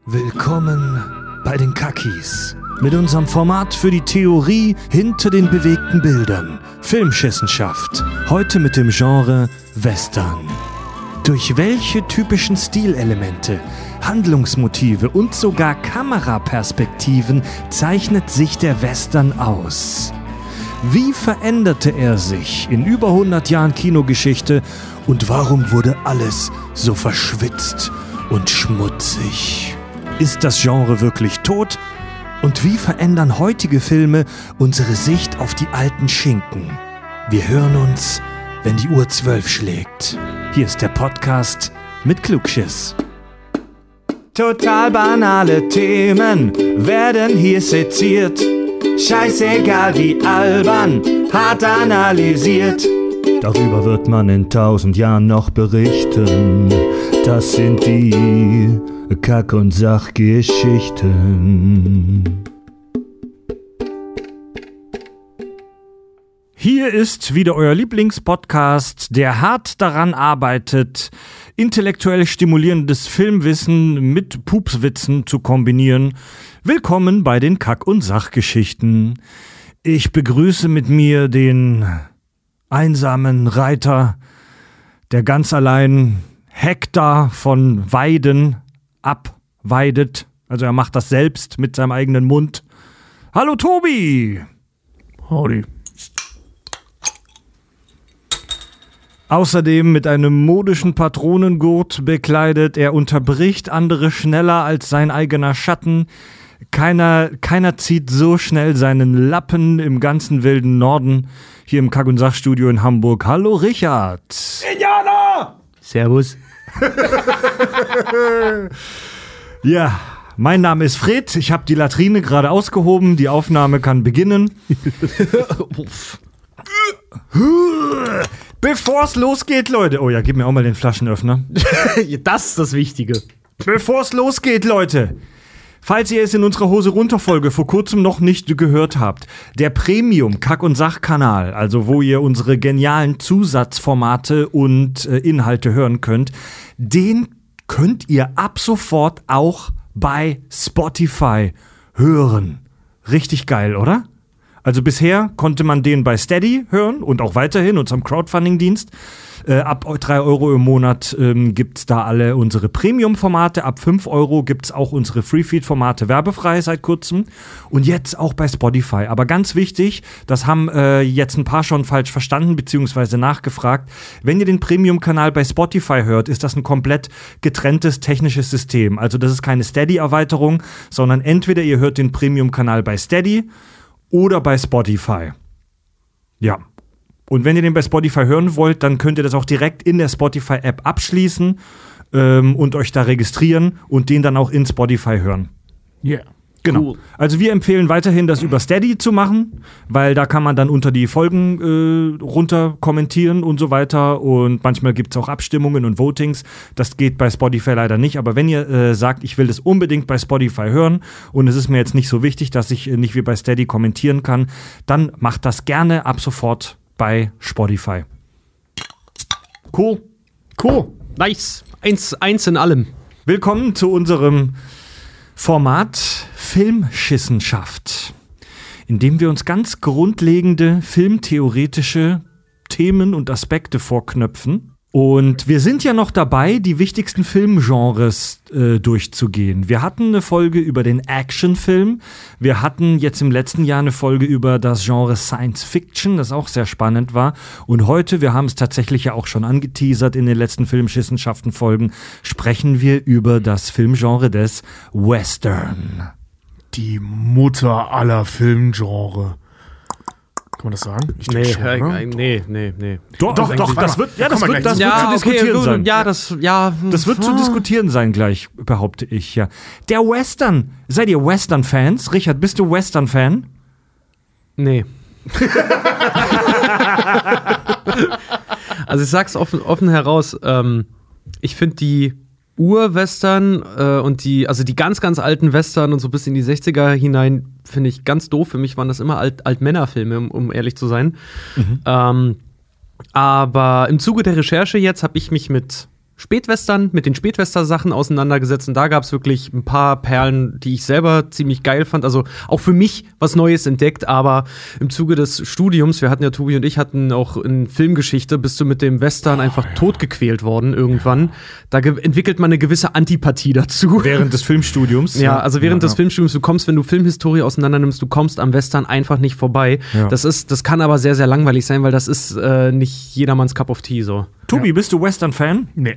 Willkommen bei den Kackis. Mit unserem Format für die Theorie hinter den bewegten Bildern. Filmschissenschaft. Heute mit dem Genre Western. Durch welche typischen Stilelemente, Handlungsmotive und sogar Kameraperspektiven zeichnet sich der Western aus? Wie veränderte er sich in über 100 Jahren Kinogeschichte und warum wurde alles so verschwitzt und schmutzig? Ist das Genre wirklich tot? Und wie verändern heutige Filme unsere Sicht auf die alten Schinken? Wir hören uns, wenn die Uhr 12 schlägt. Hier ist der Podcast mit Klugschiss. Total banale Themen werden hier seziert. Scheißegal wie albern, hart analysiert. Darüber wird man in 1000 Jahren noch berichten. Das sind die Kack- und Sachgeschichten. Hier ist wieder euer Lieblingspodcast, der hart daran arbeitet, intellektuell stimulierendes Filmwissen mit Pupswitzen zu kombinieren. Willkommen bei den Kack- und Sachgeschichten. Ich begrüße mit mir den einsamen Reiter, der ganz allein Hektar von Weiden abweidet. Also er macht das selbst mit seinem eigenen Mund. Hallo Tobi! Howdy. Außerdem mit einem modischen Patronengurt bekleidet. Er unterbricht andere schneller als sein eigener Schatten. Keiner zieht so schnell seinen Lappen im ganzen wilden Norden. Hier im Kack- und Sachstudio in Hamburg. Hallo Richard! Indianer! Servus. Ja, mein Name ist Fred. Ich habe die Latrine gerade ausgehoben. Die Aufnahme kann beginnen. Bevor es losgeht, Leute. Oh ja, gib mir auch mal den Flaschenöffner. Das ist das Wichtige. Bevor es losgeht, Leute. Falls ihr es in unserer Hose runter Folge vor kurzem noch nicht gehört habt, der Premium Kack- und Sach-Kanal, also wo ihr unsere genialen Zusatzformate und Inhalte hören könnt, den könnt ihr ab sofort auch bei Spotify hören. Richtig geil, oder? Also bisher konnte man den bei Steady hören und auch weiterhin, unserem Crowdfunding-Dienst. Ab 3 Euro im Monat gibt's da alle unsere Premium-Formate. Ab 5 Euro gibt's auch unsere Free-Feed-Formate werbefrei seit kurzem. Und jetzt auch bei Spotify. Aber ganz wichtig, das haben jetzt ein paar schon falsch verstanden bzw. nachgefragt. Wenn ihr den Premium-Kanal bei Spotify hört, ist das ein komplett getrenntes technisches System. Also das ist keine Steady-Erweiterung, sondern entweder ihr hört den Premium-Kanal bei Steady oder bei Spotify. Ja. Und wenn ihr den bei Spotify hören wollt, dann könnt ihr das auch direkt in der Spotify-App abschließen und euch da registrieren und den dann auch in Spotify hören. Ja. Yeah. Genau. Cool. Also wir empfehlen weiterhin, das über Steady zu machen, weil da kann man dann unter die Folgen runter kommentieren und so weiter. Und manchmal gibt es auch Abstimmungen und Votings. Das geht bei Spotify leider nicht. Aber wenn ihr sagt, ich will das unbedingt bei Spotify hören und es ist mir jetzt nicht so wichtig, dass ich nicht wie bei Steady kommentieren kann, dann macht das gerne ab sofort bei Spotify. Cool. Nice. Eins in allem. Willkommen zu unserem Format Filmschissenschaft, in dem wir uns ganz grundlegende filmtheoretische Themen und Aspekte vorknöpfen. Und wir sind ja noch dabei, die wichtigsten Filmgenres durchzugehen. Wir hatten eine Folge über den Actionfilm. Wir hatten jetzt im letzten Jahr eine Folge über das Genre Science Fiction, das auch sehr spannend war. Und heute, wir haben es tatsächlich ja auch schon angeteasert in den letzten Filmschissenschaften-Folgen, sprechen wir über das Filmgenre des Western. Die Mutter aller Filmgenre. Kann man das sagen? Ich denke schon, oder? Nee. Doch, das wird zu diskutieren sein. Ja, das wird zu diskutieren sein gleich, behaupte ich, ja. Der Western. Seid ihr Western-Fans? Richard, bist du Western-Fan? Nee. Also ich sag's offen heraus, ich finde die Ur-Western und die ganz, ganz alten Western und so bis in die 60er hinein finde ich ganz doof. Für mich waren das immer Altmännerfilme, um ehrlich zu sein. Aber im Zuge der Recherche jetzt habe ich mich mit Spätwestern, mit den Spätwestern-Sachen auseinandergesetzt und da gab es wirklich ein paar Perlen, die ich selber ziemlich geil fand. Also auch für mich was Neues entdeckt, aber im Zuge des Studiums, Tobi und ich hatten auch in Filmgeschichte, bist du mit dem Western einfach totgequält worden irgendwann. Da entwickelt man eine gewisse Antipathie dazu. Während des Filmstudiums? Ja, also während des Filmstudiums, wenn du Filmhistorie auseinander nimmst, du kommst am Western einfach nicht vorbei. Ja. Das kann aber sehr, sehr langweilig sein, weil das ist nicht jedermanns Cup of Tea so. Tobi, bist du Western-Fan? Nee.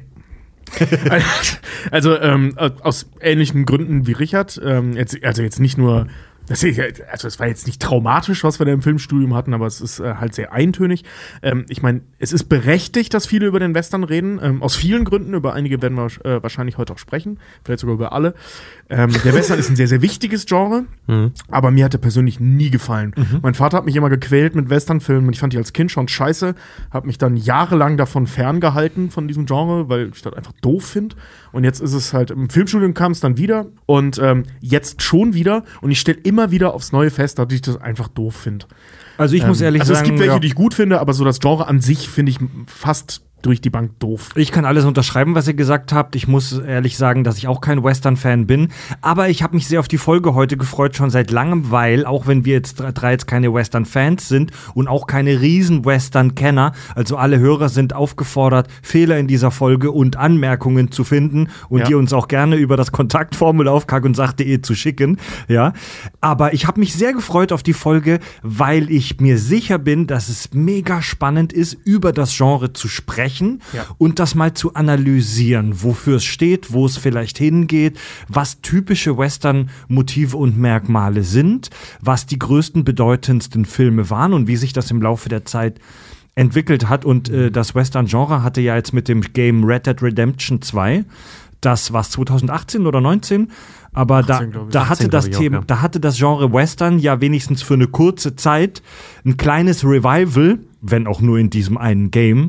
Also aus ähnlichen Gründen wie Richard. Jetzt nicht nur. Es war jetzt nicht traumatisch, was wir da im Filmstudium hatten, aber es ist halt sehr eintönig. Ich meine, es ist berechtigt, dass viele über den Western reden, aus vielen Gründen. Über einige werden wir wahrscheinlich heute auch sprechen, vielleicht sogar über alle. Der Western ist ein sehr, sehr wichtiges Genre, aber mir hat er persönlich nie gefallen. Mein Vater hat mich immer gequält mit Westernfilmen und ich fand die als Kind schon scheiße, habe mich dann jahrelang davon ferngehalten, von diesem Genre, weil ich das einfach doof finde. Und jetzt ist es halt, im Filmstudium kam es dann wieder und jetzt schon wieder und ich stelle immer wieder aufs Neue fest, dass ich das einfach doof finde. Also ich muss ehrlich sagen, es gibt welche, die ich gut finde, aber so das Genre an sich finde ich fast durch die Bank doof. Ich kann alles unterschreiben, was ihr gesagt habt. Ich muss ehrlich sagen, dass ich auch kein Western-Fan bin. Aber ich habe mich sehr auf die Folge heute gefreut, schon seit langem, weil, auch wenn wir jetzt keine Western-Fans sind und auch keine Riesen-Western-Kenner, also alle Hörer sind aufgefordert, Fehler in dieser Folge und Anmerkungen zu finden und die uns auch gerne über das Kontaktformular auf kackundsacht.de zu schicken. Ja. Aber ich habe mich sehr gefreut auf die Folge, weil ich mir sicher bin, dass es mega spannend ist, über das Genre zu sprechen. Und das mal zu analysieren, wofür es steht, wo es vielleicht hingeht, was typische Western-Motive und Merkmale sind, was die größten, bedeutendsten Filme waren und wie sich das im Laufe der Zeit entwickelt hat. Und das Western-Genre hatte ja jetzt mit dem Game Red Dead Redemption 2, das war 2018 oder 19, aber 18, da hatte das Thema, da hatte das Genre Western ja wenigstens für eine kurze Zeit ein kleines Revival, wenn auch nur in diesem einen Game.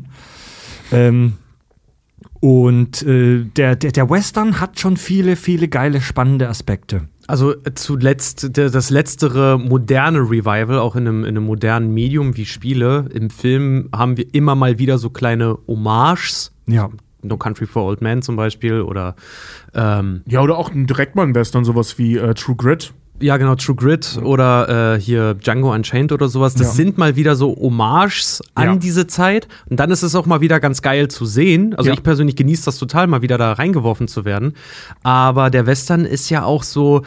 Und der Western hat schon viele, viele geile, spannende Aspekte. Also zuletzt das letztere moderne Revival, auch in einem modernen Medium wie Spiele. Im Film haben wir immer mal wieder so kleine Hommages. Ja. No Country for Old Men zum Beispiel oder oder auch direkt mal ein Western, sowas wie True Grit. Ja, genau, True Grit oder hier Django Unchained oder sowas. Das sind mal wieder so Hommages an diese Zeit. Und dann ist es auch mal wieder ganz geil zu sehen. Also ich persönlich genieße das total, mal wieder da reingeworfen zu werden. Aber der Western ist ja auch so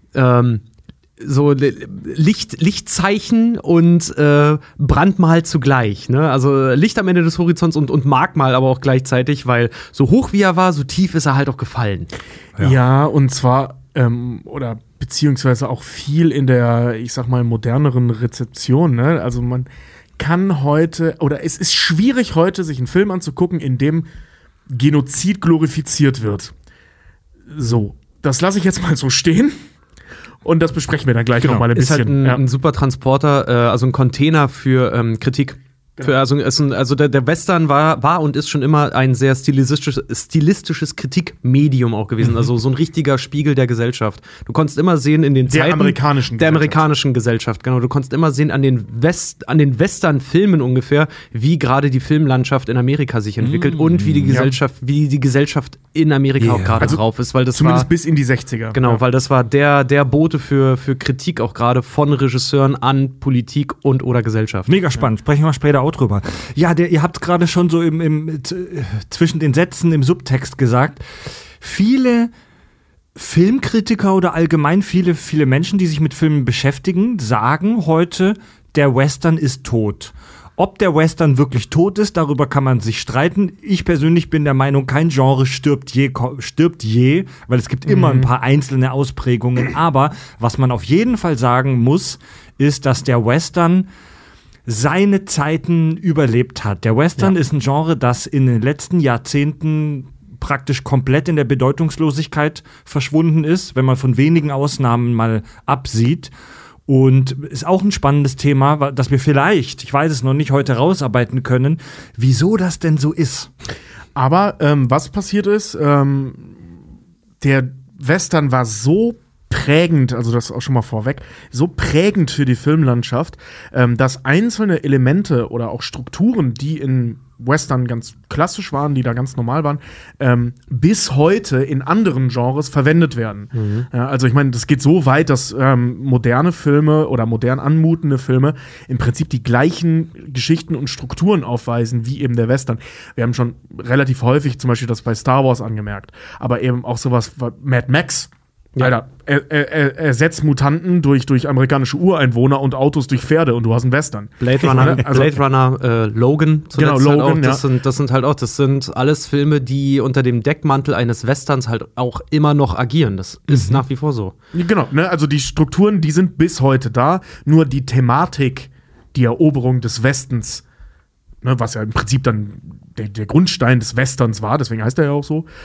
Lichtzeichen und Brandmal zugleich. Ne? Also Licht am Ende des Horizonts und Markmal aber auch gleichzeitig, weil so hoch wie er war, so tief ist er halt auch gefallen. Ja, und zwar oder beziehungsweise auch viel in der, ich sag mal, moderneren Rezeption. Ne? Also man kann heute, oder es ist schwierig heute, sich einen Film anzugucken, in dem Genozid glorifiziert wird. So, das lasse ich jetzt mal so stehen. Und das besprechen wir dann gleich noch mal ein bisschen. Ist halt ein super Transporter, also ein Container für Kritik. Also der Western war und ist schon immer ein sehr stilistisches Kritikmedium auch gewesen. Also so ein richtiger Spiegel der Gesellschaft. Du konntest immer sehen in den Zeiten der amerikanischen Gesellschaft. Genau, du konntest immer sehen an den Western-Filmen ungefähr, wie gerade die Filmlandschaft in Amerika sich entwickelt und wie die Gesellschaft in Amerika auch gerade drauf ist, weil das zumindest bis in die 60er. Genau, weil das war der Bote für Kritik auch gerade von Regisseuren an Politik und oder Gesellschaft. Mega spannend. Sprechen wir später auch drüber. Ja, ihr habt gerade schon so zwischen den Sätzen im Subtext gesagt, viele Filmkritiker oder allgemein viele Menschen, die sich mit Filmen beschäftigen, sagen heute, der Western ist tot. Ob der Western wirklich tot ist, darüber kann man sich streiten. Ich persönlich bin der Meinung, kein Genre stirbt je, weil es gibt immer ein paar einzelne Ausprägungen. Aber was man auf jeden Fall sagen muss, ist, dass der Western seine Zeiten überlebt hat. Der Western ist ein Genre, das in den letzten Jahrzehnten praktisch komplett in der Bedeutungslosigkeit verschwunden ist, wenn man von wenigen Ausnahmen mal absieht. Und ist auch ein spannendes Thema, das wir vielleicht, ich weiß es noch nicht, heute rausarbeiten können, wieso das denn so ist. Aber was passiert ist, der Western war so prägend, also das auch schon mal vorweg, so prägend für die Filmlandschaft, dass einzelne Elemente oder auch Strukturen, die in Western ganz klassisch waren, die da ganz normal waren, bis heute in anderen Genres verwendet werden. Ja, also ich meine, das geht so weit, dass moderne Filme oder modern anmutende Filme im Prinzip die gleichen Geschichten und Strukturen aufweisen wie eben der Western. Wir haben schon relativ häufig zum Beispiel das bei Star Wars angemerkt, aber eben auch sowas wie Mad Max. Ja. Alter, ersetzt Mutanten durch amerikanische Ureinwohner und Autos durch Pferde und du hast einen Western. Blade Runner, Logan zuletzt genau, Logan, halt auch. Das sind alles Filme, die unter dem Deckmantel eines Westerns halt auch immer noch agieren. Das ist nach wie vor so. Genau, ne? Also die Strukturen, die sind bis heute da, nur die Thematik, die Eroberung des Westens, ne, was ja im Prinzip dann der Grundstein des Westerns war, deswegen heißt er ja auch so,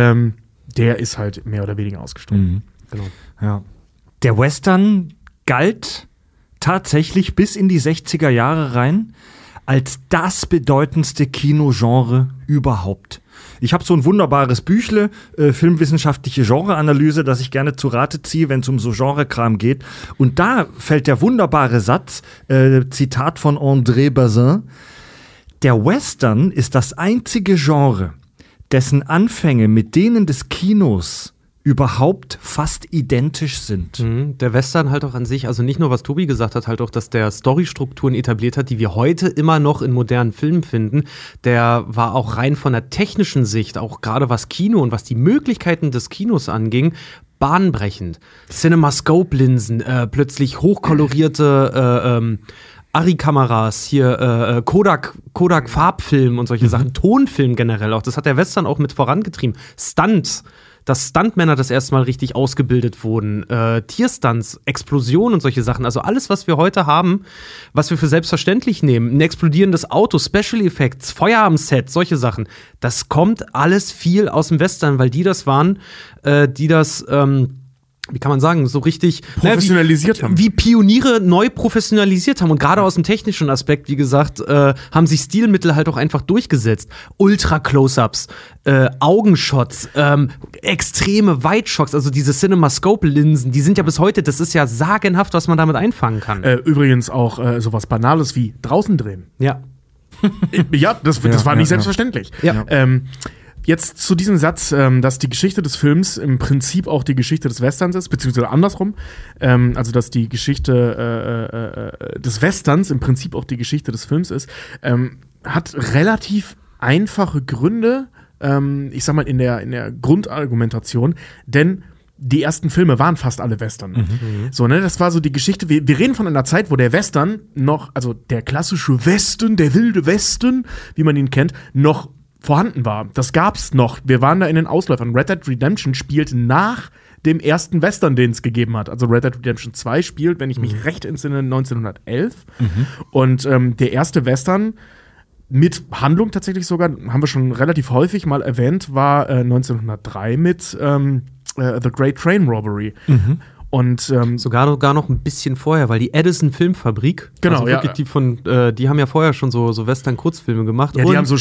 der ist halt mehr oder weniger ausgestorben. Genau. Ja. Der Western galt tatsächlich bis in die 60er Jahre rein als das bedeutendste Kinogenre überhaupt. Ich habe so ein wunderbares Büchle, filmwissenschaftliche Genreanalyse, das ich gerne zu Rate ziehe, wenn es um so Genrekram geht. Und da fällt der wunderbare Satz, Zitat von André Bazin: Der Western ist das einzige Genre, dessen Anfänge mit denen des Kinos überhaupt fast identisch sind. Der Western halt auch an sich, also nicht nur, was Tobi gesagt hat, halt auch, dass der Storystrukturen etabliert hat, die wir heute immer noch in modernen Filmen finden. Der war auch rein von der technischen Sicht, auch gerade was Kino und was die Möglichkeiten des Kinos anging, bahnbrechend. CinemaScope-Linsen, plötzlich hochkolorierte Arri-Kameras, hier Kodak-Farbfilm und solche Sachen, Tonfilm generell auch. Das hat der Western auch mit vorangetrieben. Stunts, dass Stuntmänner das erste Mal richtig ausgebildet wurden, Tierstunts, Explosionen und solche Sachen. Also alles, was wir heute haben, was wir für selbstverständlich nehmen, ein explodierendes Auto, Special Effects, Feuer am Set, solche Sachen, das kommt alles viel aus dem Western, weil die das waren, die das wie kann man sagen, so richtig professionalisiert haben. Wie Pioniere neu professionalisiert haben. Und gerade aus dem technischen Aspekt, wie gesagt, haben sich Stilmittel halt auch einfach durchgesetzt. Ultra-Close-Ups, Augenshots, extreme Weitshots, also diese CinemaScope-Linsen, die sind ja bis heute, das ist ja sagenhaft, was man damit einfangen kann. Übrigens auch sowas Banales wie draußen drehen. Ja. Ja, das war nicht selbstverständlich. Ja. Jetzt zu diesem Satz, dass die Geschichte des Films im Prinzip auch die Geschichte des Westerns ist, beziehungsweise andersrum. Also, dass die Geschichte des Westerns im Prinzip auch die Geschichte des Films ist, hat relativ einfache Gründe, ich sag mal, in der Grundargumentation, denn die ersten Filme waren fast alle Western. So, ne, das war so die Geschichte. Wir reden von einer Zeit, wo der Western noch, also der klassische Westen, der wilde Westen, wie man ihn kennt, noch vorhanden war. Das gab's noch. Wir waren da in den Ausläufern. Red Dead Redemption spielt nach dem ersten Western, den es gegeben hat. Also Red Dead Redemption 2 spielt, wenn ich mich recht entsinne, 1911. Und der erste Western mit Handlung tatsächlich sogar, haben wir schon relativ häufig mal erwähnt, war 1903 mit The Great Train Robbery. Und sogar noch ein bisschen vorher, weil die Edison Filmfabrik, genau, also wirklich die haben ja vorher schon so Western-Kurzfilme gemacht. Ja, die haben so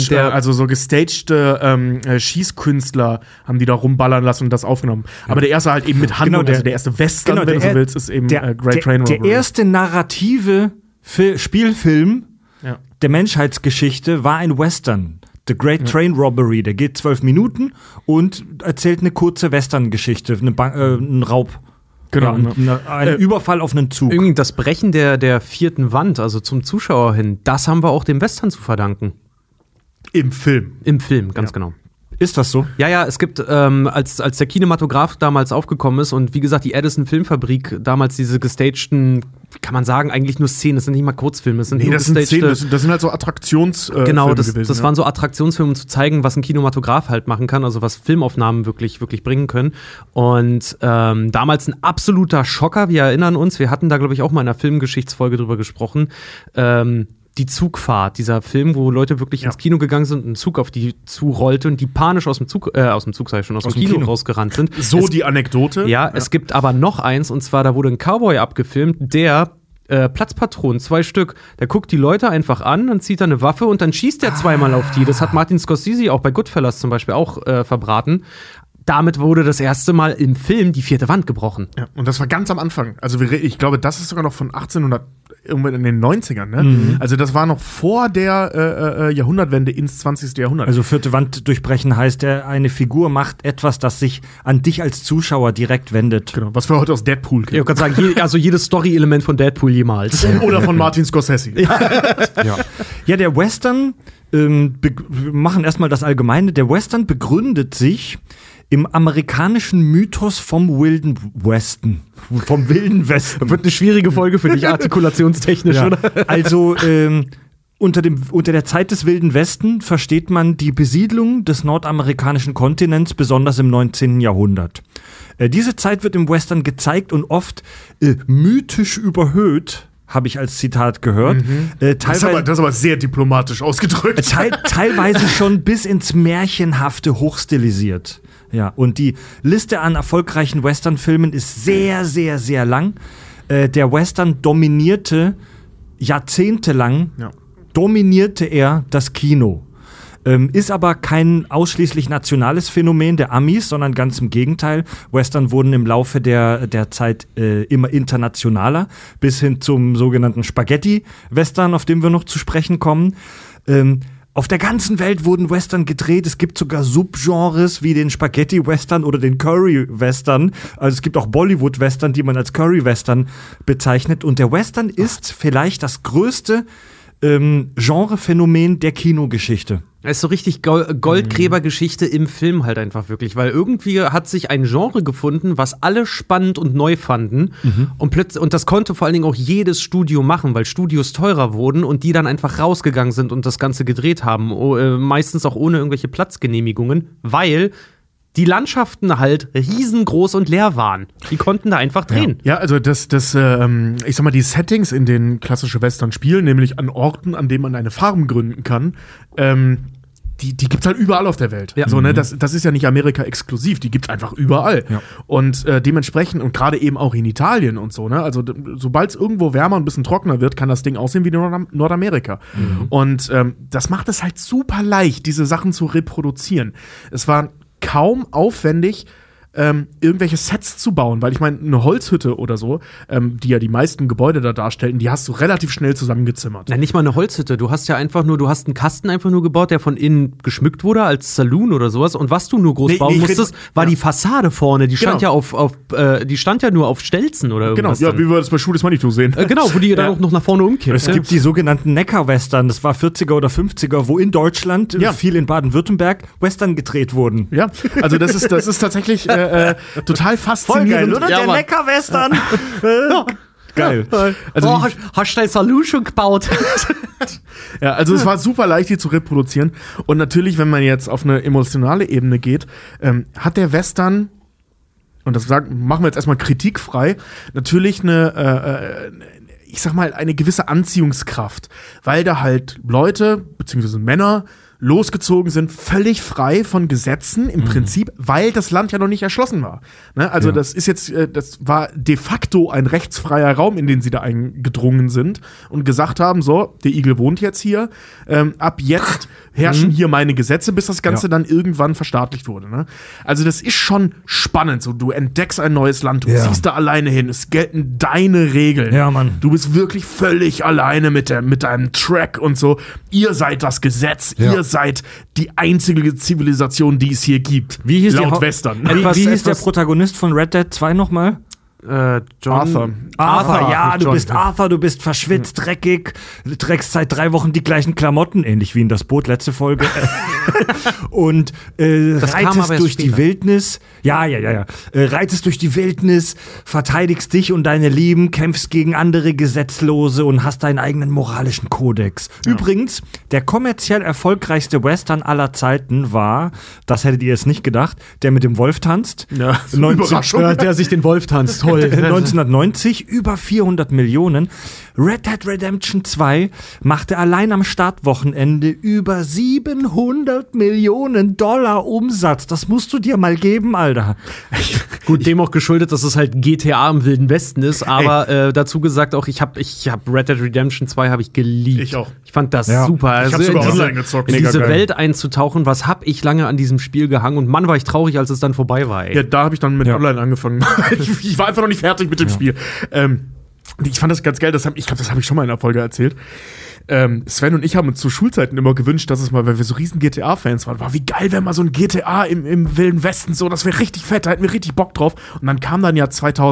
gestagte Schießkünstler haben die da rumballern lassen und das aufgenommen. Ja. Aber der erste halt eben mit Handlung, also der erste Western, wenn du so willst, ist eben Great Train Robbery. Der erste narrative Spielfilm der Menschheitsgeschichte war ein Western. The Great Train Robbery, der geht 12 Minuten und erzählt eine kurze Western-Geschichte, einen Raub. Genau, ein Überfall auf einen Zug. Irgendwie das Brechen der vierten Wand, also zum Zuschauer hin, das haben wir auch dem Western zu verdanken. Im Film. Im Film, ganz genau. Ist das so? Ja, es gibt, als der Kinematograph damals aufgekommen ist und wie gesagt, die Edison Filmfabrik damals diese gestagten, kann man sagen, eigentlich nur Szenen, das sind nicht mal Kurzfilme, das sind nur gestagte Szenen, das sind halt so Attraktionsfilme genau, das gewesen. Waren so Attraktionsfilme, um zu zeigen, was ein Kinematograph halt machen kann, also was Filmaufnahmen wirklich bringen können. Und damals ein absoluter Schocker, wir erinnern uns, wir hatten da, glaube ich, auch mal in einer Filmgeschichtsfolge drüber gesprochen, die Zugfahrt, dieser Film, wo Leute wirklich ins Kino gegangen sind und ein Zug auf die zurollte und die panisch aus dem Kino rausgerannt sind. Die Anekdote. Ja, es gibt aber noch eins, und zwar, da wurde ein Cowboy abgefilmt, der Platzpatronen, 2 Stück, der guckt die Leute einfach an, dann zieht er eine Waffe und dann schießt er zweimal auf die. Das hat Martin Scorsese auch bei Goodfellas zum Beispiel auch verbraten. Damit wurde das erste Mal im Film die 4. Wand gebrochen. Ja, und das war ganz am Anfang. Also ich glaube, das ist sogar noch von 1800 irgendwann in den 90ern, ne? Also das war noch vor der Jahrhundertwende ins 20. Jahrhundert. Also vierte Wand durchbrechen heißt, eine Figur macht etwas, das sich an dich als Zuschauer direkt wendet. Genau, was wir heute aus Deadpool kennen. Ich kann sagen, jedes Story-Element von Deadpool jemals. Oder von Martin Scorsese. Ja, der Western, wir machen erstmal das Allgemeine, der Western begründet sich im amerikanischen Mythos vom Wilden Westen. Vom Wilden Westen. Wird eine schwierige Folge für dich, artikulationstechnisch, Ja. oder? Also, unter der Zeit des Wilden Westen versteht man die Besiedlung des nordamerikanischen Kontinents, besonders im 19. Jahrhundert. Diese Zeit wird im Western gezeigt und oft mythisch überhöht, habe ich als Zitat gehört. Das ist aber sehr diplomatisch ausgedrückt. Teilweise schon bis ins Märchenhafte hochstilisiert. Ja, und die Liste an erfolgreichen Western-Filmen ist sehr, sehr, sehr lang. Der Western dominierte jahrzehntelang, dominierte er das Kino. Ist aber kein ausschließlich nationales Phänomen der Amis, sondern ganz im Gegenteil. Western wurden im Laufe der Zeit immer internationaler, bis hin zum sogenannten Spaghetti-Western, auf den wir noch zu sprechen kommen. Auf der ganzen Welt wurden Western gedreht. Es gibt sogar Subgenres wie den Spaghetti-Western oder den Curry-Western. Also es gibt auch Bollywood-Western, die man als Curry-Western bezeichnet. Und der Western ist vielleicht das größte Genrephänomen der Kinogeschichte. Es ist so richtig Goldgräbergeschichte im Film halt einfach wirklich, weil irgendwie hat sich ein Genre gefunden, was alle spannend und neu fanden und das konnte vor allen Dingen auch jedes Studio machen, weil Studios teurer wurden und die dann einfach rausgegangen sind und das Ganze gedreht haben, meistens auch ohne irgendwelche Platzgenehmigungen, weil die Landschaften halt riesengroß und leer waren. Die konnten da einfach drehen. Ja, also ich sag mal, die Settings, in denen klassische Western spielen, nämlich an Orten, an denen man eine Farm gründen kann, die gibt's halt überall auf der Welt. Ja. So, ne, das ist ja nicht Amerika exklusiv, die gibt's einfach überall. Ja. Und dementsprechend, und gerade eben auch in Italien und so, ne, also sobald es irgendwo wärmer und ein bisschen trockener wird, kann das Ding aussehen wie Nordamerika. Und das macht es halt super leicht, diese Sachen zu reproduzieren. Es war kaum aufwendig, irgendwelche Sets zu bauen, weil ich meine, eine Holzhütte oder so, die ja die meisten Gebäude da darstellen, die hast du relativ schnell zusammengezimmert. Na, nicht mal eine Holzhütte. Du hast einen Kasten einfach nur gebaut, der von innen geschmückt wurde als Saloon oder sowas. Und was du nur groß bauen musstest, war die Fassade vorne. Die stand die stand ja nur auf Stelzen oder irgendwas. Genau, ja, wie wir das bei Schuh des Manitou sehen. Genau, wo die dann auch noch nach vorne umkippt. Es gibt die sogenannten Neckar-Western, das war 40er oder 50er, wo in Deutschland, viel in Baden-Württemberg, Western gedreht wurden. Ja, also das ist tatsächlich total faszinierend. Voll geil, oder? Ja, der Neckar-Western. Geil. Also hast du dein Saloon schon gebaut? Ja, also es war super leicht, die zu reproduzieren. Und natürlich, wenn man jetzt auf eine emotionale Ebene geht, hat der Western, und das machen wir jetzt erstmal kritikfrei, natürlich ich sag mal, eine gewisse Anziehungskraft. Weil da halt Leute, beziehungsweise Männer, losgezogen sind, völlig frei von Gesetzen im Prinzip, weil das Land ja noch nicht erschlossen war. Ne? Also das ist jetzt, das war de facto ein rechtsfreier Raum, in den sie da eingedrungen sind und gesagt haben, so, der Igel wohnt jetzt hier, ab jetzt herrschen hier meine Gesetze, bis das Ganze dann irgendwann verstaatlicht wurde. Ne? Also das ist schon spannend, so, du entdeckst ein neues Land, du ziehst da alleine hin, es gelten deine Regeln. Ja, Mann. Du bist wirklich völlig alleine mit deinem Track und so. Ihr seid das Gesetz, ihr seid die einzige Zivilisation, die es hier gibt. Wie hieß laut Western. Wie hieß der Protagonist von Red Dead 2 nochmal? Arthur, ja, du bist Arthur, du bist verschwitzt, dreckig, du trägst seit 3 Wochen die gleichen Klamotten, ähnlich wie in das Boot, letzte Folge. Und reitest durch die Wildnis. Reitest durch die Wildnis, verteidigst dich und deine Lieben, kämpfst gegen andere Gesetzlose und hast deinen eigenen moralischen Kodex. Ja. Übrigens, der kommerziell erfolgreichste Western aller Zeiten war, das hättet ihr jetzt nicht gedacht, der mit dem Wolf tanzt. Ja, Überraschung. Der sich den Wolf tanzt. Toll. 1990 über 400 Millionen. Red Dead Redemption 2 machte allein am Startwochenende über 700 Millionen $, Umsatz. Das musst du dir mal geben, Alter. Gut, dem auch geschuldet, dass es halt GTA im Wilden Westen ist, aber dazu gesagt auch, ich hab Red Dead Redemption 2 habe ich geliebt. Ich auch. Ich fand das super. Ich hab's sogar online gezockt. In diese geil. Welt einzutauchen, was hab ich lange an diesem Spiel gehangen und Mann, war ich traurig, als es dann vorbei war, ey. Ja, da habe ich dann mit online angefangen. Ich war einfach noch nicht fertig mit dem Spiel. Ich fand das ganz geil, ich glaube, das habe ich schon mal in der Folge erzählt. Sven und ich haben uns zu Schulzeiten immer gewünscht, dass es mal, weil wir so riesen GTA-Fans waren, wie geil wäre mal so ein GTA im Wilden Westen, so, das wäre richtig fett, da hätten wir richtig Bock drauf. Und dann kam dann ja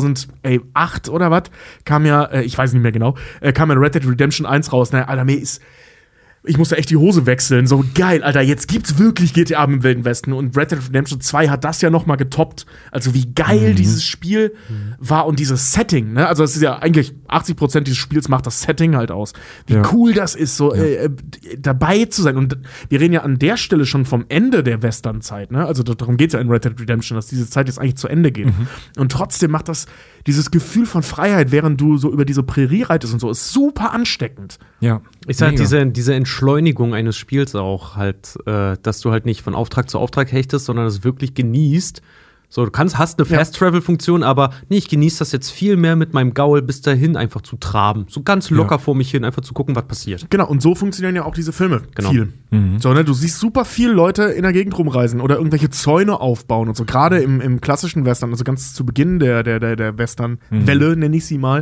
2008 oder was, kam ja, ich weiß nicht mehr genau, kam ja Red Dead Redemption 1 raus. Naja, Alter, ich musste echt die Hose wechseln. So geil, Alter, jetzt gibt's wirklich GTA im Wilden Westen. Und Red Dead Redemption 2 hat das ja noch mal getoppt. Also wie geil dieses Spiel war und dieses Setting, ne? Also es ist ja eigentlich 80% dieses Spiels macht das Setting halt aus. Wie cool das ist, so dabei zu sein. Und wir reden ja an der Stelle schon vom Ende der Western-Zeit, ne? Also darum geht's ja in Red Dead Redemption, dass diese Zeit jetzt eigentlich zu Ende geht. Und trotzdem macht das dieses Gefühl von Freiheit, während du so über diese Prärie reitest und so, ist super ansteckend. Ja. Ich sag, diese Entschleunigung eines Spiels auch halt, dass du halt nicht von Auftrag zu Auftrag hechtest, sondern es wirklich genießt. So, hast eine Fast-Travel-Funktion, aber ich genieße das jetzt viel mehr mit meinem Gaul bis dahin einfach zu traben. So ganz locker vor mich hin, einfach zu gucken, was passiert. Genau, und so funktionieren ja auch diese Filme viel. So, ne, du siehst super viele Leute in der Gegend rumreisen oder irgendwelche Zäune aufbauen und so. Gerade im klassischen Western, also ganz zu Beginn der Western-Welle, nenne ich sie mal,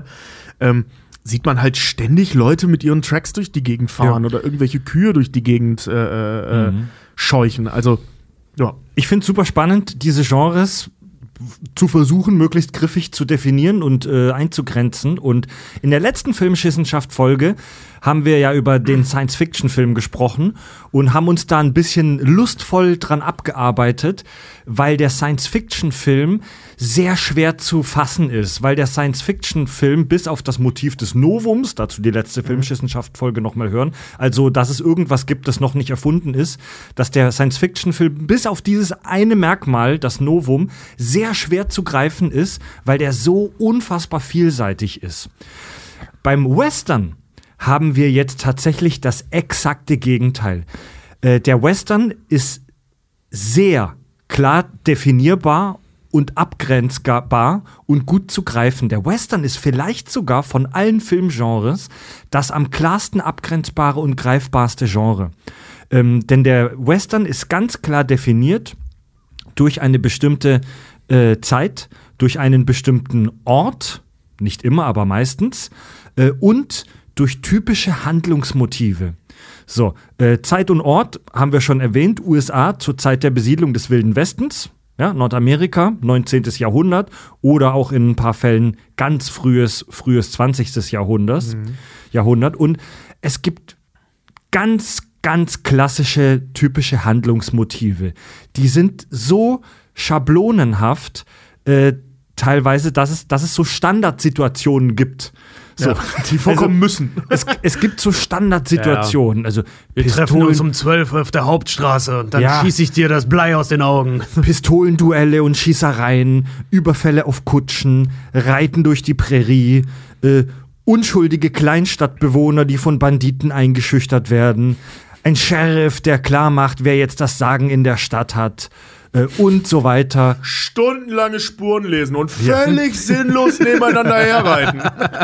sieht man halt ständig Leute mit ihren Tracks durch die Gegend fahren oder irgendwelche Kühe durch die Gegend scheuchen. Also, ja. Ich finde es super spannend, diese Genres zu versuchen, möglichst griffig zu definieren und einzugrenzen. Und in der letzten Filmschissenschaft-Folge haben wir ja über den Science-Fiction-Film gesprochen und haben uns da ein bisschen lustvoll dran abgearbeitet, weil der Science-Fiction-Film sehr schwer zu fassen ist, weil der Science-Fiction-Film bis auf das Motiv des Novums, dazu die letzte Filmschissenschaft-Folge noch mal hören, also dass es irgendwas gibt, das noch nicht erfunden ist, dass der Science-Fiction-Film bis auf dieses eine Merkmal, das Novum, sehr schwer zu greifen ist, weil der so unfassbar vielseitig ist. Beim Western haben wir jetzt tatsächlich das exakte Gegenteil. Der Western ist sehr klar definierbar und abgrenzbar und gut zu greifen. Der Western ist vielleicht sogar von allen Filmgenres das am klarsten abgrenzbare und greifbarste Genre. Denn der Western ist ganz klar definiert durch eine bestimmte Zeit, durch einen bestimmten Ort, nicht immer, aber meistens, und durch typische Handlungsmotive. So, Zeit und Ort haben wir schon erwähnt, USA zur Zeit der Besiedlung des Wilden Westens, ja, Nordamerika, 19. Jahrhundert oder auch in ein paar Fällen ganz frühes 20. Jahrhundert. Und es gibt ganz, ganz klassische, typische Handlungsmotive. Die sind so schablonenhaft, teilweise, dass es so Standardsituationen gibt. So, die vorkommen müssen. Es gibt so Standardsituationen. Also wir treffen uns um 12 Uhr auf der Hauptstraße und dann schieße ich dir das Blei aus den Augen. Pistolenduelle und Schießereien, Überfälle auf Kutschen, Reiten durch die Prärie, unschuldige Kleinstadtbewohner, die von Banditen eingeschüchtert werden, ein Sheriff, der klar macht, wer jetzt das Sagen in der Stadt hat. Und so weiter. Stundenlange Spuren lesen und völlig sinnlos nebeneinander herreiten.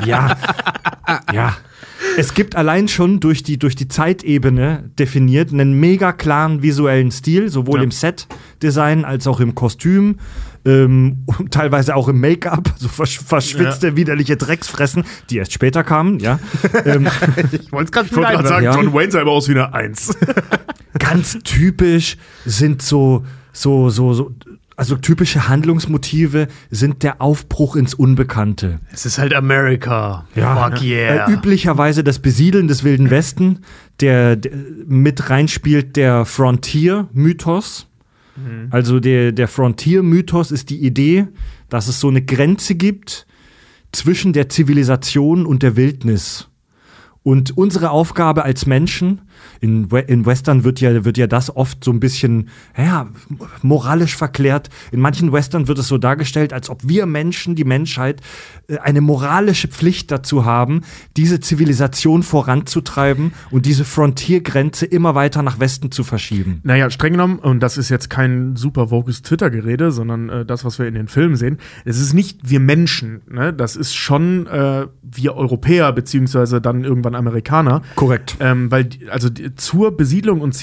Ja. Es gibt allein schon durch die Zeitebene definiert einen mega klaren visuellen Stil, sowohl im Set-Design als auch im Kostüm, teilweise auch im Make-up, so verschwitzte, widerliche Drecksfressen, die erst später kamen, ja. Ich wollte gerade sagen, John Wayne sah immer aus wie eine 1. Ganz typisch sind also typische Handlungsmotive sind der Aufbruch ins Unbekannte. Es ist halt Amerika. Fuck yeah. Üblicherweise das Besiedeln des Wilden Westen, der mit reinspielt der Frontier-Mythos. Also der Frontier-Mythos ist die Idee, dass es so eine Grenze gibt zwischen der Zivilisation und der Wildnis. Und unsere Aufgabe als Menschen, in Western wird ja das oft so ein bisschen, moralisch verklärt. In manchen Western wird es so dargestellt, als ob wir Menschen, die Menschheit, eine moralische Pflicht dazu haben, diese Zivilisation voranzutreiben und diese Frontiergrenze immer weiter nach Westen zu verschieben. Naja, streng genommen, und das ist jetzt kein super vokes Twitter-Gerede, sondern das, was wir in den Filmen sehen, es ist nicht wir Menschen, ne? Das ist schon wir Europäer, beziehungsweise dann irgendwann Amerikaner. Korrekt. Weil zur Besiedlung und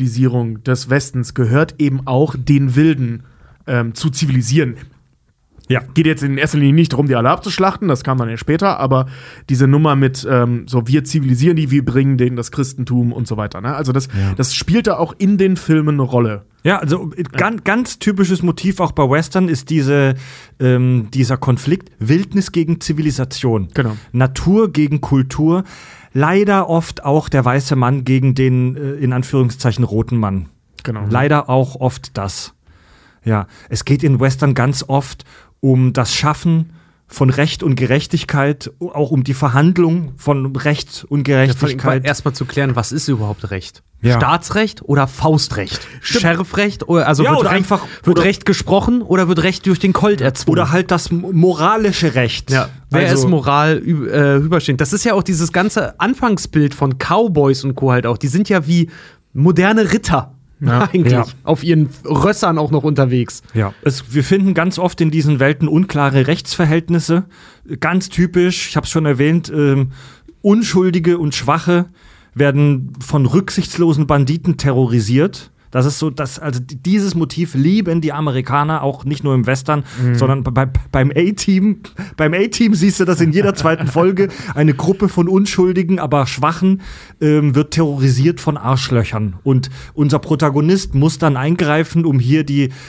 Zivilisierung des Westens gehört eben auch den Wilden zu zivilisieren. Ja. Geht jetzt in erster Linie nicht darum, die alle abzuschlachten, das kam dann ja später, aber diese Nummer mit so, wir zivilisieren die, wir bringen denen das Christentum und so weiter. Ne? Also das spielte auch in den Filmen eine Rolle. Ja, also ganz typisches Motiv auch bei Western ist dieser Konflikt Wildnis gegen Zivilisation. Genau. Natur gegen Kultur. Leider oft auch der weiße Mann gegen den, in Anführungszeichen, roten Mann. Genau. Leider auch oft das. Ja, es geht in Western ganz oft um das Schaffen von Recht und Gerechtigkeit, auch um die Verhandlung von Recht und Gerechtigkeit. Erstmal zu klären, was ist überhaupt Recht? Ja. Staatsrecht oder Faustrecht? Sheriffrecht? Also Ja, wird Recht gesprochen oder wird Recht durch den Colt erzwungen? Oder halt das moralische Recht. Ja. Wer Also- ist Moral überstehend? Das ist ja auch dieses ganze Anfangsbild von Cowboys und Co. halt auch. Die sind ja wie moderne Ritter. Eigentlich. Ja. Auf ihren Rössern auch noch unterwegs. Ja, wir finden ganz oft in diesen Welten unklare Rechtsverhältnisse. Ganz typisch, ich habe es schon erwähnt, Unschuldige und Schwache werden von rücksichtslosen Banditen terrorisiert. Das ist so, also dieses Motiv lieben die Amerikaner auch nicht nur im Western, sondern beim A-Team. Beim A-Team siehst du das in jeder zweiten Folge. Eine Gruppe von unschuldigen, aber Schwachen wird terrorisiert von Arschlöchern. Und unser Protagonist muss dann eingreifen, um hier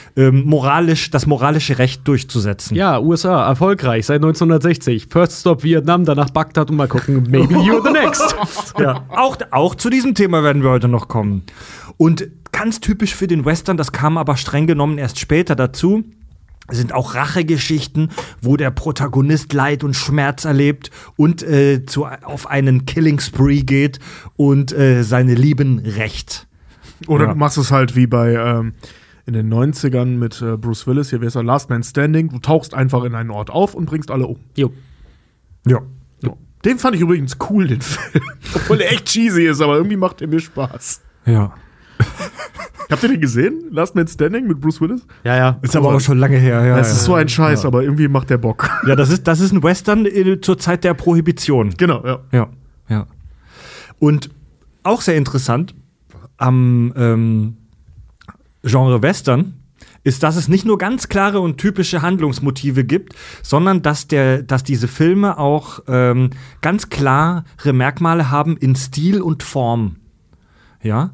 das moralische Recht durchzusetzen. Ja, USA, erfolgreich seit 1960. First Stop Vietnam, danach Bagdad und mal gucken, maybe you're the next. Ja, auch zu diesem Thema werden wir heute noch kommen. Und ganz typisch für den Western, das kam aber streng genommen erst später dazu, sind auch Rachegeschichten, wo der Protagonist Leid und Schmerz erlebt und auf einen Killing Spree geht und seine Lieben rächt. Oder Ja. du machst es halt wie bei in den 90ern mit Bruce Willis, hier wäre es Last Man Standing, du tauchst einfach in einen Ort auf und bringst alle um. Jo. Ja. Den fand ich übrigens cool, den Film. Obwohl er echt cheesy ist, aber irgendwie macht er mir Spaß. Ja. Habt ihr den gesehen? Last Man Standing mit Bruce Willis? Ja. Ist aber auch schon lange her. Ja, Das ist so ein Scheiß, Ja. aber irgendwie macht der Bock. Ja, das ist ein Western zur Zeit der Prohibition. Genau, ja. Ja. Und auch sehr interessant am Genre Western ist, dass es nicht nur ganz klare und typische Handlungsmotive gibt, sondern dass diese Filme auch ganz klare Merkmale haben in Stil und Form. Ja,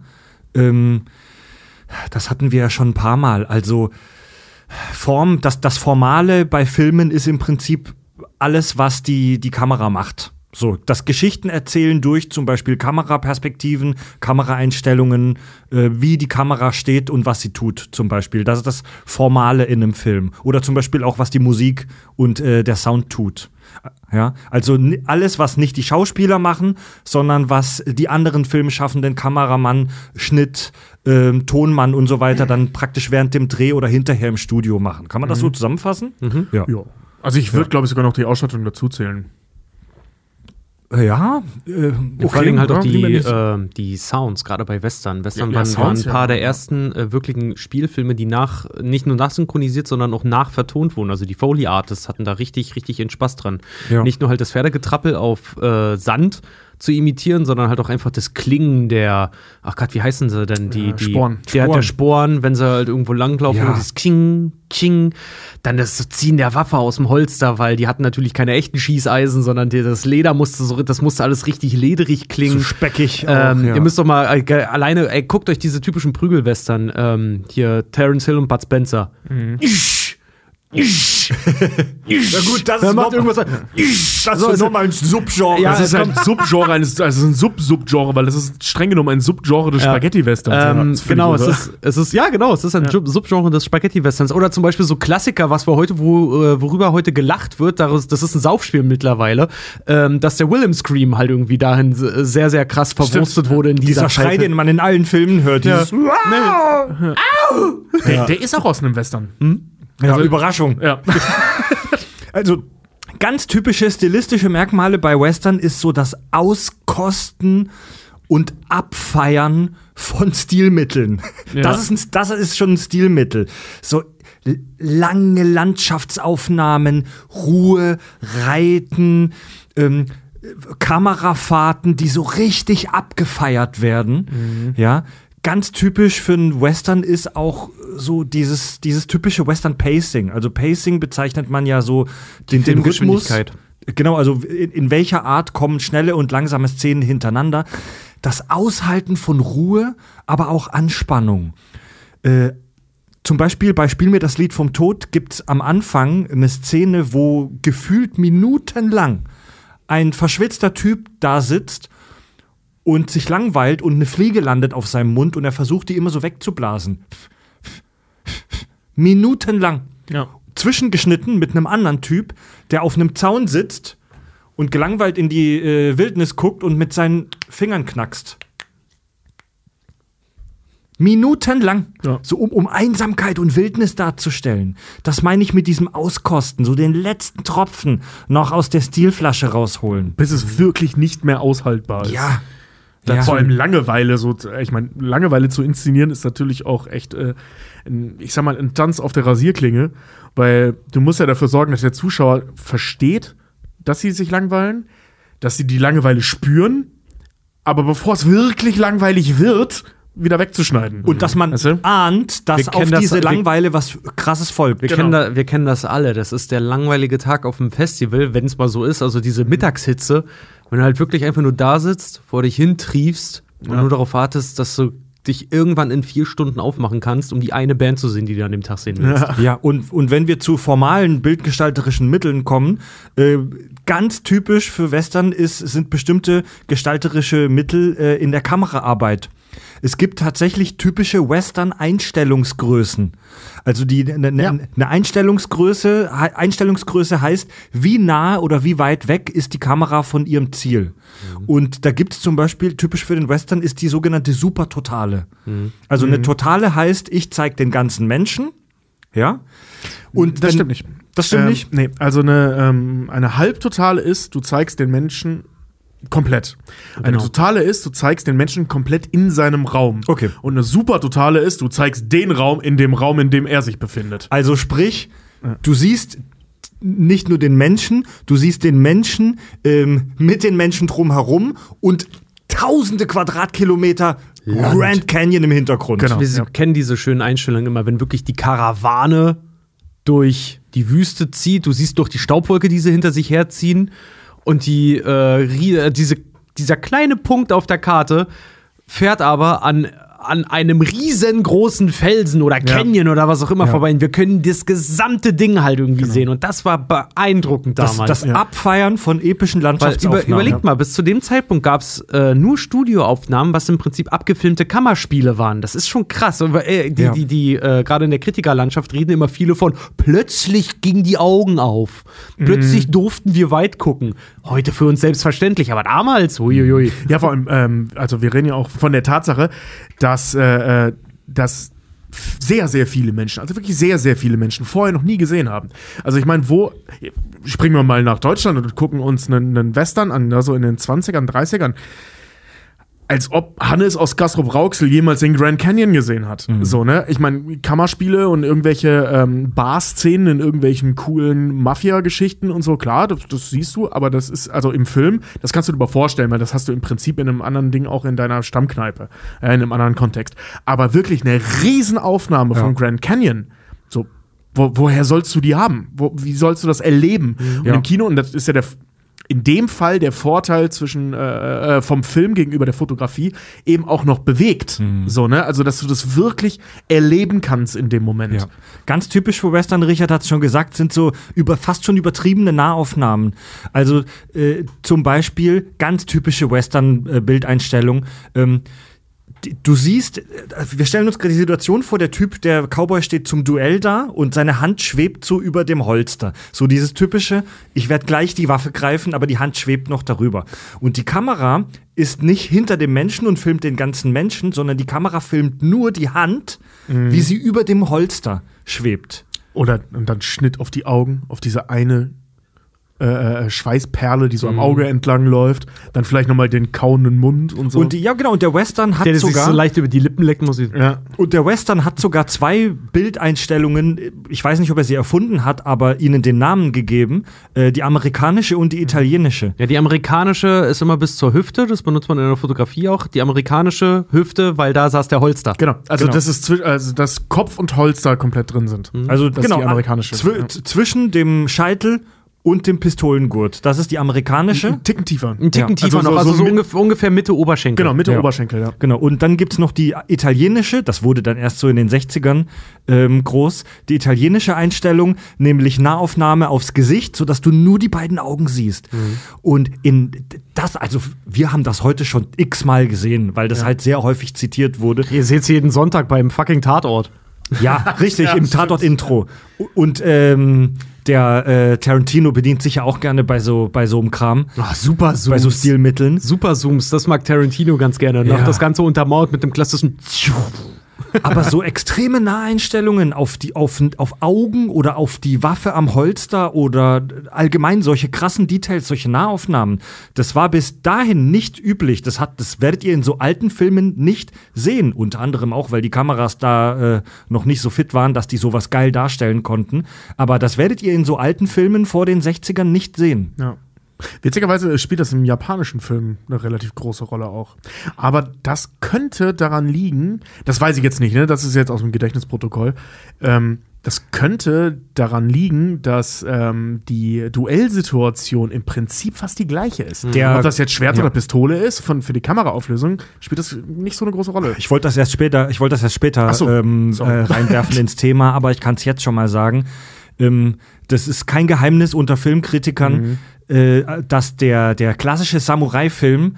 das hatten wir ja schon ein paar Mal. Also das Formale bei Filmen ist im Prinzip alles, was die Kamera macht. So, das Geschichtenerzählen durch zum Beispiel Kameraperspektiven, Kameraeinstellungen, wie die Kamera steht und was sie tut zum Beispiel. Das ist das Formale in einem Film. Oder zum Beispiel auch, was die Musik und der Sound tut. Ja, also alles, was nicht die Schauspieler machen, sondern was die anderen filmschaffenden Kameramann, Schnitt, Tonmann und so weiter dann praktisch während dem Dreh oder hinterher im Studio machen. Kann man das so zusammenfassen? Ja. Ja. Also ich würde, glaube ich, sogar noch die Ausstattung dazu zählen. Ja, Vor allen Dingen halt auch ja, die Sounds, gerade bei Western. Western Ja, waren Sounds, ein paar ja. der ersten wirklichen Spielfilme, die nicht nur nachsynchronisiert, sondern auch nachvertont wurden. Also die Foley Artists hatten da richtig, richtig ihren Spaß dran. Ja. Nicht nur halt das Pferdegetrappel auf Sand zu imitieren, sondern halt auch einfach das Klingen der, ach Gott, wie heißen sie denn? Die Sporen. Der Sporen, wenn sie halt irgendwo langlaufen, Ja. und dieses King, King, dann das Ziehen der Waffe aus dem Holster, weil die hatten natürlich keine echten Schießeisen, sondern das Leder das musste alles richtig lederig klingen. so speckig. Auch, ja. Ihr müsst doch mal alleine, guckt euch diese typischen Prügelwestern, hier Terence Hill und Bud Spencer. Na gut, das Wer ist macht noch, irgendwas? das ist nochmal ein Subgenre. Ja, Das ist ein Subgenre, also ein Sub-Subgenre, weil das ist streng genommen ein Subgenre des Spaghetti-Westerns. Genau, es ist ein Subgenre des Spaghetti-Westerns. Oder zum Beispiel so Klassiker, was wir heute, worüber heute gelacht wird, das ist ein Saufspiel mittlerweile, dass der Willem Scream halt irgendwie dahin sehr, sehr krass verwurstet wurde in dieser Schrei, Zeit. den man in allen Filmen hört. Ja. Dieses Der ist auch aus einem Western. Ja, Überraschung. Ja. Also ganz typische stilistische Merkmale bei Western ist so das Auskosten und Abfeiern von Stilmitteln. Ja. Das ist schon ein Stilmittel. So lange Landschaftsaufnahmen, Ruhe, Reiten, Kamerafahrten, die so richtig abgefeiert werden. Ja, Ganz typisch für einen Western ist auch so dieses typische Western-Pacing. Also Pacing bezeichnet man ja so den Rhythmus. Genau, also in welcher Art kommen schnelle und langsame Szenen hintereinander. Das Aushalten von Ruhe, aber auch Anspannung. Zum Beispiel bei Spiel mir das Lied vom Tod gibt's am Anfang eine Szene, wo gefühlt minutenlang ein verschwitzter Typ da sitzt und sich langweilt und eine Fliege landet auf seinem Mund und er versucht, die immer so wegzublasen. Minutenlang. Ja. Zwischengeschnitten mit einem anderen Typ, der auf einem Zaun sitzt und gelangweilt in die Wildnis guckt und mit seinen Fingern knackst. Minutenlang. Ja. So um Einsamkeit und Wildnis darzustellen. Das meine ich mit diesem Auskosten. So den letzten Tropfen noch aus der Stilflasche rausholen. Bis es wirklich nicht mehr aushaltbar ist. Ja. Vor allem Langeweile, ich meine, Langeweile zu inszenieren ist natürlich auch echt, ein Tanz auf der Rasierklinge, weil du musst ja dafür sorgen, dass der Zuschauer versteht, dass sie sich langweilen, dass sie die Langeweile spüren, aber bevor es wirklich langweilig wird, wieder wegzuschneiden. Und dass man ahnt, dass auf diese Langeweile was Krasses folgt. Wir kennen das alle. Das ist der langweilige Tag auf dem Festival, wenn es mal so ist. Also diese Mittagshitze, wenn du halt wirklich einfach nur da sitzt, vor dich hintriefst und nur darauf wartest, dass du dich irgendwann in 4 Stunden aufmachen kannst, um die eine Band zu sehen, die du an dem Tag sehen willst. Ja, und wenn wir zu formalen bildgestalterischen Mitteln kommen, ganz typisch für Western sind bestimmte gestalterische Mittel in der Kameraarbeit. Es gibt tatsächlich typische Western-Einstellungsgrößen. Also eine Einstellungsgröße heißt, wie nah oder wie weit weg ist die Kamera von ihrem Ziel. Und da gibt es zum Beispiel, typisch für den Western, ist die sogenannte Supertotale. Also eine Totale heißt, ich zeige den ganzen Menschen. Ja. Und das stimmt nicht. Das stimmt nicht? Nee, also eine Halbtotale ist, du zeigst den Menschen komplett. Eine Totale ist, du zeigst den Menschen komplett in seinem Raum. Okay. Und eine Supertotale ist, du zeigst den Raum, in dem er sich befindet. Also sprich, du siehst nicht nur den Menschen, du siehst den Menschen mit den Menschen drumherum und tausende Quadratkilometer Grand Canyon im Hintergrund. Genau. Wir kennen diese schönen Einstellungen immer, wenn wirklich die Karawane durch die Wüste zieht, du siehst durch die Staubwolke, die sie hinter sich herziehen. Und dieser kleine Punkt auf der Karte fährt aber an einem riesengroßen Felsen oder Canyon oder was auch immer vorbei. Und wir können das gesamte Ding halt irgendwie sehen. Und das war beeindruckend damals. Das Abfeiern von epischen Landschaftsaufnahmen. Überlegt mal, bis zu dem Zeitpunkt gab es nur Studioaufnahmen, was im Prinzip abgefilmte Kammerspiele waren. Das ist schon krass. Gerade in der Kritikerlandschaft reden immer viele von, plötzlich gingen die Augen auf. Plötzlich durften wir weit gucken. Heute für uns selbstverständlich, aber damals, huiuiui. Ja, vor allem, also wir reden ja auch von der Tatsache, dass sehr, sehr viele Menschen, also wirklich sehr, sehr viele Menschen vorher noch nie gesehen haben. Also ich meine, springen wir mal nach Deutschland und gucken uns einen Western an, also in den 20ern, 30ern, als ob Hannes aus Castrop-Rauxel jemals den Grand Canyon gesehen hat. So, ne? Ich meine, Kammerspiele und irgendwelche Bar-Szenen in irgendwelchen coolen Mafia-Geschichten und so, klar, das siehst du, aber das ist, also im Film, das kannst du dir aber vorstellen, weil das hast du im Prinzip in einem anderen Ding auch in deiner Stammkneipe, in einem anderen Kontext. Aber wirklich eine Riesenaufnahme vom Grand Canyon, so, woher sollst du die haben? Wie sollst du das erleben? Und im Kino, und das ist ja in dem Fall der Vorteil vom Film gegenüber der Fotografie eben auch noch bewegt. So, ne? Also, dass du das wirklich erleben kannst in dem Moment. Ja. Ganz typisch für Western, Richard hat es schon gesagt, sind so fast schon übertriebene Nahaufnahmen. Also zum Beispiel ganz typische Western-Bildeinstellung. Du siehst, wir stellen uns gerade die Situation vor, der Cowboy steht zum Duell da und seine Hand schwebt so über dem Holster. So dieses typische, ich werde gleich die Waffe greifen, aber die Hand schwebt noch darüber. Und die Kamera ist nicht hinter dem Menschen und filmt den ganzen Menschen, sondern die Kamera filmt nur die Hand, wie sie über dem Holster schwebt. Und dann Schnitt auf die Augen, auf diese eine Schweißperle, die so am Auge entlang läuft. Dann vielleicht nochmal den kauenden Mund und so. Und und der Western hat Der sich sogar so leicht über die Lippen lecken muss. und der Western hat sogar 2 Bildeinstellungen, ich weiß nicht, ob er sie erfunden hat, aber ihnen den Namen gegeben, die amerikanische und die italienische. Ja, die amerikanische ist immer bis zur Hüfte, das benutzt man in der Fotografie auch. Die amerikanische Hüfte, weil da saß der Holster. Genau, also Genau. das ist dass Kopf und Holster komplett drin sind. Also Das ist die amerikanische. Zwischen dem Scheitel und dem Pistolengurt. Das ist die amerikanische. Ein Ticken tiefer. Ein Ticken Ja. tiefer Also noch, so also mit- ungefähr Mitte Oberschenkel. Genau, Mitte Ja. Oberschenkel, ja. Genau, und dann gibt's noch die italienische, das wurde dann erst so in den 60ern groß, die italienische Einstellung, nämlich Nahaufnahme aufs Gesicht, sodass du nur die beiden Augen siehst. Und also wir haben das heute schon x-mal gesehen, weil das halt sehr häufig zitiert wurde. Ihr seht sie jeden Sonntag beim fucking Tatort. Ja, richtig, im Tatort-Intro. Und der Tarantino bedient sich ja auch gerne bei so einem Kram, Ach, super Zooms. bei so Stilmitteln. Super Zooms, das mag Tarantino ganz gerne. Noch Ja. das Ganze untermauert mit dem klassischen. Aber so extreme Naheinstellungen auf Augen oder auf die Waffe am Holster oder allgemein solche krassen Details, solche Nahaufnahmen, das war bis dahin nicht üblich. Das werdet ihr in so alten Filmen nicht sehen. Unter anderem auch, weil die Kameras da noch nicht so fit waren, dass die sowas geil darstellen konnten. Aber das werdet ihr in so alten Filmen vor den 60ern nicht sehen. Ja. Witzigerweise spielt das im japanischen Film eine relativ große Rolle auch. Aber das könnte daran liegen, das weiß ich jetzt nicht, ne? Das ist jetzt aus dem Gedächtnisprotokoll. Das könnte daran liegen, dass die Duellsituation im Prinzip fast die gleiche ist. Ob das jetzt Schwert oder Pistole ist, für die Kameraauflösung, spielt das nicht so eine große Rolle. Ich wollte das erst später Ach so, sorry. reinwerfen ins Thema, aber ich kann es jetzt schon mal sagen. Das ist kein Geheimnis unter Filmkritikern, dass der klassische Samurai-Film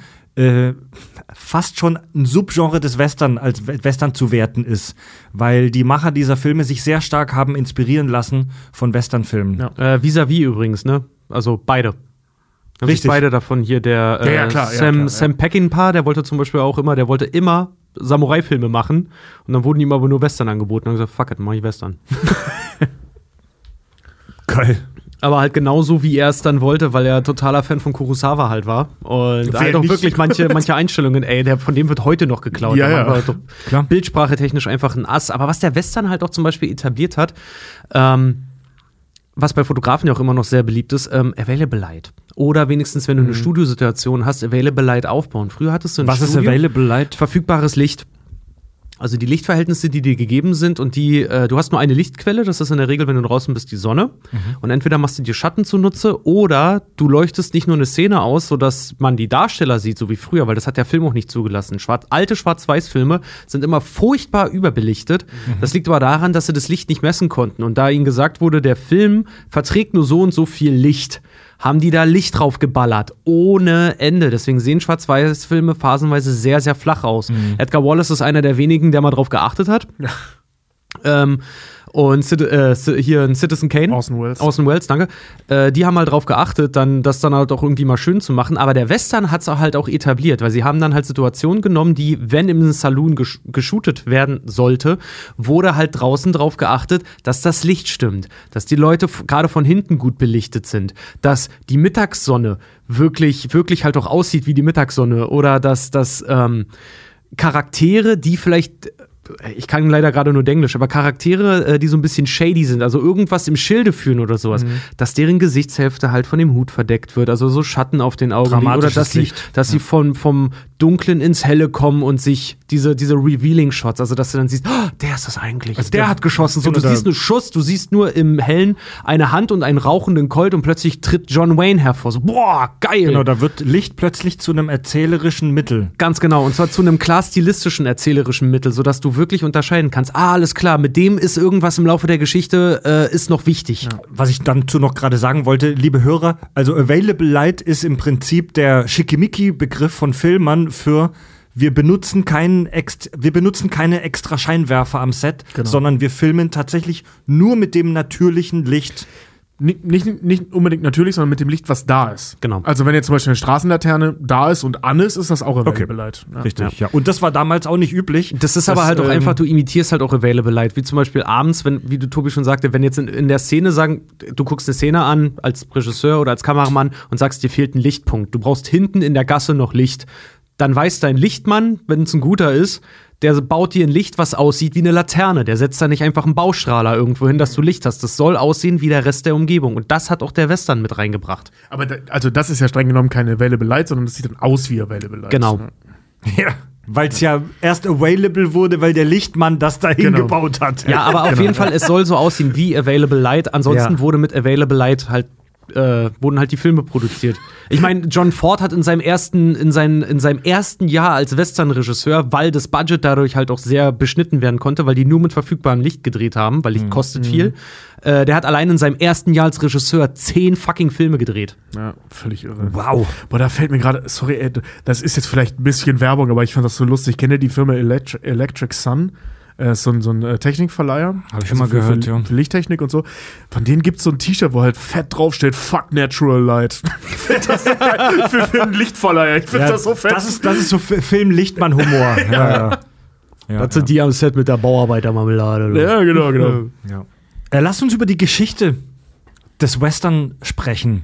fast schon ein Subgenre des Western als Western zu werten ist, weil die Macher dieser Filme sich sehr stark haben inspirieren lassen von Westernfilmen. Ja. Vis-à-vis übrigens, ne? Also beide. Haben sich Richtig. beide davon hier. Der Ja, klar, klar, Sam Peckinpah, der wollte zum Beispiel auch immer, Samurai-Filme machen. Und dann wurden ihm aber nur Western angeboten. Und er hat gesagt, fuck it, mach ich Western. Geil. Aber halt genauso, wie er es dann wollte, weil er totaler Fan von Kurosawa halt war. Und halt auch nicht? wirklich manche Einstellungen, von dem wird heute noch geklaut. Ja, Der ja. Mann war doch Klar. Bildsprache technisch einfach ein Ass. Aber was der Western halt auch zum Beispiel etabliert hat, was bei Fotografen ja auch immer noch sehr beliebt ist, Available Light. Oder wenigstens, wenn du eine Studiosituation hast, Available Light aufbauen. Früher hattest du ein Was ist Studio, Available Light? verfügbares Licht. Also die Lichtverhältnisse, die dir gegeben sind und du hast nur eine Lichtquelle, das ist in der Regel, wenn du draußen bist, die Sonne. Und entweder machst du dir Schatten zunutze oder du leuchtest nicht nur eine Szene aus, sodass man die Darsteller sieht, so wie früher, weil das hat der Film auch nicht zugelassen. Alte Schwarz-Weiß-Filme sind immer furchtbar überbelichtet. Das liegt aber daran, dass sie das Licht nicht messen konnten. Und da ihnen gesagt wurde, der Film verträgt nur so und so viel Licht, haben die da Licht drauf geballert, ohne Ende. Deswegen sehen Schwarz-Weiß-Filme phasenweise sehr, sehr flach aus. Edgar Wallace ist einer der wenigen, der mal drauf geachtet hat. Ja. Und hier ein Citizen Kane. Orson Welles, danke. Die haben halt drauf geachtet, das dann halt auch irgendwie mal schön zu machen. Aber der Western hat es halt auch etabliert, weil sie haben dann halt Situationen genommen, die, wenn im Saloon geshootet werden sollte, wurde halt draußen drauf geachtet, dass das Licht stimmt, dass die Leute gerade von hinten gut belichtet sind, dass die Mittagssonne wirklich, wirklich halt auch aussieht wie die Mittagssonne oder dass Charaktere, die vielleicht ich kann leider gerade nur Denglisch, aber Charaktere, die so ein bisschen shady sind, also irgendwas im Schilde führen oder sowas, dass deren Gesichtshälfte halt von dem Hut verdeckt wird, also so Schatten auf den Augen liegen, oder dass sie vom Dunklen ins Helle kommen und sich diese Revealing-Shots, also dass du dann siehst, oh, der ist das eigentlich, also der hat geschossen, so, du siehst einen Schuss, du siehst nur im Hellen eine Hand und einen rauchenden Colt und plötzlich tritt John Wayne hervor, so, boah, geil. Genau, da wird Licht plötzlich zu einem erzählerischen Mittel. Ganz genau, und zwar zu einem klar stilistischen erzählerischen Mittel, sodass du wirklich unterscheiden kannst, alles klar, mit dem ist irgendwas im Laufe der Geschichte ist noch wichtig. Ja. Was ich dazu noch gerade sagen wollte, liebe Hörer, also Available Light ist im Prinzip der Schickimicki-Begriff von Filmern für wir benutzen keine extra Scheinwerfer am Set, sondern wir filmen tatsächlich nur mit dem natürlichen Licht Nicht unbedingt natürlich, sondern mit dem Licht, was da ist. Genau. Also wenn jetzt zum Beispiel eine Straßenlaterne da ist und an ist das auch Available Light. Ja. Richtig, ja. Und das war damals auch nicht üblich. Das ist aber halt auch einfach, du imitierst halt auch Available Light, wie zum Beispiel abends, wie du Tobi schon sagte, wenn jetzt in der Szene sagen, du guckst eine Szene an als Regisseur oder als Kameramann und sagst, dir fehlt ein Lichtpunkt. Du brauchst hinten in der Gasse noch Licht. Dann weiß dein Lichtmann, wenn es ein guter ist, der baut dir ein Licht, was aussieht wie eine Laterne. Der setzt da nicht einfach einen Baustrahler irgendwo hin, dass du Licht hast. Das soll aussehen wie der Rest der Umgebung. Und das hat auch der Western mit reingebracht. Aber das ist ja streng genommen keine Available Light, sondern das sieht dann aus wie Available Light. Genau. Ja. Weil es ja erst available wurde, weil der Lichtmann das dahin gebaut hat. Ja, aber auf jeden Fall, es soll so aussehen wie Available Light. Ansonsten wurde mit Available Light wurden halt die Filme produziert. Ich meine, John Ford hat in seinem ersten Jahr als Western-Regisseur, weil das Budget dadurch halt auch sehr beschnitten werden konnte, weil die nur mit verfügbarem Licht gedreht haben, weil Licht kostet viel. Der hat allein in seinem ersten Jahr als Regisseur 10 fucking Filme gedreht. Ja, völlig irre. Wow. Boah, da fällt mir gerade, sorry, ey, das ist jetzt vielleicht ein bisschen Werbung, aber ich fand das so lustig. Kennt ihr die Firma Electric Sun? So ein Technikverleiher. Habe ich schon mal gehört, ja. Für Lichttechnik und so. Von denen gibt es so ein T-Shirt, wo halt fett draufsteht, fuck Natural Light. Ich finde das so geil für einen Lichtverleiher. Ich finde das so fett. Das ist so Film-Lichtmann-Humor. Ja. Das sind die am Set mit der Bauarbeitermarmelade. Ja, genau. Ja. Lasst uns über die Geschichte des Western sprechen.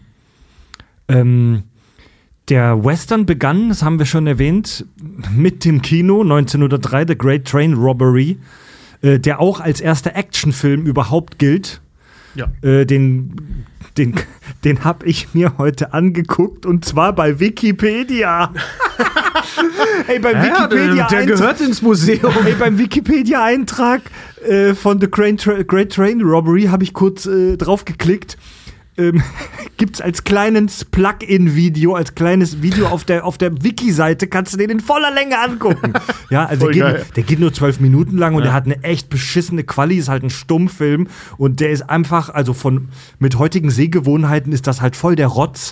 Der Western begann, das haben wir schon erwähnt, mit dem Kino 1903, The Great Train Robbery, der auch als erster Actionfilm überhaupt gilt. Ja. Den habe ich mir heute angeguckt und zwar bei Wikipedia. Ey, beim der gehört ins Museum. Ey, beim Wikipedia-Eintrag von The Great Train Robbery habe ich kurz drauf geklickt. Gibt's als kleines Plug-in-Video, als kleines Video auf der Wiki-Seite, kannst du den in voller Länge angucken. Ja, also der geht nur 12 Minuten lang und der hat eine echt beschissene Quali, ist halt ein Stummfilm und der ist einfach, also mit heutigen Sehgewohnheiten ist das halt voll der Rotz.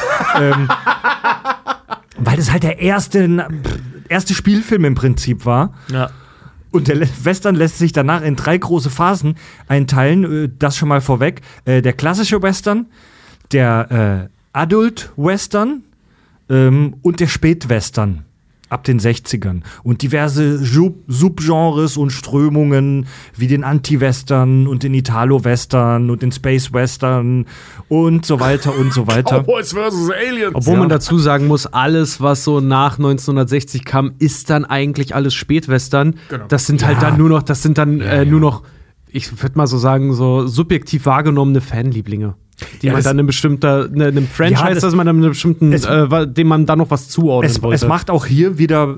Weil das halt der erste Spielfilm im Prinzip war. Ja. Und der Western lässt sich danach in 3 große Phasen einteilen. Das schon mal vorweg. Der klassische Western, der Adult-Western und der Spätwestern ab den 60ern. Und diverse Subgenres und Strömungen wie den Anti-Western und den Italo-Western und den Space-Western und so weiter und so weiter. Cowboys vs. Aliens. Obwohl man dazu sagen muss, alles, was so nach 1960 kam, ist dann eigentlich alles Spätwestern. Genau. Das sind halt dann nur noch, nur noch, ich würde mal so sagen, so subjektiv wahrgenommene Fanlieblinge. Die man dann einem Franchise, dass man einem bestimmten, dem man dann noch was zuordnen wollte. Es macht auch hier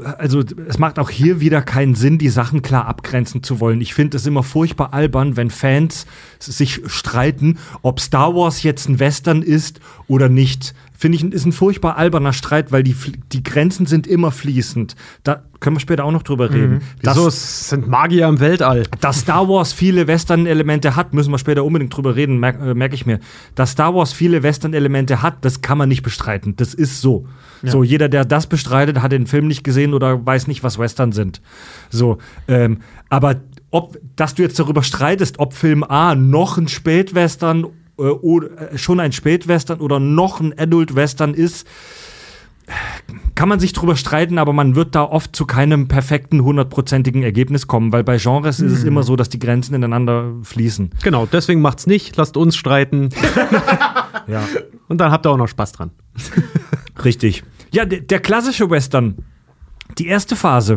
wieder keinen Sinn, die Sachen klar abgrenzen zu wollen. Ich finde es immer furchtbar albern, wenn Fans sich streiten, ob Star Wars jetzt ein Western ist oder nicht. Finde ich, ist ein furchtbar alberner Streit, weil die Grenzen sind immer fließend. Da können wir später auch noch drüber reden. Wieso? Es sind Magier im Weltall. Dass Star Wars viele Western-Elemente hat, müssen wir später unbedingt drüber reden, merke ich mir. Dass Star Wars viele Western-Elemente hat, das kann man nicht bestreiten. Das ist so. Ja. So, jeder, der das bestreitet, hat den Film nicht gesehen oder weiß nicht, was Western sind. So, aber dass du jetzt darüber streitest, ob Film A noch ein Spätwestern oder schon ein Spätwestern oder noch ein Adult-Western ist, kann man sich drüber streiten, aber man wird da oft zu keinem perfekten, 100%igen Ergebnis kommen, weil bei Genres ist es immer so, dass die Grenzen ineinander fließen. Genau, deswegen macht's nicht, lasst uns streiten. Ja. Und dann habt ihr auch noch Spaß dran. Richtig. Ja, der klassische Western, die erste Phase,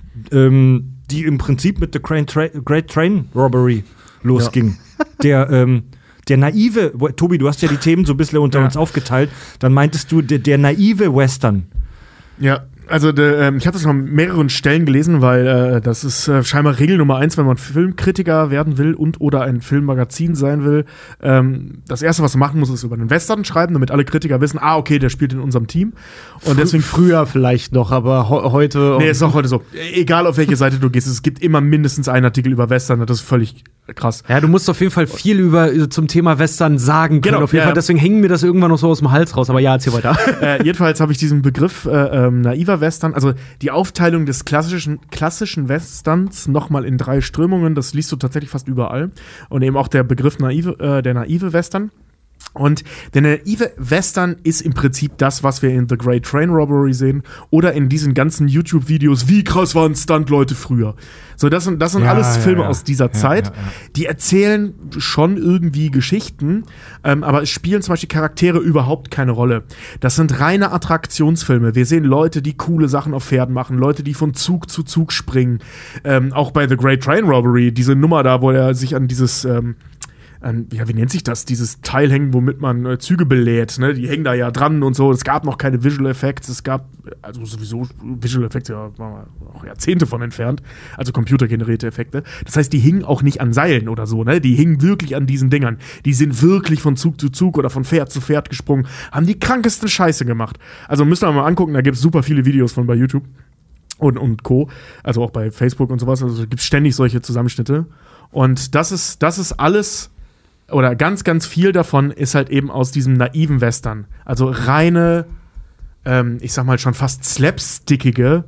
die im Prinzip mit The Great Train Robbery losging. Ja. Der naive, Tobi, du hast ja die Themen so ein bisschen unter uns aufgeteilt, dann meintest du, der naive Western. Ja, also ich habe das noch an mehreren Stellen gelesen, weil das ist scheinbar Regel Nummer 1, wenn man Filmkritiker werden will und oder ein Filmmagazin sein will. Das Erste, was man machen muss, ist über einen Western schreiben, damit alle Kritiker wissen, okay, der spielt in unserem Team. Und deswegen früher vielleicht noch, aber heute. Nee, ist auch heute so. Egal auf welche Seite du gehst, es gibt immer mindestens einen Artikel über Western, das ist völlig krass. Ja, du musst auf jeden Fall viel zum Thema Western sagen können. Genau, auf jeden Fall. Deswegen hängen mir das irgendwann noch so aus dem Hals raus. Aber ja, erzähl weiter. Jedenfalls habe ich diesen Begriff naiver Western, also die Aufteilung des klassischen Westerns nochmal in 3 Strömungen, das liest du tatsächlich fast überall. Und eben auch der Begriff der naive Western. Und der naive Western ist im Prinzip das, was wir in The Great Train Robbery sehen oder in diesen ganzen YouTube-Videos, wie krass waren Stunt-Leute früher. So, das sind alles Filme aus dieser Zeit. Die erzählen schon irgendwie Geschichten, aber es spielen zum Beispiel Charaktere überhaupt keine Rolle. Das sind reine Attraktionsfilme. Wir sehen Leute, die coole Sachen auf Pferden machen, Leute, die von Zug zu Zug springen. Auch bei The Great Train Robbery, diese Nummer da, wo er sich an dieses wie nennt sich das? Dieses Teil hängen, womit man Züge belädt, ne? Die hängen da ja dran und so. Es gab noch keine Visual Effects. Es gab, also sowieso Visual Effects, ja, waren wir auch Jahrzehnte von entfernt. Also computergenerierte Effekte. Das heißt, die hingen auch nicht an Seilen oder so, ne? Die hingen wirklich an diesen Dingern. Die sind wirklich von Zug zu Zug oder von Pferd zu Pferd gesprungen. Haben die krankesten Scheiße gemacht. Also müsst ihr mal angucken, da gibt es super viele Videos von bei YouTube und Co. Also auch bei Facebook und sowas. Also gibt es ständig solche Zusammenschnitte. Und das ist alles. Oder ganz, ganz viel davon ist halt eben aus diesem naiven Western. Also reine, ich sag mal schon fast slapstickige,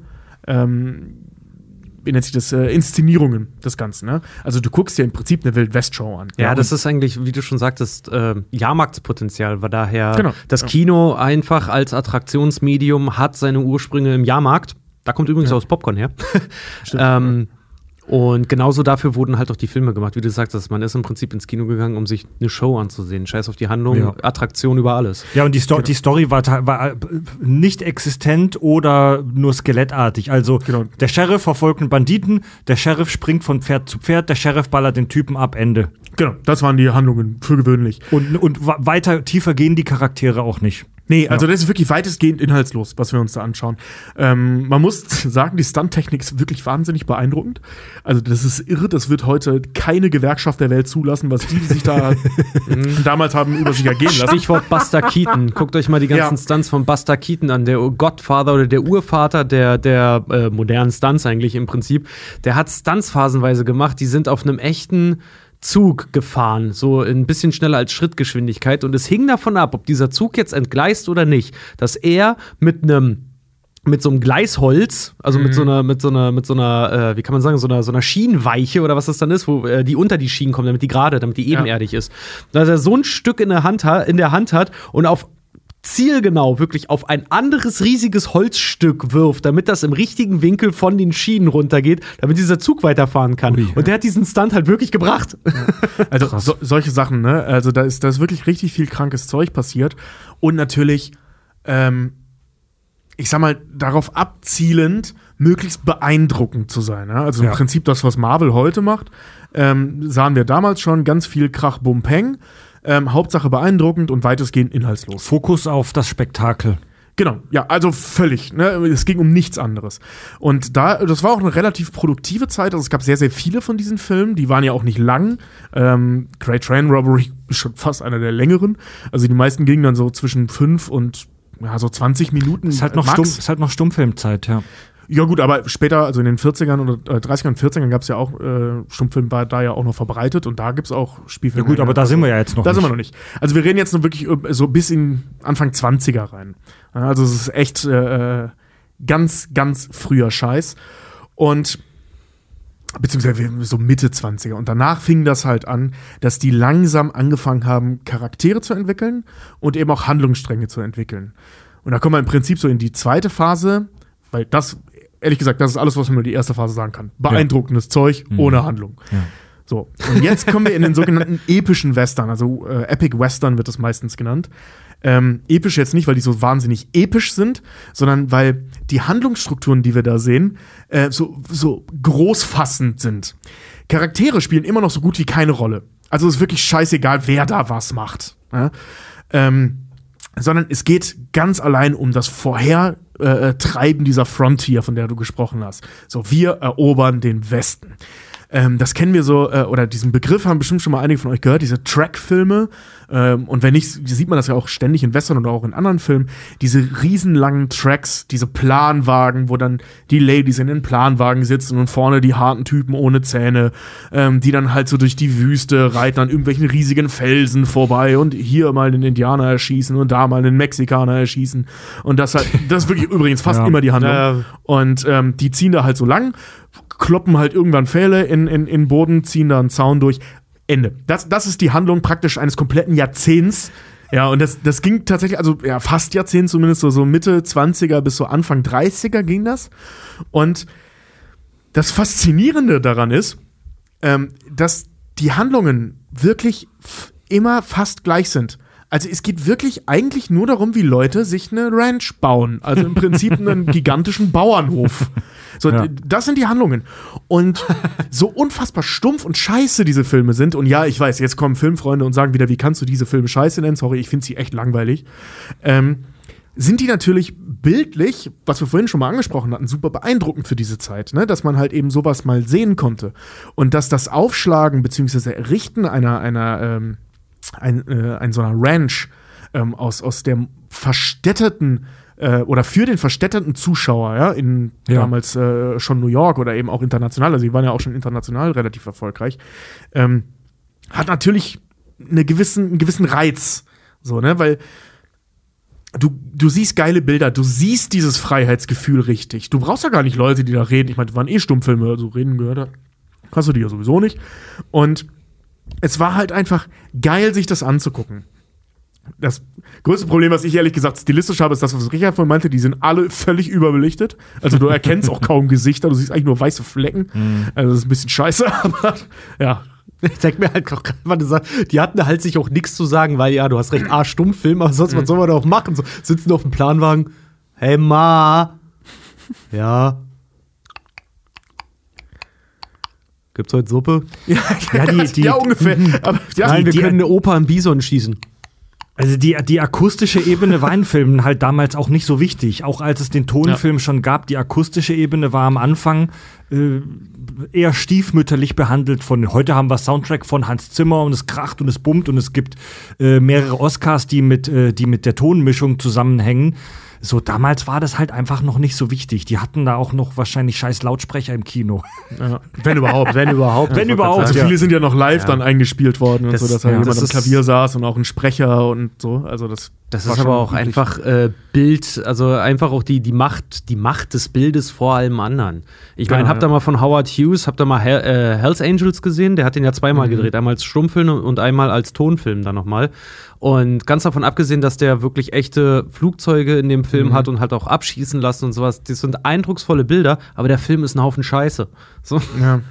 wie nennt sich das, Inszenierungen des Ganzen. Ne? Also du guckst dir im Prinzip eine Wild-West-Show an. Ja, das ist eigentlich, wie du schon sagtest, Jahrmarktspotenzial, weil daher genau. Das Kino einfach als Attraktionsmedium hat seine Ursprünge im Jahrmarkt. Da kommt übrigens auch das Popcorn her. Und genauso dafür wurden halt auch die Filme gemacht, wie du sagst, man ist im Prinzip ins Kino gegangen, um sich eine Show anzusehen. Scheiß auf die Handlung, Attraktion über alles. Ja, und die Story war nicht existent oder nur skelettartig. Also der Sheriff verfolgt einen Banditen, der Sheriff springt von Pferd zu Pferd, der Sheriff ballert den Typen ab, Ende. Genau, das waren die Handlungen für gewöhnlich. Und weiter tiefer gehen die Charaktere auch nicht. Nee, also das ist wirklich weitestgehend inhaltslos, was wir uns da anschauen. Man muss sagen, die Stunt-Technik ist wirklich wahnsinnig beeindruckend. Also das ist irre, das wird heute keine Gewerkschaft der Welt zulassen, was die sich da damals haben über sich ergehen lassen. Stichwort Buster Keaton. Guckt euch mal die ganzen Stunts von Buster Keaton an. Der Godfather oder der Urvater der modernen Stunts eigentlich im Prinzip. Der hat Stunts phasenweise gemacht, die sind auf einem echten Zug gefahren, so ein bisschen schneller als Schrittgeschwindigkeit, und es hing davon ab, ob dieser Zug jetzt entgleist oder nicht, dass er mit so einem Gleisholz, also mit so einer, wie kann man sagen, so einer Schienenweiche oder was das dann ist, wo die unter die Schienen kommen, damit die ebenerdig ist, dass er so ein Stück in der Hand hat und auf zielgenau wirklich auf ein anderes riesiges Holzstück wirft, damit das im richtigen Winkel von den Schienen runtergeht, damit dieser Zug weiterfahren kann. Und der hat diesen Stunt halt wirklich gebracht. Ja. Also solche Sachen, ne? Also da ist wirklich richtig viel krankes Zeug passiert. Und natürlich, ich sag mal, darauf abzielend, möglichst beeindruckend zu sein. Ne? Also im Prinzip das, was Marvel heute macht, sahen wir damals schon, ganz viel Krach, Bum, Peng. Hauptsache beeindruckend und weitestgehend inhaltslos. Fokus auf das Spektakel. Genau, ja, also völlig. Ne? Es ging um nichts anderes. Und das war auch eine relativ produktive Zeit. Also es gab sehr, sehr viele von diesen Filmen. Die waren ja auch nicht lang. Great Train Robbery ist schon fast einer der längeren. Also die meisten gingen dann so zwischen 5 und so 20 Minuten. Ist halt noch Stummfilmzeit, ja. Ja gut, aber später, also in den 40ern oder 30ern und 40ern gab es ja auch, Stummfilm war da ja auch noch verbreitet und da gibt es auch Spielfilme. Ja gut, aber da sind wir ja jetzt noch nicht. Da sind wir noch nicht. Also wir reden jetzt nur wirklich so bis in Anfang 20er rein. Also es ist echt ganz, ganz früher Scheiß. Und beziehungsweise so Mitte 20er. Und danach fing das halt an, dass die langsam angefangen haben, Charaktere zu entwickeln und eben auch Handlungsstränge zu entwickeln. Und da kommen wir im Prinzip so in die zweite Phase, weil das, ehrlich gesagt, das ist alles, was man über die erste Phase sagen kann. Beeindruckendes Zeug ohne Handlung. Ja. So, und jetzt kommen wir in den sogenannten epischen Western, also Epic Western wird das meistens genannt. Episch jetzt nicht, weil die so wahnsinnig episch sind, sondern weil die Handlungsstrukturen, die wir da sehen, so großfassend sind. Charaktere spielen immer noch so gut wie keine Rolle. Also es ist wirklich scheißegal, wer da was macht. Ja? Sondern es geht ganz allein um das Treiben dieser Frontier, von der du gesprochen hast. So, wir erobern den Westen. Das kennen wir so, oder diesen Begriff haben bestimmt schon mal einige von euch gehört, diese Track-Filme. Und wenn nicht, sieht man das ja auch ständig in Western oder auch in anderen Filmen. Diese riesenlangen Tracks, diese Planwagen, wo dann die Ladies in den Planwagen sitzen und vorne die harten Typen ohne Zähne, die dann halt so durch die Wüste reiten an irgendwelchen riesigen Felsen vorbei und hier mal einen Indianer erschießen und da mal einen Mexikaner erschießen. Und das ist wirklich übrigens fast immer die Handlung. Und die ziehen da halt so lang, kloppen halt irgendwann Pfähle in Boden, ziehen da einen Zaun durch. Ende. Das ist die Handlung praktisch eines kompletten Jahrzehnts, Ja, und das ging tatsächlich, also ja, fast Jahrzehnt zumindest, so Mitte 20er bis so Anfang 30er ging das. Und das Faszinierende daran ist, dass die Handlungen wirklich immer fast gleich sind. Also es geht wirklich eigentlich nur darum, wie Leute sich eine Ranch bauen. Also im Prinzip einen gigantischen Bauernhof. So, Ja. Das sind die Handlungen. Und so unfassbar stumpf und scheiße diese Filme sind. Und ja, ich weiß, jetzt kommen Filmfreunde und sagen wieder, wie kannst du diese Filme scheiße nennen? Sorry, ich finde sie echt langweilig. Sind die natürlich bildlich, was wir vorhin schon mal angesprochen hatten, super beeindruckend für diese Zeit, ne? Dass man halt eben sowas mal sehen konnte. Und dass das Aufschlagen bzw. Errichten einer so einer Ranch aus der verstädterten oder für den verstädterten Zuschauer, ja, damals schon New York oder eben auch international, also die waren ja auch schon international relativ erfolgreich, hat natürlich einen gewissen Reiz, so, ne, weil du siehst geile Bilder, du siehst dieses Freiheitsgefühl richtig. Du brauchst ja gar nicht Leute, die da reden. Ich meine, das waren Stummfilme, also reden gehört hat. Hast du die ja sowieso nicht. Und es war halt einfach geil, sich das anzugucken. Das größte Problem, was ich ehrlich gesagt stilistisch habe, ist das, was Richard vorhin meinte, die sind alle völlig überbelichtet. Also du erkennst auch kaum Gesichter, du siehst eigentlich nur weiße Flecken. Also das ist ein bisschen scheiße, aber ja. Ich denke mir halt auch gerade, die hatten halt sich auch nichts zu sagen, weil ja, du hast recht, Stummfilm, aber sonst, was soll man da auch machen? So, sitzen auf dem Planwagen, hey Ma, ja. Gibt's heute Suppe? Ja, ungefähr. Aber, ja, Nein, wir können eine Oper im Bison schießen. Also die akustische Ebene war in Filmen halt damals auch nicht so wichtig. Auch als es den Tonfilm schon gab, die akustische Ebene war am Anfang eher stiefmütterlich behandelt. Heute haben wir Soundtrack von Hans Zimmer und es kracht und es bummt und es gibt mehrere Oscars, die mit der Tonmischung zusammenhängen. So, damals war das halt einfach noch nicht so wichtig. Die hatten da auch noch wahrscheinlich scheiß Lautsprecher im Kino. Ja. Wenn überhaupt. Also Ja. viele sind ja noch live dann eingespielt worden und so, dass da jemand am das Klavier saß und auch ein Sprecher und so. Also das ist aber auch üblich. einfach Bild, also einfach auch die Macht des Bildes vor allem anderen. Ich meine, Genau, habt ihr mal von Howard Hughes, habt ihr mal Hells Angels gesehen? Der hat den ja zweimal gedreht, einmal als Stummfilm und einmal als Tonfilm dann nochmal. Und ganz davon abgesehen, dass der wirklich echte Flugzeuge in dem Film hat und halt auch abschießen lassen und sowas. Das sind eindrucksvolle Bilder, aber der Film ist ein Haufen Scheiße. So. Ja.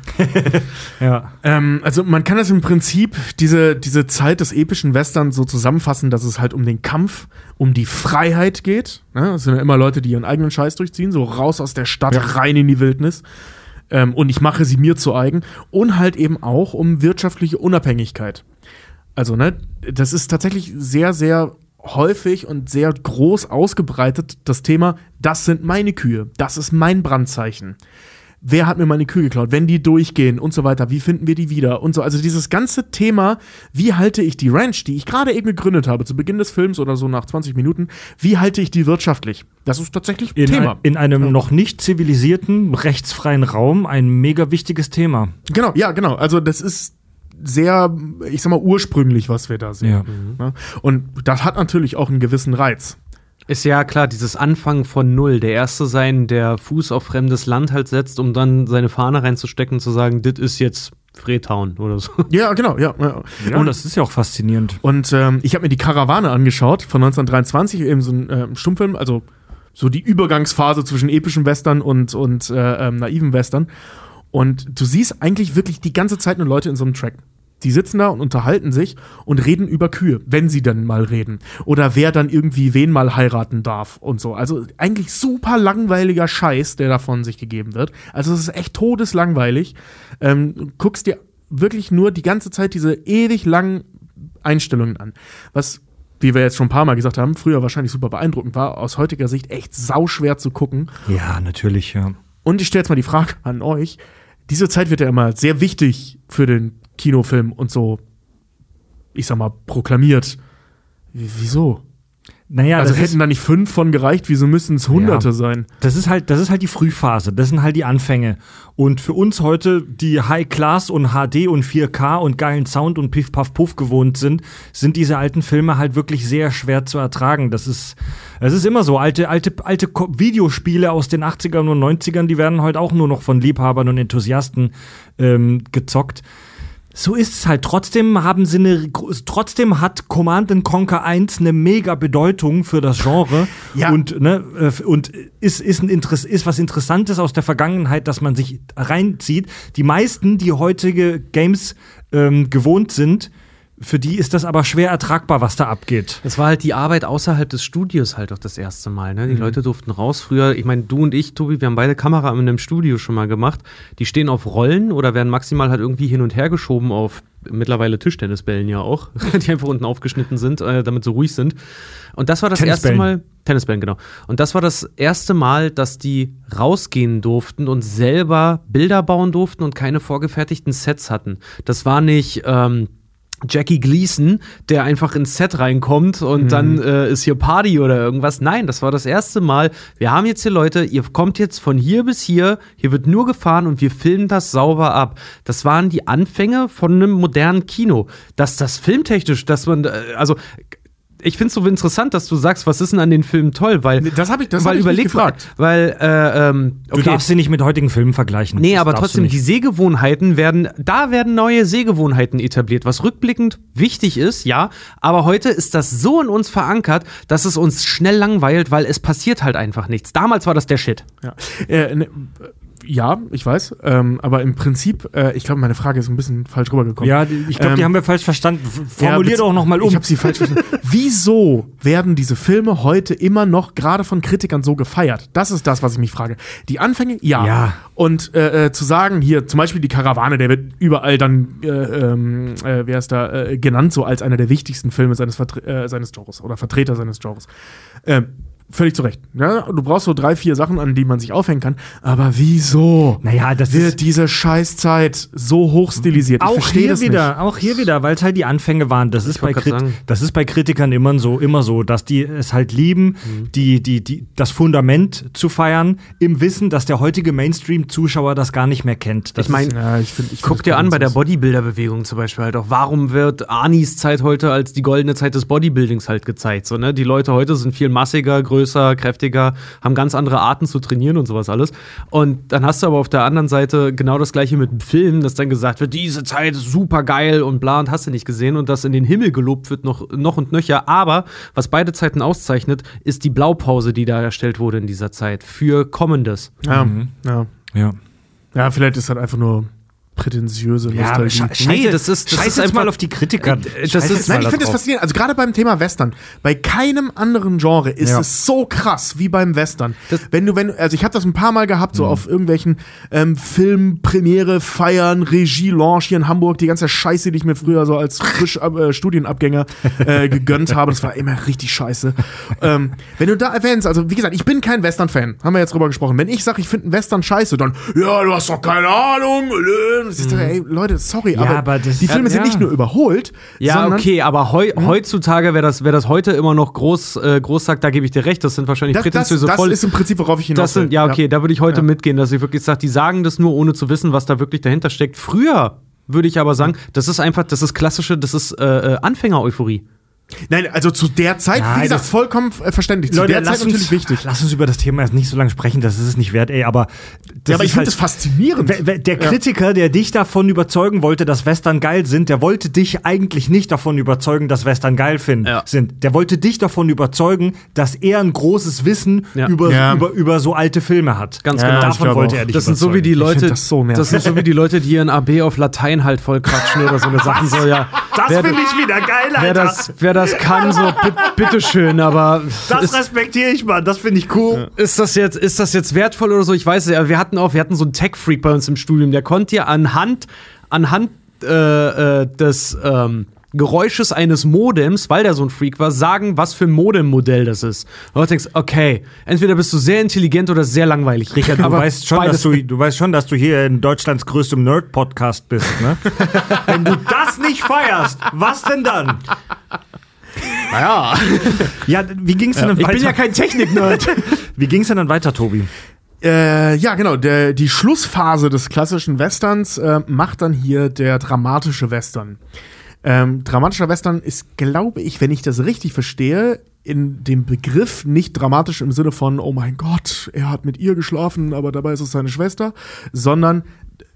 Ja. Also man kann das im Prinzip, diese Zeit des epischen Westerns so zusammenfassen, dass es halt um den Kampf, um die Freiheit geht. Ne? Das sind ja immer Leute, die ihren eigenen Scheiß durchziehen, so raus aus der Stadt, rein in die Wildnis. Und ich mache sie mir zu eigen. Und halt eben auch um wirtschaftliche Unabhängigkeit. Also, ne, das ist tatsächlich sehr, sehr häufig und sehr groß ausgebreitet, das Thema, das sind meine Kühe, das ist mein Brandzeichen. Wer hat mir meine Kühe geklaut? Wenn die durchgehen und so weiter, wie finden wir die wieder? Und so, also dieses ganze Thema, wie halte ich die Ranch, die ich gerade eben gegründet habe, zu Beginn des Films oder so nach 20 Minuten, wie halte ich die wirtschaftlich? Das ist tatsächlich ein Thema. In einem noch nicht zivilisierten, rechtsfreien Raum ein mega wichtiges Thema. Genau, ja, genau. Also das ist sehr, ich sag mal, ursprünglich, was wir da sehen. Ja. Und das hat natürlich auch einen gewissen Reiz. Ist ja klar, dieses Anfangen von Null. Der Erste sein, der Fuß auf fremdes Land halt setzt, um dann seine Fahne reinzustecken und zu sagen, das ist jetzt Freetown oder so. Ja, genau, ja. Und das ist ja auch faszinierend. Und ich habe mir die Karawane angeschaut von 1923, eben so ein Stummfilm, also so die Übergangsphase zwischen epischem Western und naiven Western. Und du siehst eigentlich wirklich die ganze Zeit nur Leute in so einem Track. Die sitzen da und unterhalten sich und reden über Kühe, wenn sie dann mal reden. Oder wer dann irgendwie wen mal heiraten darf und so. Also eigentlich super langweiliger Scheiß, der da von sich gegeben wird. Also es ist echt todeslangweilig. Guckst dir wirklich nur die ganze Zeit diese ewig langen Einstellungen an. Was, wie wir jetzt schon ein paar Mal gesagt haben, früher wahrscheinlich super beeindruckend war, aus heutiger Sicht echt sauschwer zu gucken. Ja, natürlich, ja. Und ich stelle jetzt mal die Frage an euch. Diese Zeit wird ja immer sehr wichtig für den Kinofilm und so, ich sag mal, proklamiert. Wieso? Naja, also hätten da nicht 5 von gereicht, wieso müssen es Hunderte sein? Das ist halt die Frühphase, das sind halt die Anfänge. Und für uns heute, die High Class und HD und 4K und geilen Sound und Piff Puff Puff gewohnt sind diese alten Filme halt wirklich sehr schwer zu ertragen. Das ist immer so. Alte Videospiele aus den 80ern und 90ern, die werden heute auch nur noch von Liebhabern und Enthusiasten gezockt. So ist es halt. Trotzdem hat Command & Conquer 1 eine mega Bedeutung für das Genre. Ja. Und ist was Interessantes aus der Vergangenheit, dass man sich reinzieht. Die meisten, die heutige Games gewohnt sind, für die ist das aber schwer ertragbar, was da abgeht. Es war halt die Arbeit außerhalb des Studios halt auch das erste Mal. Ne? Die Leute durften raus. Früher, ich meine, du und ich, Tobi, wir haben beide Kamera in einem Studio schon mal gemacht. Die stehen auf Rollen oder werden maximal halt irgendwie hin und her geschoben auf mittlerweile Tischtennisbällen ja auch, die einfach unten aufgeschnitten sind, damit sie ruhig sind. Und das war das erste Mal, Tennisbällen, genau. Und das war das erste Mal, dass die rausgehen durften und selber Bilder bauen durften und keine vorgefertigten Sets hatten. Das war nicht Jackie Gleason, der einfach ins Set reinkommt und dann ist hier Party oder irgendwas. Nein, das war das erste Mal. Wir haben jetzt hier Leute, ihr kommt jetzt von hier bis hier wird nur gefahren und wir filmen das sauber ab. Das waren die Anfänge von einem modernen Kino. Dass das filmtechnisch, dass man, ich finde es so interessant, dass du sagst, was ist denn an den Filmen toll, weil das hab ich nicht gefragt. Du darfst sie nicht mit heutigen Filmen vergleichen. Nee, aber trotzdem, die Sehgewohnheiten werden neue Sehgewohnheiten etabliert, was rückblickend wichtig ist, ja, aber heute ist das so in uns verankert, dass es uns schnell langweilt, weil es passiert halt einfach nichts. Damals war das der Shit. Ja. Ja, ich weiß, aber im Prinzip, ich glaube, meine Frage ist ein bisschen falsch rübergekommen. Ja, ich glaube, die haben wir falsch verstanden. Formulier doch noch mal um. Ich habe sie falsch verstanden. Wieso werden diese Filme heute immer noch gerade von Kritikern so gefeiert? Das ist das, was ich mich frage. Die Anfänge, ja. Und zu sagen, hier zum Beispiel die Karawane, der wird überall dann, genannt, so als einer der wichtigsten Filme seines Genres oder Vertreter seines Genres. Völlig zu Recht. Ja, du brauchst so 3, 4 Sachen, an die man sich aufhängen kann. Aber wieso wird diese Scheißzeit so hochstilisiert? Auch hier wieder, weil es halt die Anfänge waren. Das ist bei Kritikern immer so, dass die es halt lieben, das Fundament zu feiern, im Wissen, dass der heutige Mainstream-Zuschauer das gar nicht mehr kennt. Ich meine, guck dir an, bei der Bodybuilder-Bewegung zum Beispiel halt auch. Warum wird Arnis Zeit heute als die goldene Zeit des Bodybuildings halt gezeigt? So, ne? Die Leute heute sind viel massiger, größer, kräftiger, haben ganz andere Arten zu trainieren und sowas alles. Und dann hast du aber auf der anderen Seite genau das Gleiche mit dem Film, dass dann gesagt wird, diese Zeit ist super geil und bla und hast du nicht gesehen und das in den Himmel gelobt wird noch und nöcher. Aber was beide Zeiten auszeichnet, ist die Blaupause, die da erstellt wurde in dieser Zeit für Kommendes. Ja, vielleicht ist das einfach nur prätentiöse Nostalgie. Scheiß jetzt mal auf die Kritiker. Ich finde das faszinierend. Also gerade beim Thema Western. Bei keinem anderen Genre ist es so krass wie beim Western. Also ich habe das ein paar Mal gehabt, so auf irgendwelchen Filmpremiere, Feiern, Regie-Launch hier in Hamburg, die ganze Scheiße, die ich mir früher so als Studienabgänger gegönnt habe. Das war immer richtig scheiße. Wenn du da erwähnst, also wie gesagt, ich bin kein Western-Fan, haben wir jetzt drüber gesprochen. Wenn ich sage, ich finde einen Western scheiße, dann, ja, du hast doch keine Ahnung. Ey, Leute, sorry, aber die Filme sind nicht nur überholt. Ja, okay, aber heutzutage, wer das heute immer noch groß sagt, da gebe ich dir recht, das sind wahrscheinlich prätentiöse Das ist im Prinzip, worauf ich hinaus will. Ja, okay, da würde ich heute mitgehen, dass ich wirklich sage, die sagen das nur, ohne zu wissen, was da wirklich dahinter steckt. Früher würde ich aber sagen, das ist Anfänger-Euphorie. Nein, also zu der Zeit, wie gesagt, vollkommen verständlich. Zu der Zeit natürlich wichtig. Lass uns über das Thema jetzt nicht so lange sprechen, das ist es nicht wert, ey, aber ich finde das faszinierend. Der Kritiker, der dich davon überzeugen wollte, dass Western geil sind, der wollte dich eigentlich nicht davon überzeugen, dass Western geil sind. Der wollte dich davon überzeugen, dass er ein großes Wissen über so alte Filme hat. Ganz genau. Davon wollte er dich überzeugen. Das sind so wie die Leute, die ihren AB auf Latein halt voll quatschen oder so eine Sachen. So, ja. Das finde ich wieder geil, Alter. Wer das kann, so bitteschön, aber das respektiere ich mal, das finde ich cool. Ist das jetzt wertvoll oder so? Ich weiß nicht, wir hatten so einen Tech-Freak bei uns im Studium, der konnte ja anhand des Geräusches eines Modems, weil der so ein Freak war, sagen, was für ein Modem-Modell das ist. Und du denkst, okay, entweder bist du sehr intelligent oder sehr langweilig. Richard, du weißt schon, dass du hier in Deutschlands größtem Nerd-Podcast bist, ne? Wenn du das nicht feierst, was denn dann? Naja. Ja, wie ging's denn dann weiter? Ich bin ja kein Technik-Nerd. Wie ging's denn dann weiter, Tobi? Ja, genau. Die Schlussphase des klassischen Westerns macht dann hier der dramatische Western. Dramatischer Western ist, glaube ich, wenn ich das richtig verstehe, in dem Begriff nicht dramatisch im Sinne von, oh mein Gott, er hat mit ihr geschlafen, aber dabei ist es seine Schwester, sondern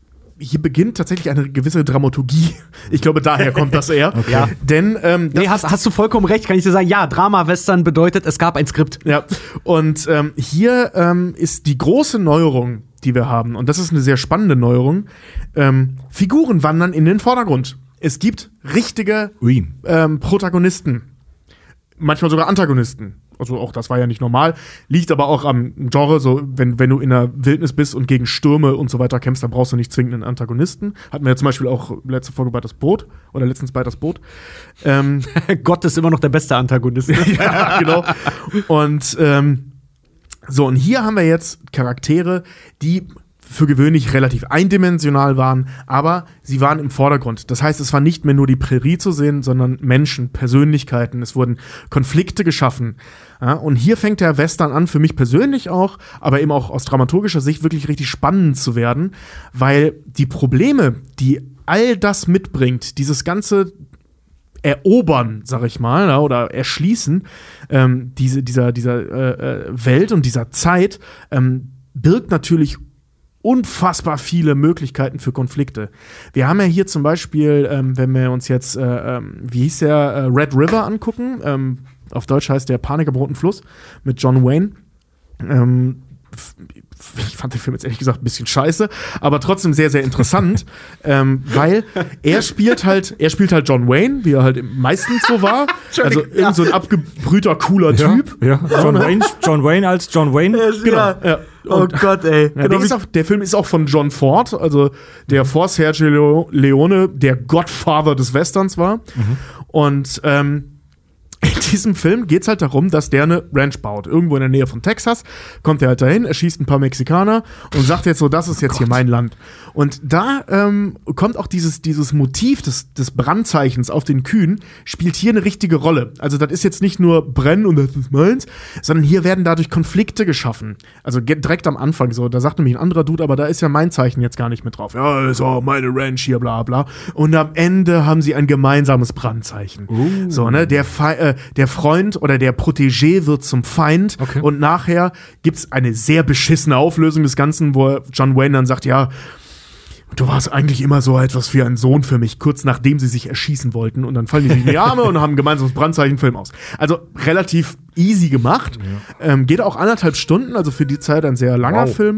hier beginnt tatsächlich eine gewisse Dramaturgie. Ich glaube, daher kommt das eher. Okay. Ja. Denn hast du vollkommen recht, kann ich dir sagen. Ja, Drama-Western bedeutet, es gab ein Skript. Ja, und hier ist die große Neuerung, die wir haben, und das ist eine sehr spannende Neuerung, Figuren wandern in den Vordergrund. Es gibt richtige Protagonisten, manchmal sogar Antagonisten. Also auch das war ja nicht normal, liegt aber auch am Genre, so wenn du in der Wildnis bist und gegen Stürme und so weiter kämpfst, dann brauchst du nicht zwingend einen Antagonisten. Hatten wir ja zum Beispiel auch letzte Folge bei Das Boot oder letztens bei Das Boot. Gott ist immer noch der beste Antagonist. Ja, genau. Und und hier haben wir jetzt Charaktere, die für gewöhnlich relativ eindimensional waren, aber sie waren im Vordergrund. Das heißt, es war nicht mehr nur die Prärie zu sehen, sondern Menschen, Persönlichkeiten. Es wurden Konflikte geschaffen. Ja, und hier fängt der Western an, für mich persönlich auch, aber eben auch aus dramaturgischer Sicht wirklich richtig spannend zu werden, weil die Probleme, die all das mitbringt, dieses ganze Erobern, sag ich mal, oder Erschließen dieser Welt und dieser Zeit, birgt natürlich unfassbar viele Möglichkeiten für Konflikte. Wir haben ja hier zum Beispiel, wenn wir uns jetzt, wie hieß der, Red River angucken, auf Deutsch heißt der Panik am Roten Fluss, mit John Wayne. Ich fand den Film jetzt ehrlich gesagt ein bisschen scheiße, aber trotzdem sehr, sehr interessant, weil er spielt halt John Wayne, wie er halt meistens so war. Also irgend so ein abgebrühter, cooler Typ. Ja. John Wayne als John Wayne. Genau. Ja. Oh Gott, ey. Ja, der Film ist auch von John Ford, also der vor Sergio Leone der Godfather des Westerns war. Und in diesem Film geht es halt darum, dass der eine Ranch baut. Irgendwo in der Nähe von Texas kommt er halt dahin, erschießt ein paar Mexikaner und sagt jetzt so, das ist jetzt hier mein Land. Und da kommt auch dieses Motiv des Brandzeichens auf den Kühen, spielt hier eine richtige Rolle. Also das ist jetzt nicht nur brennen und das ist meins, sondern hier werden dadurch Konflikte geschaffen. Also direkt am Anfang so, da sagt nämlich ein anderer Dude, aber da ist ja mein Zeichen jetzt gar nicht mit drauf. Ja, ist auch meine Ranch hier, bla bla. Und am Ende haben sie ein gemeinsames Brandzeichen. So, ne, der Freund oder der Protégé wird zum Feind und nachher gibt's eine sehr beschissene Auflösung des Ganzen, wo John Wayne dann sagt, ja, du warst eigentlich immer so etwas wie ein Sohn für mich, kurz nachdem sie sich erschießen wollten. Und dann fallen die sich in die Arme und haben ein gemeinsames Brandzeichen, Film aus. Also relativ easy gemacht. Ja. Geht auch 1,5 Stunden, also für die Zeit ein sehr langer Film.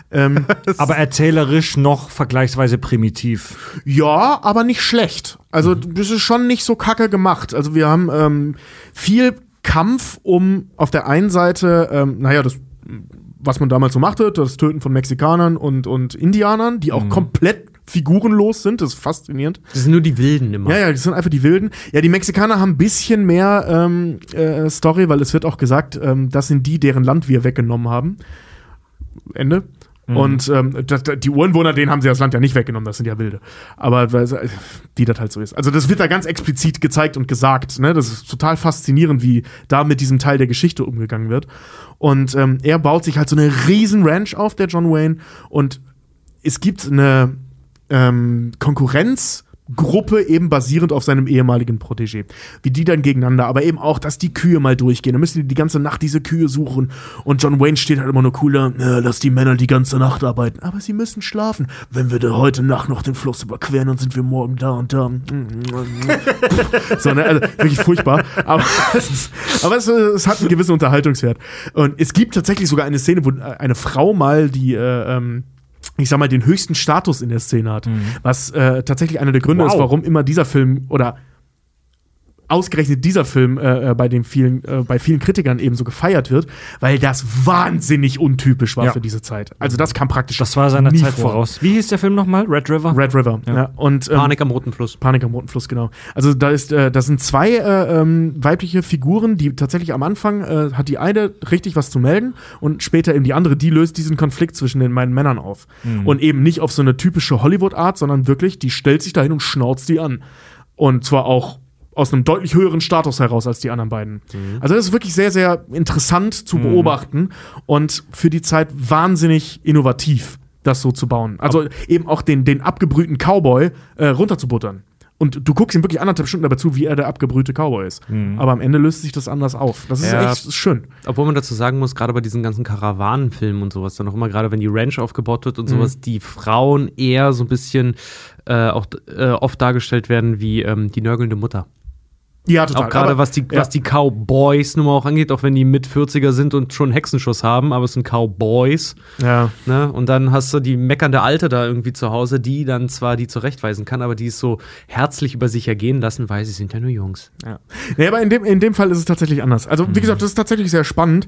Aber erzählerisch noch vergleichsweise primitiv. Ja, aber nicht schlecht. Also das ist schon nicht so kacke gemacht. Also wir haben viel Kampf um auf der einen Seite, das was man damals so machte, das Töten von Mexikanern und Indianern, die auch komplett figurenlos sind, das ist faszinierend. Das sind nur die Wilden immer. Ja, das sind einfach die Wilden. Ja, die Mexikaner haben ein bisschen mehr Story, weil es wird auch gesagt, das sind die, deren Land wir weggenommen haben. Ende. Und die Ureinwohner, denen haben sie das Land ja nicht weggenommen, das sind ja Wilde. Aber wie das halt so ist. Also das wird da ganz explizit gezeigt und gesagt. Ne? Das ist total faszinierend, wie da mit diesem Teil der Geschichte umgegangen wird. Und er baut sich halt so eine riesen Ranch auf, der John Wayne. Und es gibt eine Konkurrenzgruppe eben basierend auf seinem ehemaligen Protégé. Wie die dann gegeneinander, aber eben auch, dass die Kühe mal durchgehen. Da müssen die ganze Nacht diese Kühe suchen. Und John Wayne steht halt immer nur cool da, lass die Männer die ganze Nacht arbeiten. Aber sie müssen schlafen. Wenn wir da heute Nacht noch den Fluss überqueren, dann sind wir morgen da und da. So, ne, also wirklich furchtbar. Aber es hat einen gewissen Unterhaltungswert. Und es gibt tatsächlich sogar eine Szene, wo eine Frau mal die ich sag mal, den höchsten Status in der Szene hat. Was tatsächlich einer der Gründe ist, warum immer dieser Film oder ausgerechnet dieser Film bei vielen Kritikern eben so gefeiert wird, weil das wahnsinnig untypisch war für diese Zeit. Also das kam praktisch. Das war seiner Zeit voraus. Wie hieß der Film nochmal? Red River? Red River, ja. Und, Panik am Roten Fluss. Panik am Roten Fluss, genau. Also da sind zwei weibliche Figuren, die tatsächlich am Anfang hat die eine richtig was zu melden und später eben die andere, die löst diesen Konflikt zwischen den beiden Männern auf. Und eben nicht auf so eine typische Hollywood-Art, sondern wirklich, die stellt sich dahin und schnauzt die an. Und zwar auch aus einem deutlich höheren Status heraus als die anderen beiden. Also das ist wirklich sehr, sehr interessant zu beobachten und für die Zeit wahnsinnig innovativ, das so zu bauen. Also eben auch den abgebrühten Cowboy runterzubuttern Und du guckst ihm wirklich 1,5 Stunden dabei zu, wie er der abgebrühte Cowboy ist. Aber am Ende löst sich das anders auf. Das ist echt schön. Obwohl man dazu sagen muss, gerade bei diesen ganzen Karawanenfilmen und sowas, dann auch immer gerade, wenn die Ranch aufgebaut wird und sowas, die Frauen eher so ein bisschen oft dargestellt werden wie die nörgelnde Mutter. Ja, total. Auch gerade was die Cowboys nun mal auch angeht, auch wenn die mit 40er sind und schon Hexenschuss haben, aber es sind Cowboys. Ja. Ne? Und dann hast du die meckernde Alte da irgendwie zu Hause, die dann zwar die zurechtweisen kann, aber die ist so herzlich über sich ergehen lassen, weil sie sind ja nur Jungs. Ja, aber in dem Fall ist es tatsächlich anders. Also, wie gesagt, das ist tatsächlich sehr spannend.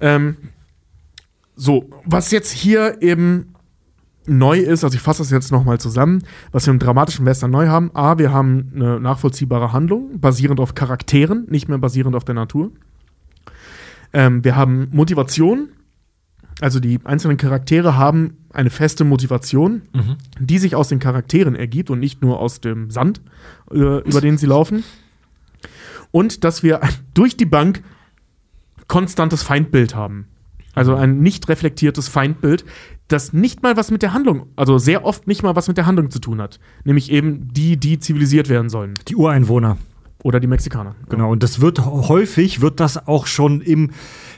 Was jetzt hier eben neu ist, also ich fasse das jetzt nochmal zusammen, was wir im dramatischen Western neu haben. Wir haben eine nachvollziehbare Handlung, basierend auf Charakteren, nicht mehr basierend auf der Natur. Wir haben Motivation, also die einzelnen Charaktere haben eine feste Motivation, die sich aus den Charakteren ergibt und nicht nur aus dem Sand, über den sie laufen. Und dass wir durch die Bank konstantes Feindbild haben. Also ein nicht reflektiertes Feindbild, das nicht mal was mit der Handlung, also sehr oft nicht mal was mit der Handlung zu tun hat. Nämlich eben die zivilisiert werden sollen. Die Ureinwohner. Oder die Mexikaner. Genau, und das wird das auch schon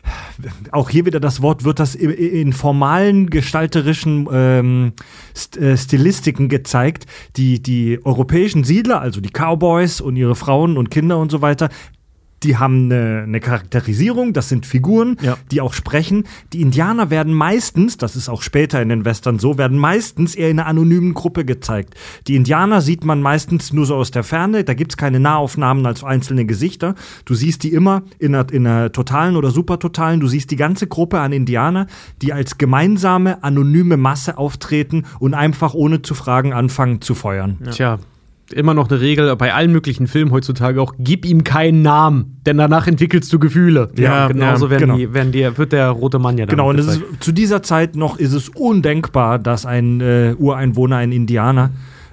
auch hier wieder das Wort, wird das in formalen gestalterischen Stilistiken gezeigt. Die europäischen Siedler, also die Cowboys und ihre Frauen und Kinder und so weiter, die haben eine Charakterisierung, das sind Figuren, die auch sprechen. Die Indianer werden meistens, das ist auch später in den Western so, werden meistens eher in einer anonymen Gruppe gezeigt. Die Indianer sieht man meistens nur so aus der Ferne, da gibt's keine Nahaufnahmen als einzelne Gesichter. Du siehst die immer in einer totalen oder supertotalen, du siehst die ganze Gruppe an Indianer, die als gemeinsame, anonyme Masse auftreten und einfach ohne zu fragen anfangen zu feuern. Ja. Tja. Immer noch eine Regel bei allen möglichen Filmen heutzutage auch, gib ihm keinen Namen, denn danach entwickelst du Gefühle. Ja, genauso wird der rote Mann ja dann. Genau, und zu dieser Zeit noch ist es undenkbar, dass ein Ureinwohner, ein Indianer,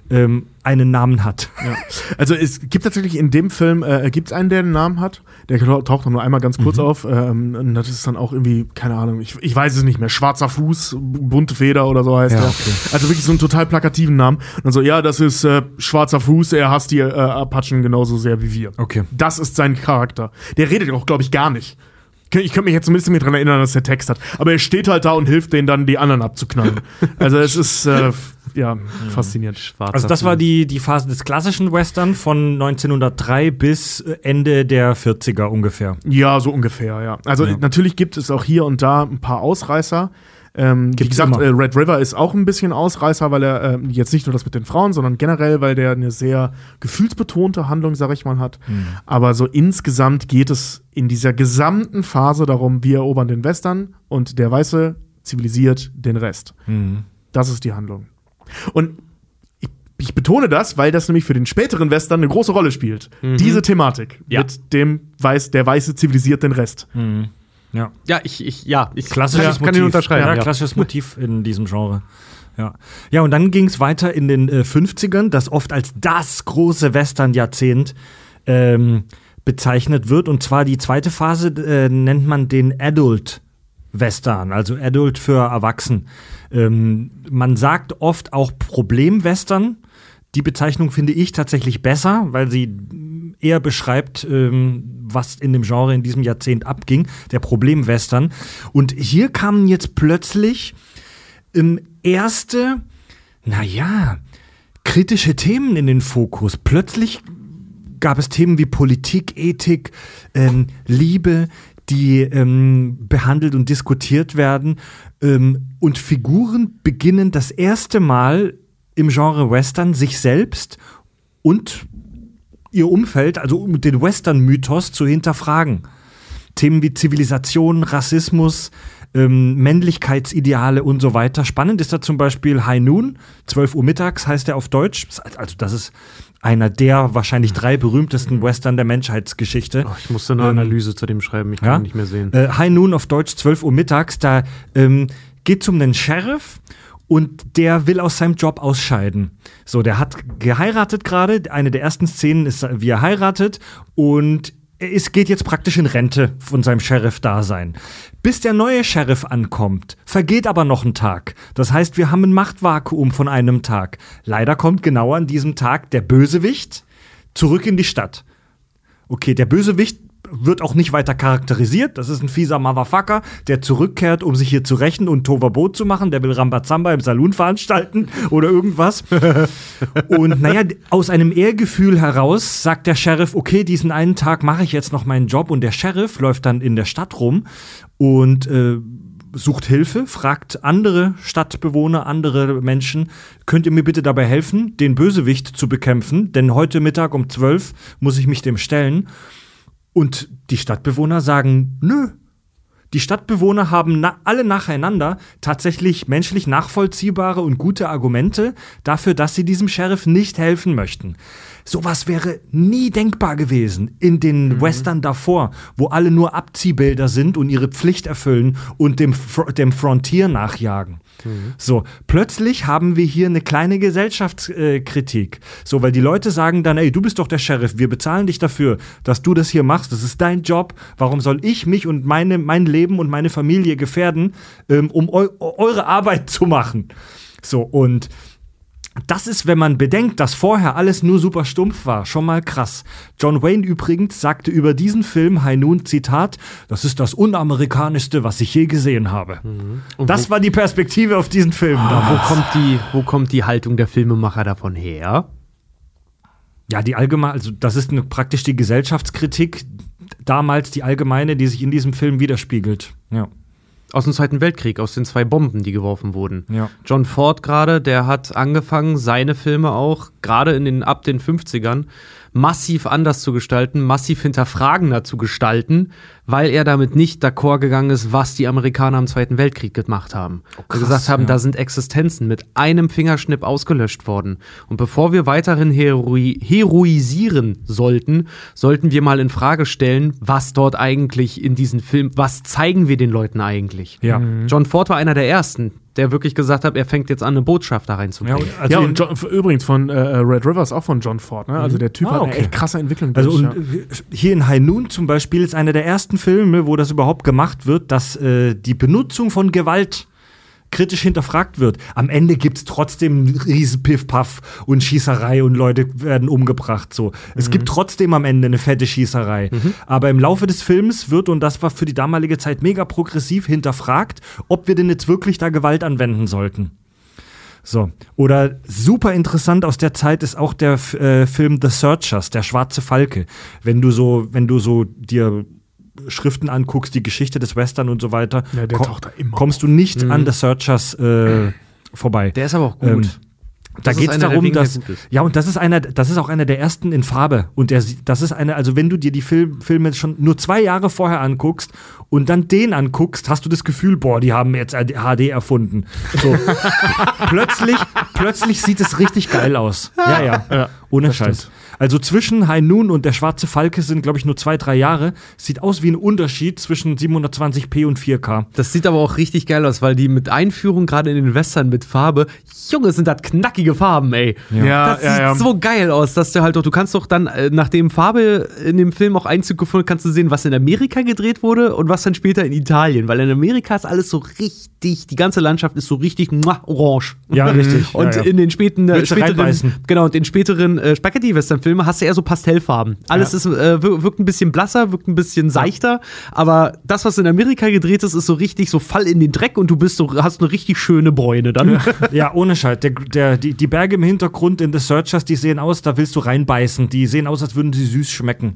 einen Namen hat. Ja. Also es gibt tatsächlich in dem Film, gibt es einen, der einen Namen hat. Der taucht nur einmal ganz kurz auf. Und das ist dann auch irgendwie, keine Ahnung, ich weiß es nicht mehr. Schwarzer Fuß, bunte Feder oder so heißt ja, der. okay. Also wirklich so einen total plakativen Namen. Und dann so, ja, das ist Schwarzer Fuß, er hasst die Apachen genauso sehr wie wir. Okay. Das ist sein Charakter. Der redet auch, glaube ich, gar nicht. Ich könnte mich jetzt ein bisschen daran erinnern, dass der Text hat. Aber er steht halt da und hilft denen dann, die anderen abzuknallen. Also es ist faszinierend. Schwarzer also das war die Phase des klassischen Western von 1903 bis Ende der 40er ungefähr. Ja, so ungefähr, ja. Also natürlich gibt es auch hier und da ein paar Ausreißer. Wie gesagt, Red River ist auch ein bisschen Ausreißer, weil er jetzt nicht nur das mit den Frauen, sondern generell, weil der eine sehr gefühlsbetonte Handlung, sag ich mal, hat. Aber so insgesamt geht es in dieser gesamten Phase darum, wir erobern den Western und der Weiße zivilisiert den Rest. Das ist die Handlung. Und ich betone das, weil das nämlich für den späteren Western eine große Rolle spielt. Diese Thematik mit dem der Weiße zivilisiert den Rest. Ja, ich klassisches kann ihn unterschreiben. Ja, klassisches Motiv in diesem Genre. Ja, und dann ging es weiter in den 50ern, das oft als das große Western-Jahrzehnt bezeichnet wird. Und zwar die zweite Phase nennt man den Adult-Western, also Adult für Erwachsen. Man sagt oft auch Problem-Western. Die Bezeichnung finde ich tatsächlich besser, weil sie eher beschreibt, was in dem Genre in diesem Jahrzehnt abging, der Problem-Western. Und hier kamen jetzt plötzlich erste, kritische Themen in den Fokus. Plötzlich gab es Themen wie Politik, Ethik, Liebe, die behandelt und diskutiert werden. Und Figuren beginnen das erste Mal im Genre Western sich selbst und ihr Umfeld, also den Western-Mythos zu hinterfragen. Themen wie Zivilisation, Rassismus, Männlichkeitsideale und so weiter. Spannend ist da zum Beispiel High Noon, 12 Uhr mittags heißt er auf Deutsch. Also das ist einer der wahrscheinlich 3 berühmtesten Western der Menschheitsgeschichte. Ich musste eine Analyse zu dem schreiben, ich kann ihn nicht mehr sehen. High Noon auf Deutsch, 12 Uhr mittags, da geht es um einen Sheriff und der will aus seinem Job ausscheiden. So, der hat geheiratet gerade. Eine der ersten Szenen ist, wie er heiratet und es geht jetzt praktisch in Rente von seinem Sheriff-Dasein. Bis der neue Sheriff ankommt, vergeht aber noch ein Tag. Das heißt, wir haben ein Machtvakuum von einem Tag. Leider kommt genau an diesem Tag der Bösewicht, zurück in die Stadt. Okay, der Bösewicht wird auch nicht weiter charakterisiert. Das ist ein fieser Motherfucker, der zurückkehrt, um sich hier zu rächen und Tohuwabohu zu machen. Der will Rambazamba im Saloon veranstalten oder irgendwas. Und naja, aus einem Ehrgefühl heraus sagt der Sheriff, okay, diesen einen Tag mache ich jetzt noch meinen Job. Und der Sheriff läuft dann in der Stadt rum und sucht Hilfe, fragt andere Stadtbewohner, andere Menschen, könnt ihr mir bitte dabei helfen, den Bösewicht zu bekämpfen? Denn heute Mittag um 12 muss ich mich dem stellen. Und die Stadtbewohner sagen, nö. Die Stadtbewohner haben alle nacheinander tatsächlich menschlich nachvollziehbare und gute Argumente dafür, dass sie diesem Sheriff nicht helfen möchten. Sowas wäre nie denkbar gewesen in den Western davor, wo alle nur Abziehbilder sind und ihre Pflicht erfüllen und dem Frontier nachjagen. So, plötzlich haben wir hier eine kleine Gesellschaftskritik. So, weil die Leute sagen dann, ey, du bist doch der Sheriff, wir bezahlen dich dafür, dass du das hier machst, das ist dein Job. Warum soll ich mich und mein Leben und meine Familie gefährden, um eure Arbeit zu machen? So, und das ist, wenn man bedenkt, dass vorher alles nur super stumpf war, schon mal krass. John Wayne übrigens sagte über diesen Film, High Noon, Zitat, das ist das Unamerikanischste, was ich je gesehen habe. Und das war die Perspektive auf diesen Film. Wo kommt die Haltung der Filmemacher davon her? Ja, die allgemeine, also das ist praktisch die Gesellschaftskritik, damals die allgemeine, die sich in diesem Film widerspiegelt. Ja. Aus dem Zweiten Weltkrieg, aus den 2 Bomben, die geworfen wurden. Ja. John Ford gerade, der hat angefangen, seine Filme auch, gerade ab den 50ern, massiv anders zu gestalten, massiv hinterfragender zu gestalten, weil er damit nicht d'accord gegangen ist, was die Amerikaner im Zweiten Weltkrieg gemacht haben. Krass, gesagt haben, da sind Existenzen mit einem Fingerschnipp ausgelöscht worden. Und bevor wir weiterhin heroisieren sollten wir mal in Frage stellen, was dort eigentlich in diesen Film, was zeigen wir den Leuten eigentlich? Ja. John Ford war einer der Ersten, der wirklich gesagt hat, er fängt jetzt an, eine Botschaft da reinzubringen. Also und übrigens von Red River ist auch von John Ford, ne? Also der Typ hat eine echt krasse Entwicklung durch. Also und hier in High Noon zum Beispiel ist einer der ersten Filme, wo das überhaupt gemacht wird, dass die Benutzung von Gewalt kritisch hinterfragt wird. Am Ende gibt's trotzdem riesen Piff-Paff und Schießerei und Leute werden umgebracht. So. Es gibt trotzdem am Ende eine fette Schießerei. Aber im Laufe des Films wird, und das war für die damalige Zeit mega progressiv, hinterfragt, ob wir denn jetzt wirklich da Gewalt anwenden sollten. So. Oder super interessant aus der Zeit ist auch der Film The Searchers, der schwarze Falke. Wenn du so dir Schriften anguckst, die Geschichte des Western und so weiter, ja, der taucht da immer kommst du nicht an The Searchers vorbei. Der ist aber auch gut. Da geht es darum, dass ja, und das ist auch einer der ersten in Farbe und das ist also wenn du dir die Filme schon nur 2 Jahre vorher anguckst und dann den anguckst, hast du das Gefühl, boah, die haben jetzt HD erfunden. So plötzlich sieht es richtig geil aus. Ja. Ohne Scheiß. Stimmt. Also zwischen High Noon und der schwarze Falke sind, glaube ich, nur 2-3 Jahre. Sieht aus wie ein Unterschied zwischen 720p und 4K. Das sieht aber auch richtig geil aus, weil die mit Einführung, gerade in den Western mit Farbe, Junge, sind das knackige Farben, ey. Ja. Das sieht so geil aus, dass du halt doch, du kannst doch dann, nachdem Farbe in dem Film auch Einzug gefunden, kannst du sehen, was in Amerika gedreht wurde und was dann später in Italien. Weil in Amerika ist alles so richtig, die ganze Landschaft ist so richtig orange. Ja, richtig. Und in den späteren Spaghetti-Western-Filmen hast du eher so Pastellfarben. Alles ist, wirkt ein bisschen blasser, wirkt ein bisschen seichter, aber das, was in Amerika gedreht ist, ist so richtig so Fall in den Dreck und du hast eine richtig schöne Bräune dann. Ja, ohne Scheiß. Die Berge im Hintergrund in The Searchers, die sehen aus, da willst du reinbeißen. Die sehen aus, als würden sie süß schmecken.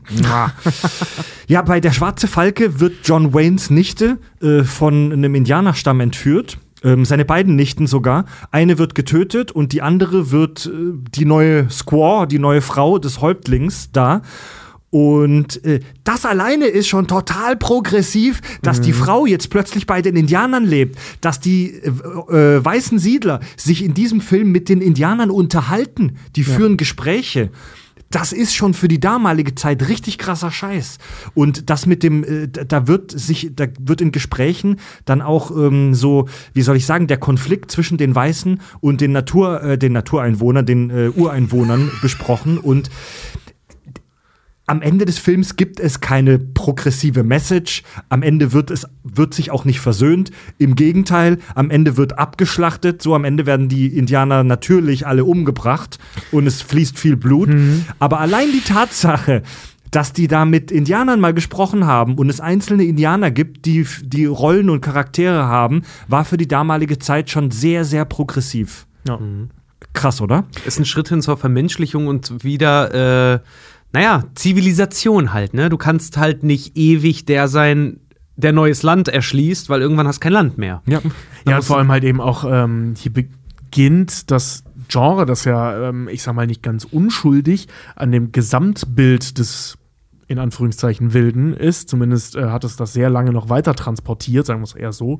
Ja, bei Der schwarze Falke wird John Waynes Nichte von einem Indianerstamm entführt. Seine beiden Nichten sogar. Eine wird getötet und die andere wird die neue Squaw, die neue Frau des Häuptlings da. Und das alleine ist schon total progressiv, dass die Frau jetzt plötzlich bei den Indianern lebt, dass die weißen Siedler sich in diesem Film mit den Indianern unterhalten, die führen Gespräche. Das ist schon für die damalige Zeit richtig krasser Scheiß. Und das mit dem, da wird in Gesprächen dann auch so, wie soll ich sagen, der Konflikt zwischen den Weißen und den Ureinwohnern besprochen. Und am Ende des Films gibt es keine progressive Message. Am Ende wird sich auch nicht versöhnt. Im Gegenteil, am Ende wird abgeschlachtet. So am Ende werden die Indianer natürlich alle umgebracht und es fließt viel Blut. Aber allein die Tatsache, dass die da mit Indianern mal gesprochen haben und es einzelne Indianer gibt, die Rollen und Charaktere haben, war für die damalige Zeit schon sehr, sehr progressiv. Ja. Krass, oder? Ist ein Schritt hin zur Vermenschlichung und wieder Zivilisation halt, ne? Du kannst halt nicht ewig der sein, der neues Land erschließt, weil irgendwann hast du kein Land mehr. Ja, und vor allem halt eben auch hier beginnt das Genre, das ja, ich sag mal, nicht ganz unschuldig an dem Gesamtbild des in Anführungszeichen Wilden ist. Zumindest hat es das sehr lange noch weiter transportiert, sagen wir es eher so.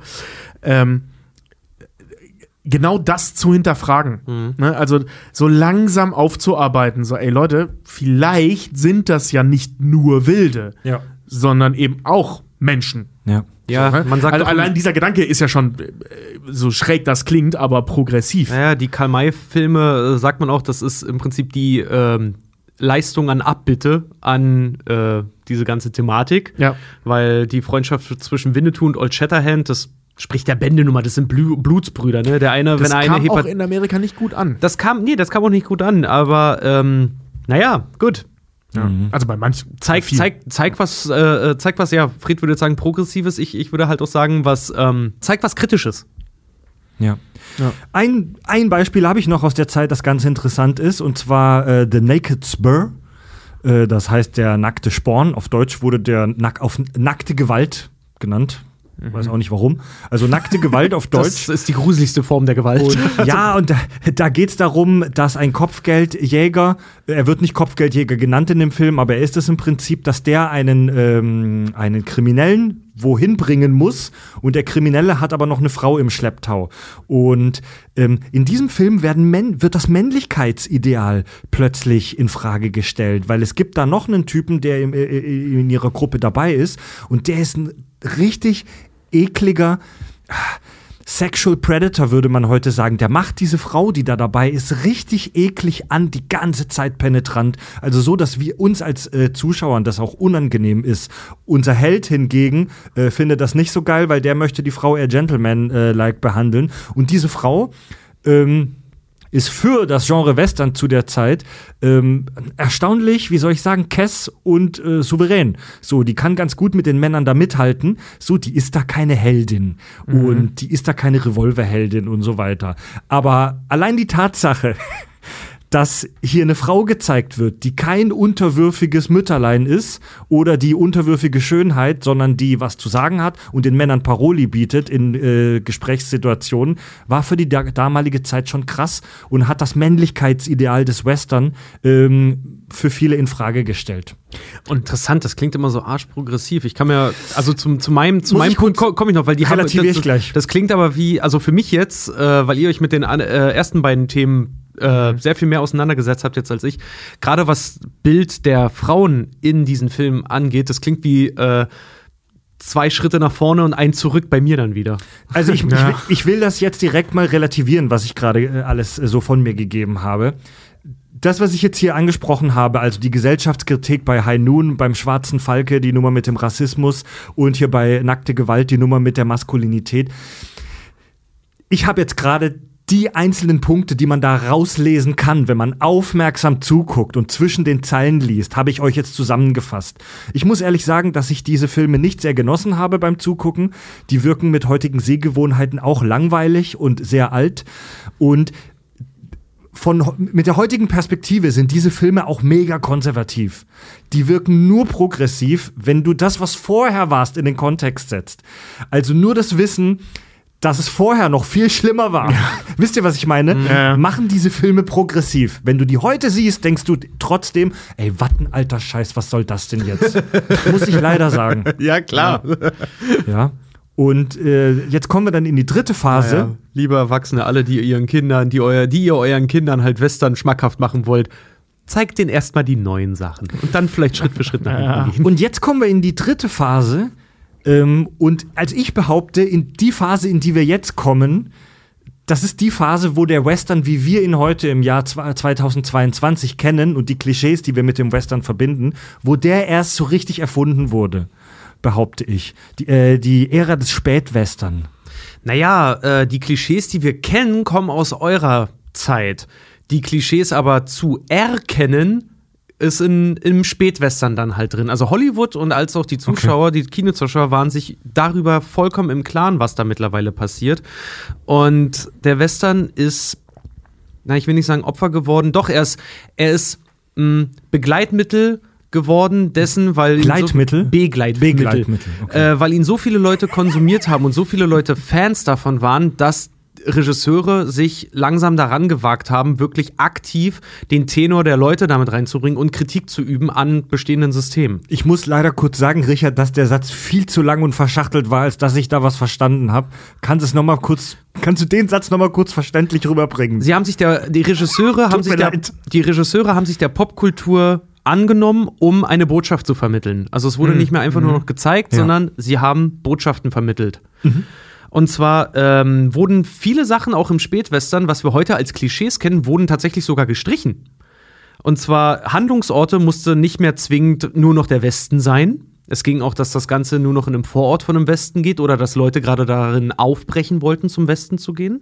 Genau das zu hinterfragen. Ne? Also so langsam aufzuarbeiten. So, ey Leute, vielleicht sind das ja nicht nur Wilde, sondern eben auch Menschen. Ja. Ja, So, ne? man sagt also doch, allein dieser Gedanke ist ja schon so schräg das klingt, aber progressiv. naja, die Karl-May-Filme, sagt man auch, das ist im Prinzip die Leistung an Abbitte an diese ganze Thematik. Ja. Weil die Freundschaft zwischen Winnetou und Old Shatterhand, das spricht der Bändenummer, das sind Blutsbrüder, ne? Der eine, Das wenn einer kam auch in Amerika nicht gut an. das kam auch nicht gut an, aber naja, gut. Ja. Also bei manchen. Zeig was, ja, Fried würde jetzt sagen, Progressives, ich würde halt auch sagen, zeig was Kritisches. Ja. Ein Beispiel habe ich noch aus der Zeit, das ganz interessant ist, und zwar The Naked Spur. Das heißt der nackte Sporn. Auf Deutsch wurde der auf nackte Gewalt genannt. Weiß auch nicht warum. Also nackte Gewalt auf Deutsch. Das ist die gruseligste Form der Gewalt. Und da geht es darum, dass ein Kopfgeldjäger, er wird nicht Kopfgeldjäger genannt in dem Film, aber er ist es im Prinzip, dass der einen Kriminellen wohin bringen muss und der Kriminelle hat aber noch eine Frau im Schlepptau. Und in diesem Film wird das Männlichkeitsideal plötzlich in Frage gestellt, weil es gibt da noch einen Typen, der in ihrer Gruppe dabei ist und der ist ein richtig ekliger Sexual Predator, würde man heute sagen. Der macht diese Frau, die da dabei ist, richtig eklig an, die ganze Zeit penetrant. Also so, dass wir uns als Zuschauern das auch unangenehm ist. Unser Held hingegen findet das nicht so geil, weil der möchte die Frau eher Gentleman-like behandeln. Und diese Frau ist für das Genre Western zu der Zeit erstaunlich, wie soll ich sagen, kess und souverän. So, die kann ganz gut mit den Männern da mithalten. So, die ist da keine Heldin und die ist da keine Revolverheldin und so weiter. Aber allein die Tatsache, dass hier eine Frau gezeigt wird, die kein unterwürfiges Mütterlein ist oder die unterwürfige Schönheit, sondern die was zu sagen hat und den Männern Paroli bietet in Gesprächssituationen, war für die damalige Zeit schon krass und hat das Männlichkeitsideal des Western für viele in Frage gestellt. Und interessant, das klingt immer so arschprogressiv. Ich kann mir, also zu meinem Punkt komme ich noch, weil die relativiere ich gleich. Das klingt aber wie, also für mich jetzt, weil ihr euch mit den ersten beiden Themen sehr viel mehr auseinandergesetzt habt jetzt als ich. Gerade was Bild der Frauen in diesen Filmen angeht, das klingt wie 2 Schritte nach vorne und ein zurück bei mir dann wieder. Also ich will das jetzt direkt mal relativieren, was ich gerade alles so von mir gegeben habe. Das, was ich jetzt hier angesprochen habe, also die Gesellschaftskritik bei High Noon, beim Schwarzen Falke, die Nummer mit dem Rassismus und hier bei Nackte Gewalt, die Nummer mit der Maskulinität. Ich habe jetzt gerade die einzelnen Punkte, die man da rauslesen kann, wenn man aufmerksam zuguckt und zwischen den Zeilen liest, habe ich euch jetzt zusammengefasst. Ich muss ehrlich sagen, dass ich diese Filme nicht sehr genossen habe beim Zugucken. Die wirken mit heutigen Sehgewohnheiten auch langweilig und sehr alt. Und mit der heutigen Perspektive sind diese Filme auch mega konservativ. Die wirken nur progressiv, wenn du das, was vorher warst, in den Kontext setzt. Also nur das Wissen, dass es vorher noch viel schlimmer war. Ja. Wisst ihr, was ich meine? Ja. Machen diese Filme progressiv. Wenn du die heute siehst, denkst du trotzdem, ey, was ein alter Scheiß, was soll das denn jetzt? Muss ich leider sagen. Ja, klar. Ja. Und jetzt kommen wir dann in die dritte Phase. Ja. Liebe Erwachsene, alle, die ihr euren Kindern halt Western schmackhaft machen wollt, zeigt denen erstmal die neuen Sachen. Und dann vielleicht Schritt für Schritt nach hinten gehen. Und jetzt kommen wir in die dritte Phase. Und als ich behaupte, in die Phase, in die wir jetzt kommen, das ist die Phase, wo der Western, wie wir ihn heute im Jahr 2022 kennen und die Klischees, die wir mit dem Western verbinden, wo der erst so richtig erfunden wurde, behaupte ich. Die Ära des Spätwestern. Naja, die Klischees, die wir kennen, kommen aus eurer Zeit. Die Klischees aber zu erkennen, ist im Spätwestern dann halt drin. Also Hollywood und als auch die Zuschauer, die Kinozuschauer waren sich darüber vollkommen im Klaren, was da mittlerweile passiert. Und der Western ist, ich will nicht sagen Opfer geworden, doch, er ist Begleitmittel geworden dessen, weil Begleitmittel. Okay. Weil ihn so viele Leute konsumiert haben und so viele Leute Fans davon waren, dass Regisseure sich langsam daran gewagt haben, wirklich aktiv den Tenor der Leute damit reinzubringen und Kritik zu üben an bestehenden Systemen. Ich muss leider kurz sagen, Richard, dass der Satz viel zu lang und verschachtelt war, als dass ich da was verstanden habe. Kannst du den Satz noch mal kurz verständlich rüberbringen? Die Regisseure haben sich der Popkultur angenommen, um eine Botschaft zu vermitteln. Also es wurde nicht mehr einfach nur noch gezeigt, sondern sie haben Botschaften vermittelt. Und zwar wurden viele Sachen auch im Spätwestern, was wir heute als Klischees kennen, wurden tatsächlich sogar gestrichen. Und zwar Handlungsorte musste nicht mehr zwingend nur noch der Westen sein. Es ging auch, dass das Ganze nur noch in einem Vorort von dem Westen geht oder dass Leute gerade darin aufbrechen wollten, zum Westen zu gehen.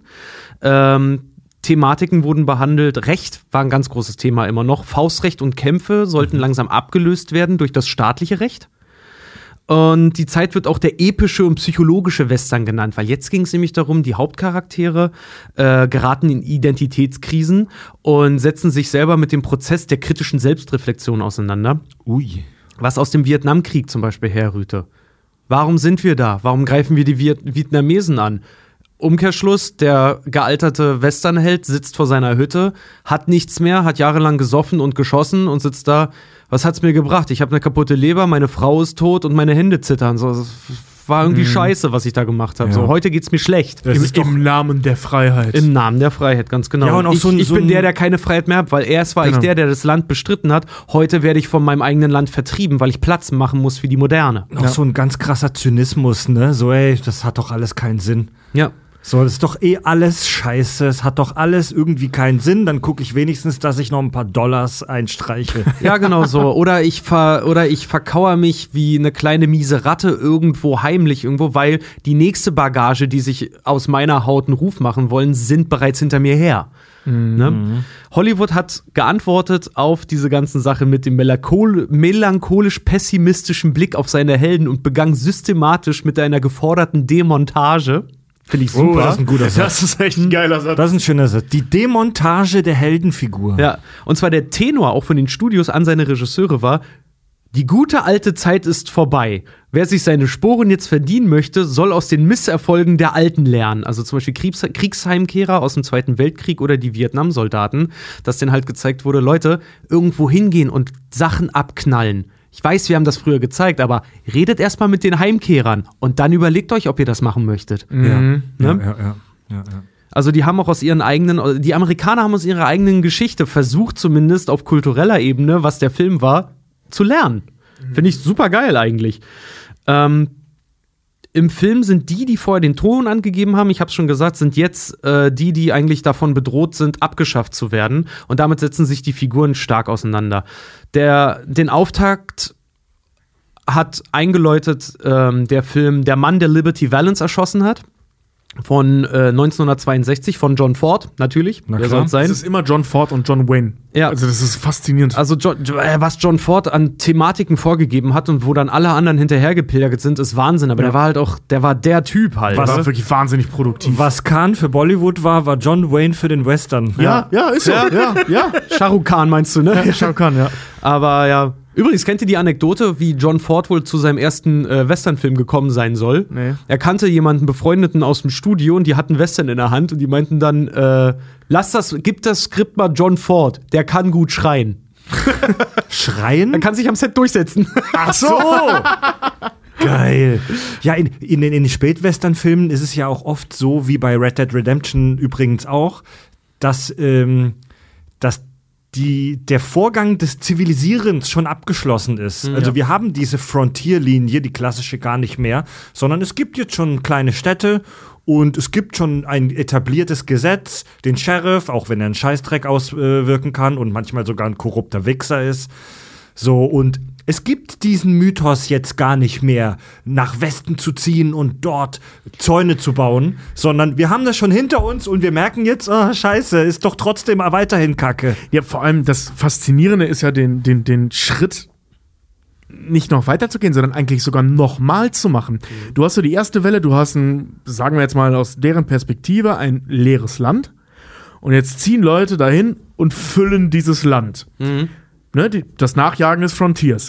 Thematiken wurden behandelt. Recht war ein ganz großes Thema immer noch. Faustrecht und Kämpfe sollten langsam abgelöst werden durch das staatliche Recht. Und die Zeit wird auch der epische und psychologische Western genannt, weil jetzt ging es nämlich darum, die Hauptcharaktere geraten in Identitätskrisen und setzen sich selber mit dem Prozess der kritischen Selbstreflexion auseinander. Ui. Was aus dem Vietnamkrieg zum Beispiel herrührte. Warum sind wir da? Warum greifen wir die Vietnamesen an? Umkehrschluss, der gealterte Westernheld sitzt vor seiner Hütte, hat nichts mehr, hat jahrelang gesoffen und geschossen und sitzt da. Was hat's mir gebracht? Ich habe eine kaputte Leber, meine Frau ist tot und meine Hände zittern. So, das war irgendwie scheiße, was ich da gemacht habe. Ja. So, heute geht's mir schlecht. Im Namen der Freiheit. Im Namen der Freiheit, ganz genau. Ja, und auch ich bin der keine Freiheit mehr hat, weil erst war ich der das Land bestritten hat. Heute werde ich von meinem eigenen Land vertrieben, weil ich Platz machen muss für die Moderne. Auch so ein ganz krasser Zynismus, ne? So, ey, das hat doch alles keinen Sinn. Ja. So, das ist doch alles scheiße, es hat doch alles irgendwie keinen Sinn, dann gucke ich wenigstens, dass ich noch ein paar Dollars einstreiche. Ja, genau so. Oder ich verkauere mich wie eine kleine miese Ratte irgendwo heimlich irgendwo, weil die nächste Bagage, die sich aus meiner Haut einen Ruf machen wollen, sind bereits hinter mir her. Ne? Hollywood hat geantwortet auf diese ganzen Sachen mit dem melancholisch-pessimistischen Blick auf seine Helden und begann systematisch mit einer geforderten Demontage. Finde ich super. Das ist ein guter Satz. Das ist echt ein geiler Satz. Das ist ein schöner Satz. Die Demontage der Heldenfigur. Ja, und zwar der Tenor auch von den Studios an seine Regisseure war: Die gute alte Zeit ist vorbei. Wer sich seine Sporen jetzt verdienen möchte, soll aus den Misserfolgen der Alten lernen. Also zum Beispiel Kriegsheimkehrer aus dem Zweiten Weltkrieg oder die Vietnam-Soldaten, dass denen halt gezeigt wurde, Leute, irgendwo hingehen und Sachen abknallen. Ich weiß, wir haben das früher gezeigt, aber redet erstmal mit den Heimkehrern und dann überlegt euch, ob ihr das machen möchtet. Ja. Also die haben auch die Amerikaner haben aus ihrer eigenen Geschichte versucht, zumindest auf kultureller Ebene, was der Film war, zu lernen. Finde ich super geil eigentlich. Im Film sind die vorher den Ton angegeben haben, ich habe es schon gesagt, sind jetzt die eigentlich davon bedroht sind, abgeschafft zu werden. Und damit setzen sich die Figuren stark auseinander. Den Auftakt hat eingeläutet der Film Der Mann, der Liberty Valance erschossen hat. Von 1962 von John Ford, natürlich. Na Wer klar. soll's sein? Es ist immer John Ford und John Wayne. Ja. Also das ist faszinierend. Also was John Ford an Thematiken vorgegeben hat und wo dann alle anderen hinterhergepilgert sind, ist Wahnsinn. Aber der war der Typ halt. Das war wirklich wahnsinnig produktiv. Was Khan für Bollywood war John Wayne für den Western. Ja, ist so. Ja. Shah Rukh Khan meinst du, ne? Shah Rukh Khan, ja. Aber ja. Übrigens, kennt ihr die Anekdote, wie John Ford wohl zu seinem ersten Westernfilm gekommen sein soll? Nee. Er kannte jemanden Befreundeten aus dem Studio und die hatten Western in der Hand und die meinten dann, gib das Skript mal John Ford, der kann gut schreien. Schreien? Er kann sich am Set durchsetzen. Ach so! Geil. Ja, in den Spätwestern-Filmen ist es ja auch oft so, wie bei Red Dead Redemption übrigens auch, dass der Vorgang des Zivilisierens schon abgeschlossen ist. Also wir haben diese Frontierlinie, die klassische, gar nicht mehr, sondern es gibt jetzt schon kleine Städte und es gibt schon ein etabliertes Gesetz, den Sheriff, auch wenn er einen Scheißdreck auswirken kann und manchmal sogar ein korrupter Wichser ist. So, und es gibt diesen Mythos jetzt gar nicht mehr, nach Westen zu ziehen und dort Zäune zu bauen, sondern wir haben das schon hinter uns und wir merken jetzt, oh, scheiße, ist doch trotzdem weiterhin Kacke. Ja, vor allem das Faszinierende ist ja den Schritt nicht noch weiterzugehen, sondern eigentlich sogar nochmal zu machen. Du hast so die erste Welle, du hast sagen wir jetzt mal aus deren Perspektive, ein leeres Land und jetzt ziehen Leute dahin und füllen dieses Land. Ne, das Nachjagen des Frontiers.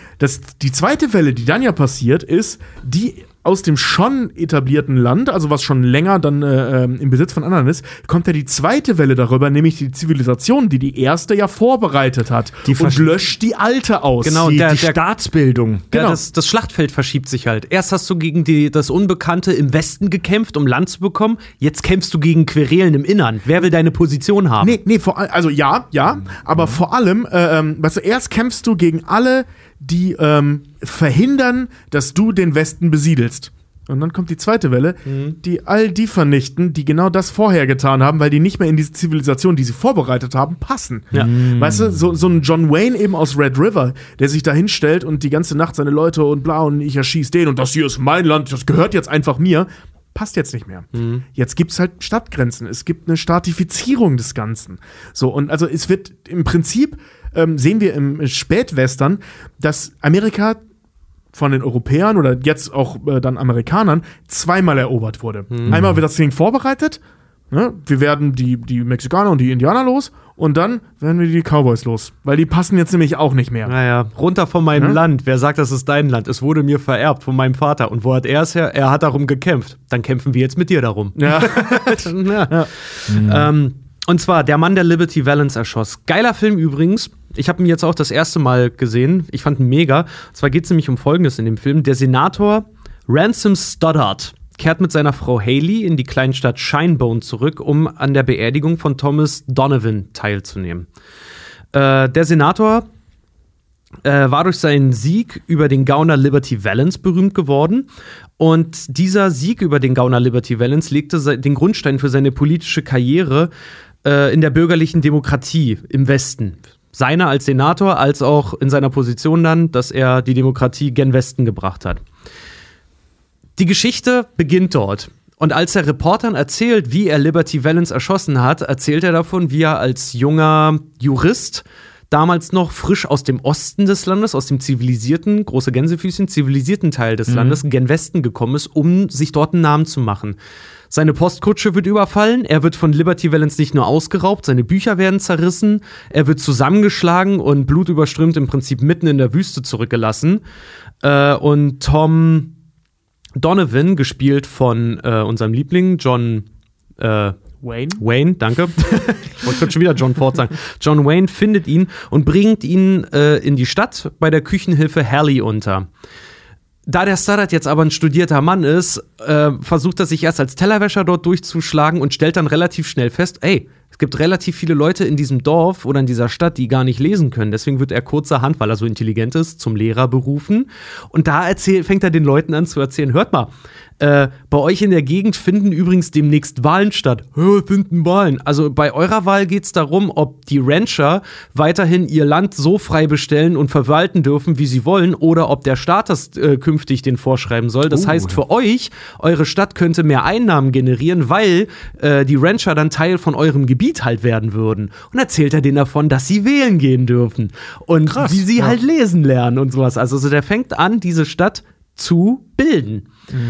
Die zweite Welle, die dann ja passiert, ist, die aus dem schon etablierten Land, also was schon länger dann im Besitz von anderen ist, kommt ja die zweite Welle darüber, nämlich die Zivilisation, die erste ja vorbereitet hat und löscht die alte aus. Genau, die Staatsbildung. Genau. Das Schlachtfeld verschiebt sich halt. Erst hast du gegen das Unbekannte im Westen gekämpft, um Land zu bekommen. Jetzt kämpfst du gegen Querelen im Innern. Wer will deine Position haben? Nee, also ja, aber vor allem, weißt du, erst kämpfst du gegen alle, die verhindern, dass du den Westen besiedelst. Und dann kommt die zweite Welle, die all die vernichten, die genau das vorher getan haben, weil die nicht mehr in diese Zivilisation, die sie vorbereitet haben, passen. Ja. Weißt du, so ein John Wayne eben aus Red River, der sich da hinstellt und die ganze Nacht seine Leute und bla und ich erschieß den und das hier ist mein Land, das gehört jetzt einfach mir, passt jetzt nicht mehr. Jetzt gibt's halt Stadtgrenzen, es gibt eine Staatifizierung des Ganzen. So, und also es wird im Prinzip sehen wir im Spätwestern, dass Amerika von den Europäern oder jetzt auch dann Amerikanern zweimal erobert wurde. Einmal wird das Ding vorbereitet, ne? Wir werden die Mexikaner und die Indianer los und dann werden wir die Cowboys los, weil die passen jetzt nämlich auch nicht mehr. Naja, runter von meinem Land. Wer sagt, das ist dein Land? Es wurde mir vererbt von meinem Vater. Und wo hat er es her? Er hat darum gekämpft. Dann kämpfen wir jetzt mit dir darum. Ja. Und zwar Der Mann, der Liberty Valance erschoss. Geiler Film übrigens. Ich habe ihn jetzt auch das erste Mal gesehen. Ich fand ihn mega. Und zwar geht es nämlich um Folgendes in dem Film. Der Senator Ransom Stoddard kehrt mit seiner Frau Haley in die Kleinstadt Shinebone zurück, um an der Beerdigung von Thomas Donovan teilzunehmen. Der Senator war durch seinen Sieg über den Gauner Liberty Valance berühmt geworden. Und dieser Sieg über den Gauner Liberty Valance legte den Grundstein für seine politische Karriere in der bürgerlichen Demokratie im Westen. Seiner als Senator, als auch in seiner Position dann, dass er die Demokratie gen Westen gebracht hat. Die Geschichte beginnt dort. Und als er Reportern erzählt, wie er Liberty Valance erschossen hat, erzählt er davon, wie er als junger Jurist damals noch frisch aus dem Osten des Landes, aus dem zivilisierten, große Gänsefüßchen, zivilisierten Teil des Landes, gen Westen gekommen ist, um sich dort einen Namen zu machen. Seine Postkutsche wird überfallen, er wird von Liberty Valance nicht nur ausgeraubt, seine Bücher werden zerrissen, er wird zusammengeschlagen und blutüberströmt im Prinzip mitten in der Wüste zurückgelassen. Und Tom Donovan, gespielt von unserem Liebling John Wayne, danke. Ich wollte schon wieder John Ford sagen. John Wayne findet ihn und bringt ihn in die Stadt bei der Küchenhilfe Hallie unter. Da der Stoddard jetzt aber ein studierter Mann ist, versucht er sich erst als Tellerwäscher dort durchzuschlagen und stellt dann relativ schnell fest, es gibt relativ viele Leute in diesem Dorf oder in dieser Stadt, die gar nicht lesen können. Deswegen wird er kurzerhand, weil er so intelligent ist, zum Lehrer berufen. Und da fängt er den Leuten an zu erzählen, hört mal, bei euch in der Gegend finden übrigens demnächst Wahlen statt. Finden Wahlen. Also bei eurer Wahl geht es darum, ob die Rancher weiterhin ihr Land so frei bestellen und verwalten dürfen, wie sie wollen, oder ob der Staat das künftig den vorschreiben soll. Das heißt für euch, eure Stadt könnte mehr Einnahmen generieren, weil die Rancher dann Teil von eurem Gebiet halt werden würden. Und erzählt er denen davon, dass sie wählen gehen dürfen. Und wie sie halt lesen lernen und sowas. Also der fängt an, diese Stadt zu bilden.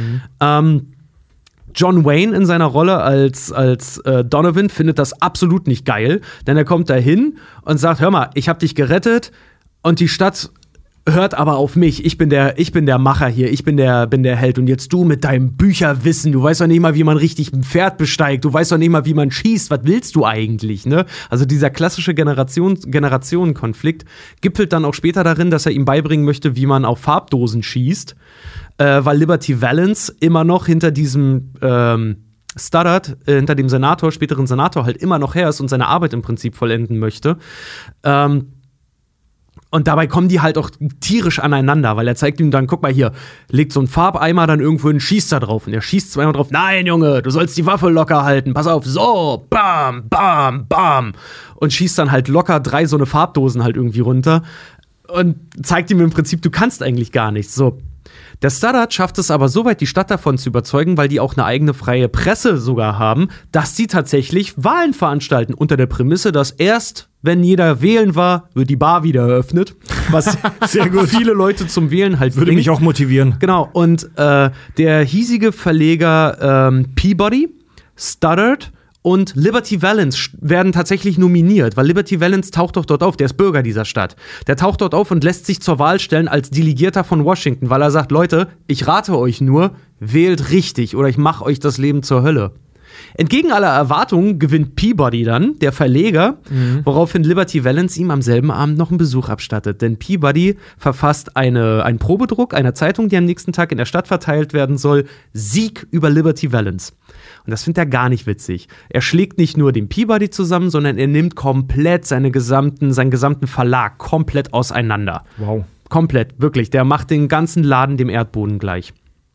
John Wayne in seiner Rolle als Donovan findet das absolut nicht geil, denn er kommt dahin und sagt, hör mal, ich hab dich gerettet und die Stadt hört aber auf mich, ich bin der Macher hier, ich bin der Held und jetzt du mit deinem Bücherwissen, du weißt doch nicht mal, wie man richtig ein Pferd besteigt, du weißt doch nicht mal, wie man schießt, was willst du eigentlich, ne? Also dieser klassische Generationenkonflikt gipfelt dann auch später darin, dass er ihm beibringen möchte, wie man auf Farbdosen schießt, weil Liberty Valance immer noch hinter diesem Stoddard hinter dem späteren Senator halt immer noch her ist und seine Arbeit im Prinzip vollenden möchte. Und dabei kommen die halt auch tierisch aneinander, weil er zeigt ihm dann, guck mal hier, legt so einen Farbeimer dann irgendwo hin, schießt da drauf. Und er schießt zweimal drauf, nein, Junge, du sollst die Waffe locker halten, pass auf, so, bam, bam, bam. Und schießt dann halt locker 3 so eine Farbdosen halt irgendwie runter und zeigt ihm im Prinzip, du kannst eigentlich gar nichts. So. Der Stoddard schafft es aber so weit, die Stadt davon zu überzeugen, weil die auch eine eigene freie Presse sogar haben, dass die tatsächlich Wahlen veranstalten, unter der Prämisse, dass erst, wenn jeder wählen war, wird die Bar wieder eröffnet. Was sehr gut viele Leute zum Wählen halt würde mich auch motivieren. Genau, und der hiesige Verleger Peabody, Stoddard und Liberty Valance werden tatsächlich nominiert, weil Liberty Valance taucht doch dort auf, der ist Bürger dieser Stadt. Der taucht dort auf und lässt sich zur Wahl stellen als Delegierter von Washington, weil er sagt, Leute, ich rate euch nur, wählt richtig oder ich mache euch das Leben zur Hölle. Entgegen aller Erwartungen gewinnt Peabody dann, der Verleger, woraufhin Liberty Valance ihm am selben Abend noch einen Besuch abstattet. Denn Peabody verfasst einen Probedruck einer Zeitung, die am nächsten Tag in der Stadt verteilt werden soll, Sieg über Liberty Valance. Und das findet er gar nicht witzig. Er schlägt nicht nur den Peabody zusammen, sondern er nimmt komplett seinen gesamten Verlag komplett auseinander. Wow. Komplett, wirklich. Der macht den ganzen Laden dem Erdboden gleich.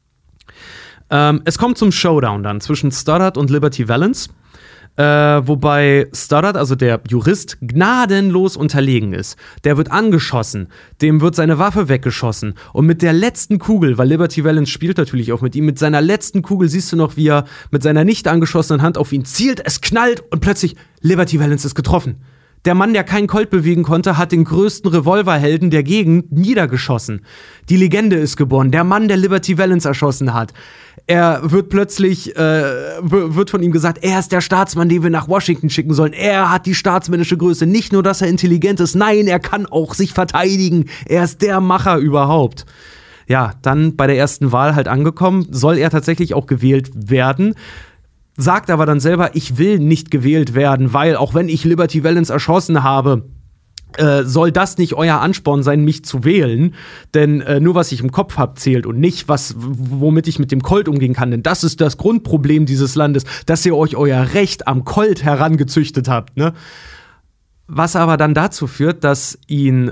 Es kommt zum Showdown dann zwischen Stoddard und Liberty Valance, wobei Stoddard, also der Jurist, gnadenlos unterlegen ist. Der wird angeschossen, dem wird seine Waffe weggeschossen und mit der letzten Kugel, weil Liberty Valance spielt natürlich auch mit ihm, mit seiner letzten Kugel siehst du noch, wie er mit seiner nicht angeschossenen Hand auf ihn zielt, es knallt und plötzlich Liberty Valance ist getroffen. Der Mann, der keinen Colt bewegen konnte, hat den größten Revolverhelden der Gegend niedergeschossen. Die Legende ist geboren. Der Mann, der Liberty Valance erschossen hat. Er wird plötzlich, wird von ihm gesagt, er ist der Staatsmann, den wir nach Washington schicken sollen. Er hat die staatsmännische Größe. Nicht nur, dass er intelligent ist, nein, er kann auch sich verteidigen. Er ist der Macher überhaupt. Ja, dann bei der ersten Wahl halt angekommen, soll er tatsächlich auch gewählt werden. Sagt aber dann selber, ich will nicht gewählt werden, weil auch wenn ich Liberty Valance erschossen habe, soll das nicht euer Ansporn sein, mich zu wählen, denn nur was ich im Kopf habe, zählt und nicht, womit ich mit dem Colt umgehen kann, denn das ist das Grundproblem dieses Landes, dass ihr euch euer Recht am Colt herangezüchtet habt, ne? Was aber dann dazu führt, dass ihn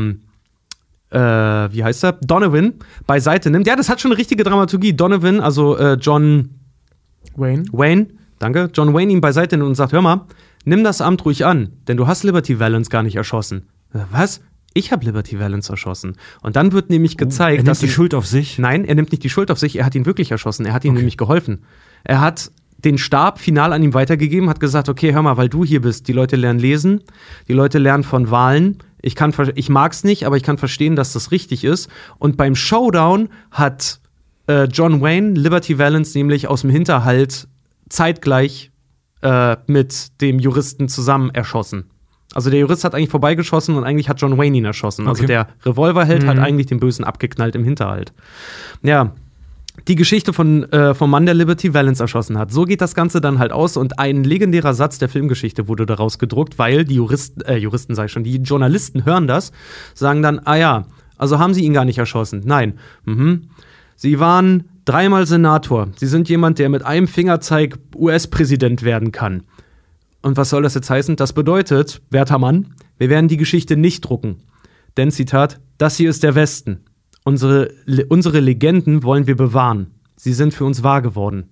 wie heißt er? Donovan beiseite nimmt. Ja, das hat schon eine richtige Dramaturgie. Donovan, also John Wayne, danke. John Wayne ihn beiseite nimmt und sagt, hör mal, nimm das Amt ruhig an, denn du hast Liberty Valance gar nicht erschossen. Was? Ich habe Liberty Valance erschossen. Und dann wird nämlich gezeigt, dass er die Schuld auf sich? Nein, er nimmt nicht die Schuld auf sich, er hat ihn wirklich erschossen. Er hat ihm nämlich geholfen. Er hat den Stab final an ihm weitergegeben, hat gesagt, okay, hör mal, weil du hier bist, die Leute lernen lesen, die Leute lernen von Wahlen. Ich mag's nicht, aber ich kann verstehen, dass das richtig ist. Und beim Showdown hat John Wayne Liberty Valance nämlich aus dem Hinterhalt zeitgleich mit dem Juristen zusammen erschossen. Also der Jurist hat eigentlich vorbeigeschossen und eigentlich hat John Wayne ihn erschossen. Okay. Also der Revolverheld hat eigentlich den Bösen abgeknallt im Hinterhalt. Ja, die Geschichte vom Mann, der Liberty Valance erschossen hat. So geht das Ganze dann halt aus und ein legendärer Satz der Filmgeschichte wurde daraus gedruckt, weil die die Journalisten hören das, sagen dann, ah ja, also haben sie ihn gar nicht erschossen. Nein. Sie waren 3-mal Senator. Sie sind jemand, der mit einem Fingerzeig US-Präsident werden kann. Und was soll das jetzt heißen? Das bedeutet, werter Mann, wir werden die Geschichte nicht drucken. Denn, Zitat, das hier ist der Westen. Unsere Legenden wollen wir bewahren. Sie sind für uns wahr geworden.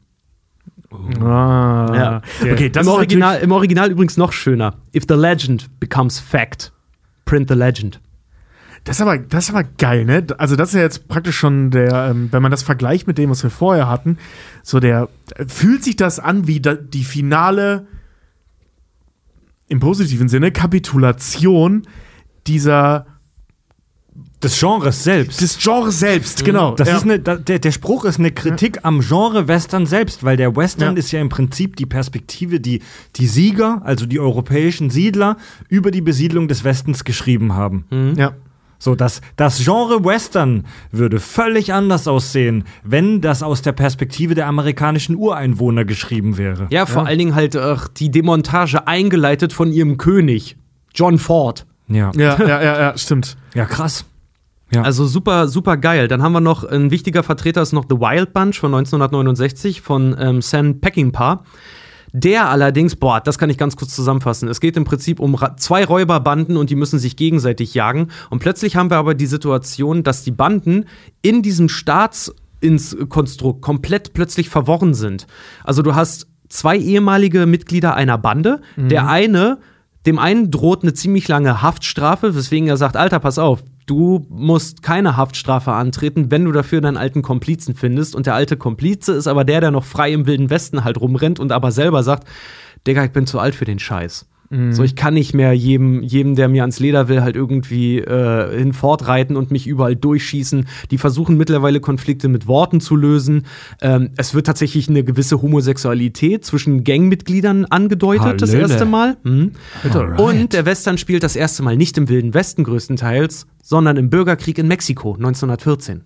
Ja. Okay, das Im Original übrigens noch schöner. If the legend becomes fact, print the legend. Das ist aber geil, ne? Also das ist ja jetzt praktisch schon der, wenn man das vergleicht mit dem, was wir vorher hatten, so fühlt sich das an wie die finale, im positiven Sinne, Kapitulation des Genres selbst. Genau. Das ist der Spruch ist eine Kritik am Genre Western selbst, weil der Western ist ja im Prinzip die Perspektive, die Sieger, also die europäischen Siedler, über die Besiedlung des Westens geschrieben haben. Ja. So, das Genre Western würde völlig anders aussehen, wenn das aus der Perspektive der amerikanischen Ureinwohner geschrieben wäre. Ja, vor allen Dingen halt die Demontage eingeleitet von ihrem König, John Ford. Ja, stimmt. Ja, krass. Ja. Also super, super geil. Dann haben wir noch, ein wichtiger Vertreter ist noch The Wild Bunch von 1969 von Sam Peckinpah. Der allerdings, das kann ich ganz kurz zusammenfassen. Es geht im Prinzip um 2 Räuberbanden und die müssen sich gegenseitig jagen. Und plötzlich haben wir aber die Situation, dass die Banden in diesem Konstrukt komplett plötzlich verworren sind. Also du hast 2 ehemalige Mitglieder einer Bande. Dem einen droht eine ziemlich lange Haftstrafe, weswegen er sagt, Alter, pass auf, du musst keine Haftstrafe antreten, wenn du dafür deinen alten Komplizen findest. Und der alte Komplize ist aber der noch frei im Wilden Westen halt rumrennt und aber selber sagt, Digga, ich bin zu alt für den Scheiß. So, ich kann nicht mehr jedem, der mir ans Leder will, halt irgendwie hinfortreiten und mich überall durchschießen. Die versuchen mittlerweile Konflikte mit Worten zu lösen. Es wird tatsächlich eine gewisse Homosexualität zwischen Gangmitgliedern angedeutet, das erste Mal. Und der Western spielt das erste Mal nicht im Wilden Westen größtenteils, sondern im Bürgerkrieg in Mexiko 1914.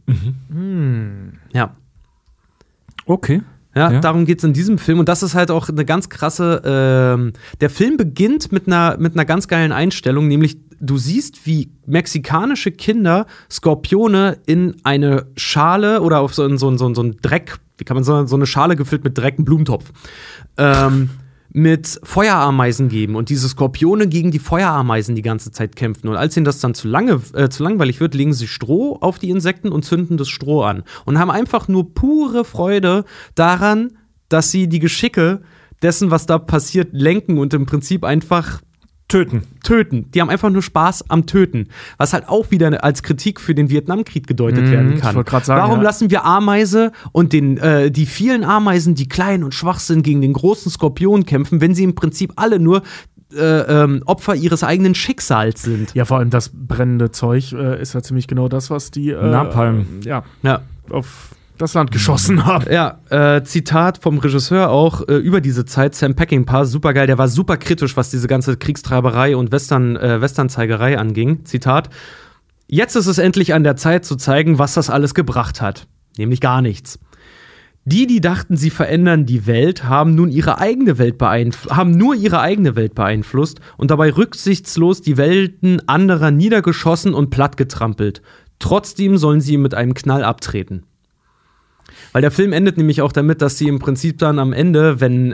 Ja. Okay. Ja, darum geht's in diesem Film. Und das ist halt auch eine ganz krasse. Der Film beginnt mit einer ganz geilen Einstellung, nämlich du siehst, wie mexikanische Kinder Skorpione in eine Schale oder auf so einen Dreck, wie kann man sagen, so eine Schale gefüllt mit Dreck, einen Blumentopf, mit Feuerameisen geben und diese Skorpione gegen die Feuerameisen die ganze Zeit kämpfen. Und als ihnen das dann zu langweilig wird, legen sie Stroh auf die Insekten und zünden das Stroh an. Und haben einfach nur pure Freude daran, dass sie die Geschicke dessen, was da passiert, lenken und im Prinzip einfach töten. Die haben einfach nur Spaß am Töten. Was halt auch wieder als Kritik für den Vietnamkrieg gedeutet werden kann. Ich wollte gerade sagen, warum lassen wir Ameise und die vielen Ameisen, die klein und schwach sind, gegen den großen Skorpion kämpfen, wenn sie im Prinzip alle nur Opfer ihres eigenen Schicksals sind? Ja, vor allem das brennende Zeug ist ja ziemlich genau das, was die Napalm. Auf das Land geschossen haben. Ja, Zitat vom Regisseur auch über diese Zeit, Sam Peckinpah, super geil, der war super kritisch, was diese ganze Kriegstreiberei und Westernzeigerei anging. Zitat: Jetzt ist es endlich an der Zeit zu zeigen, was das alles gebracht hat. Nämlich gar nichts. Die dachten, sie verändern die Welt, haben nur ihre eigene Welt beeinflusst und dabei rücksichtslos die Welten anderer niedergeschossen und plattgetrampelt. Trotzdem sollen sie mit einem Knall abtreten. Weil der Film endet nämlich auch damit, dass sie im Prinzip dann am Ende, wenn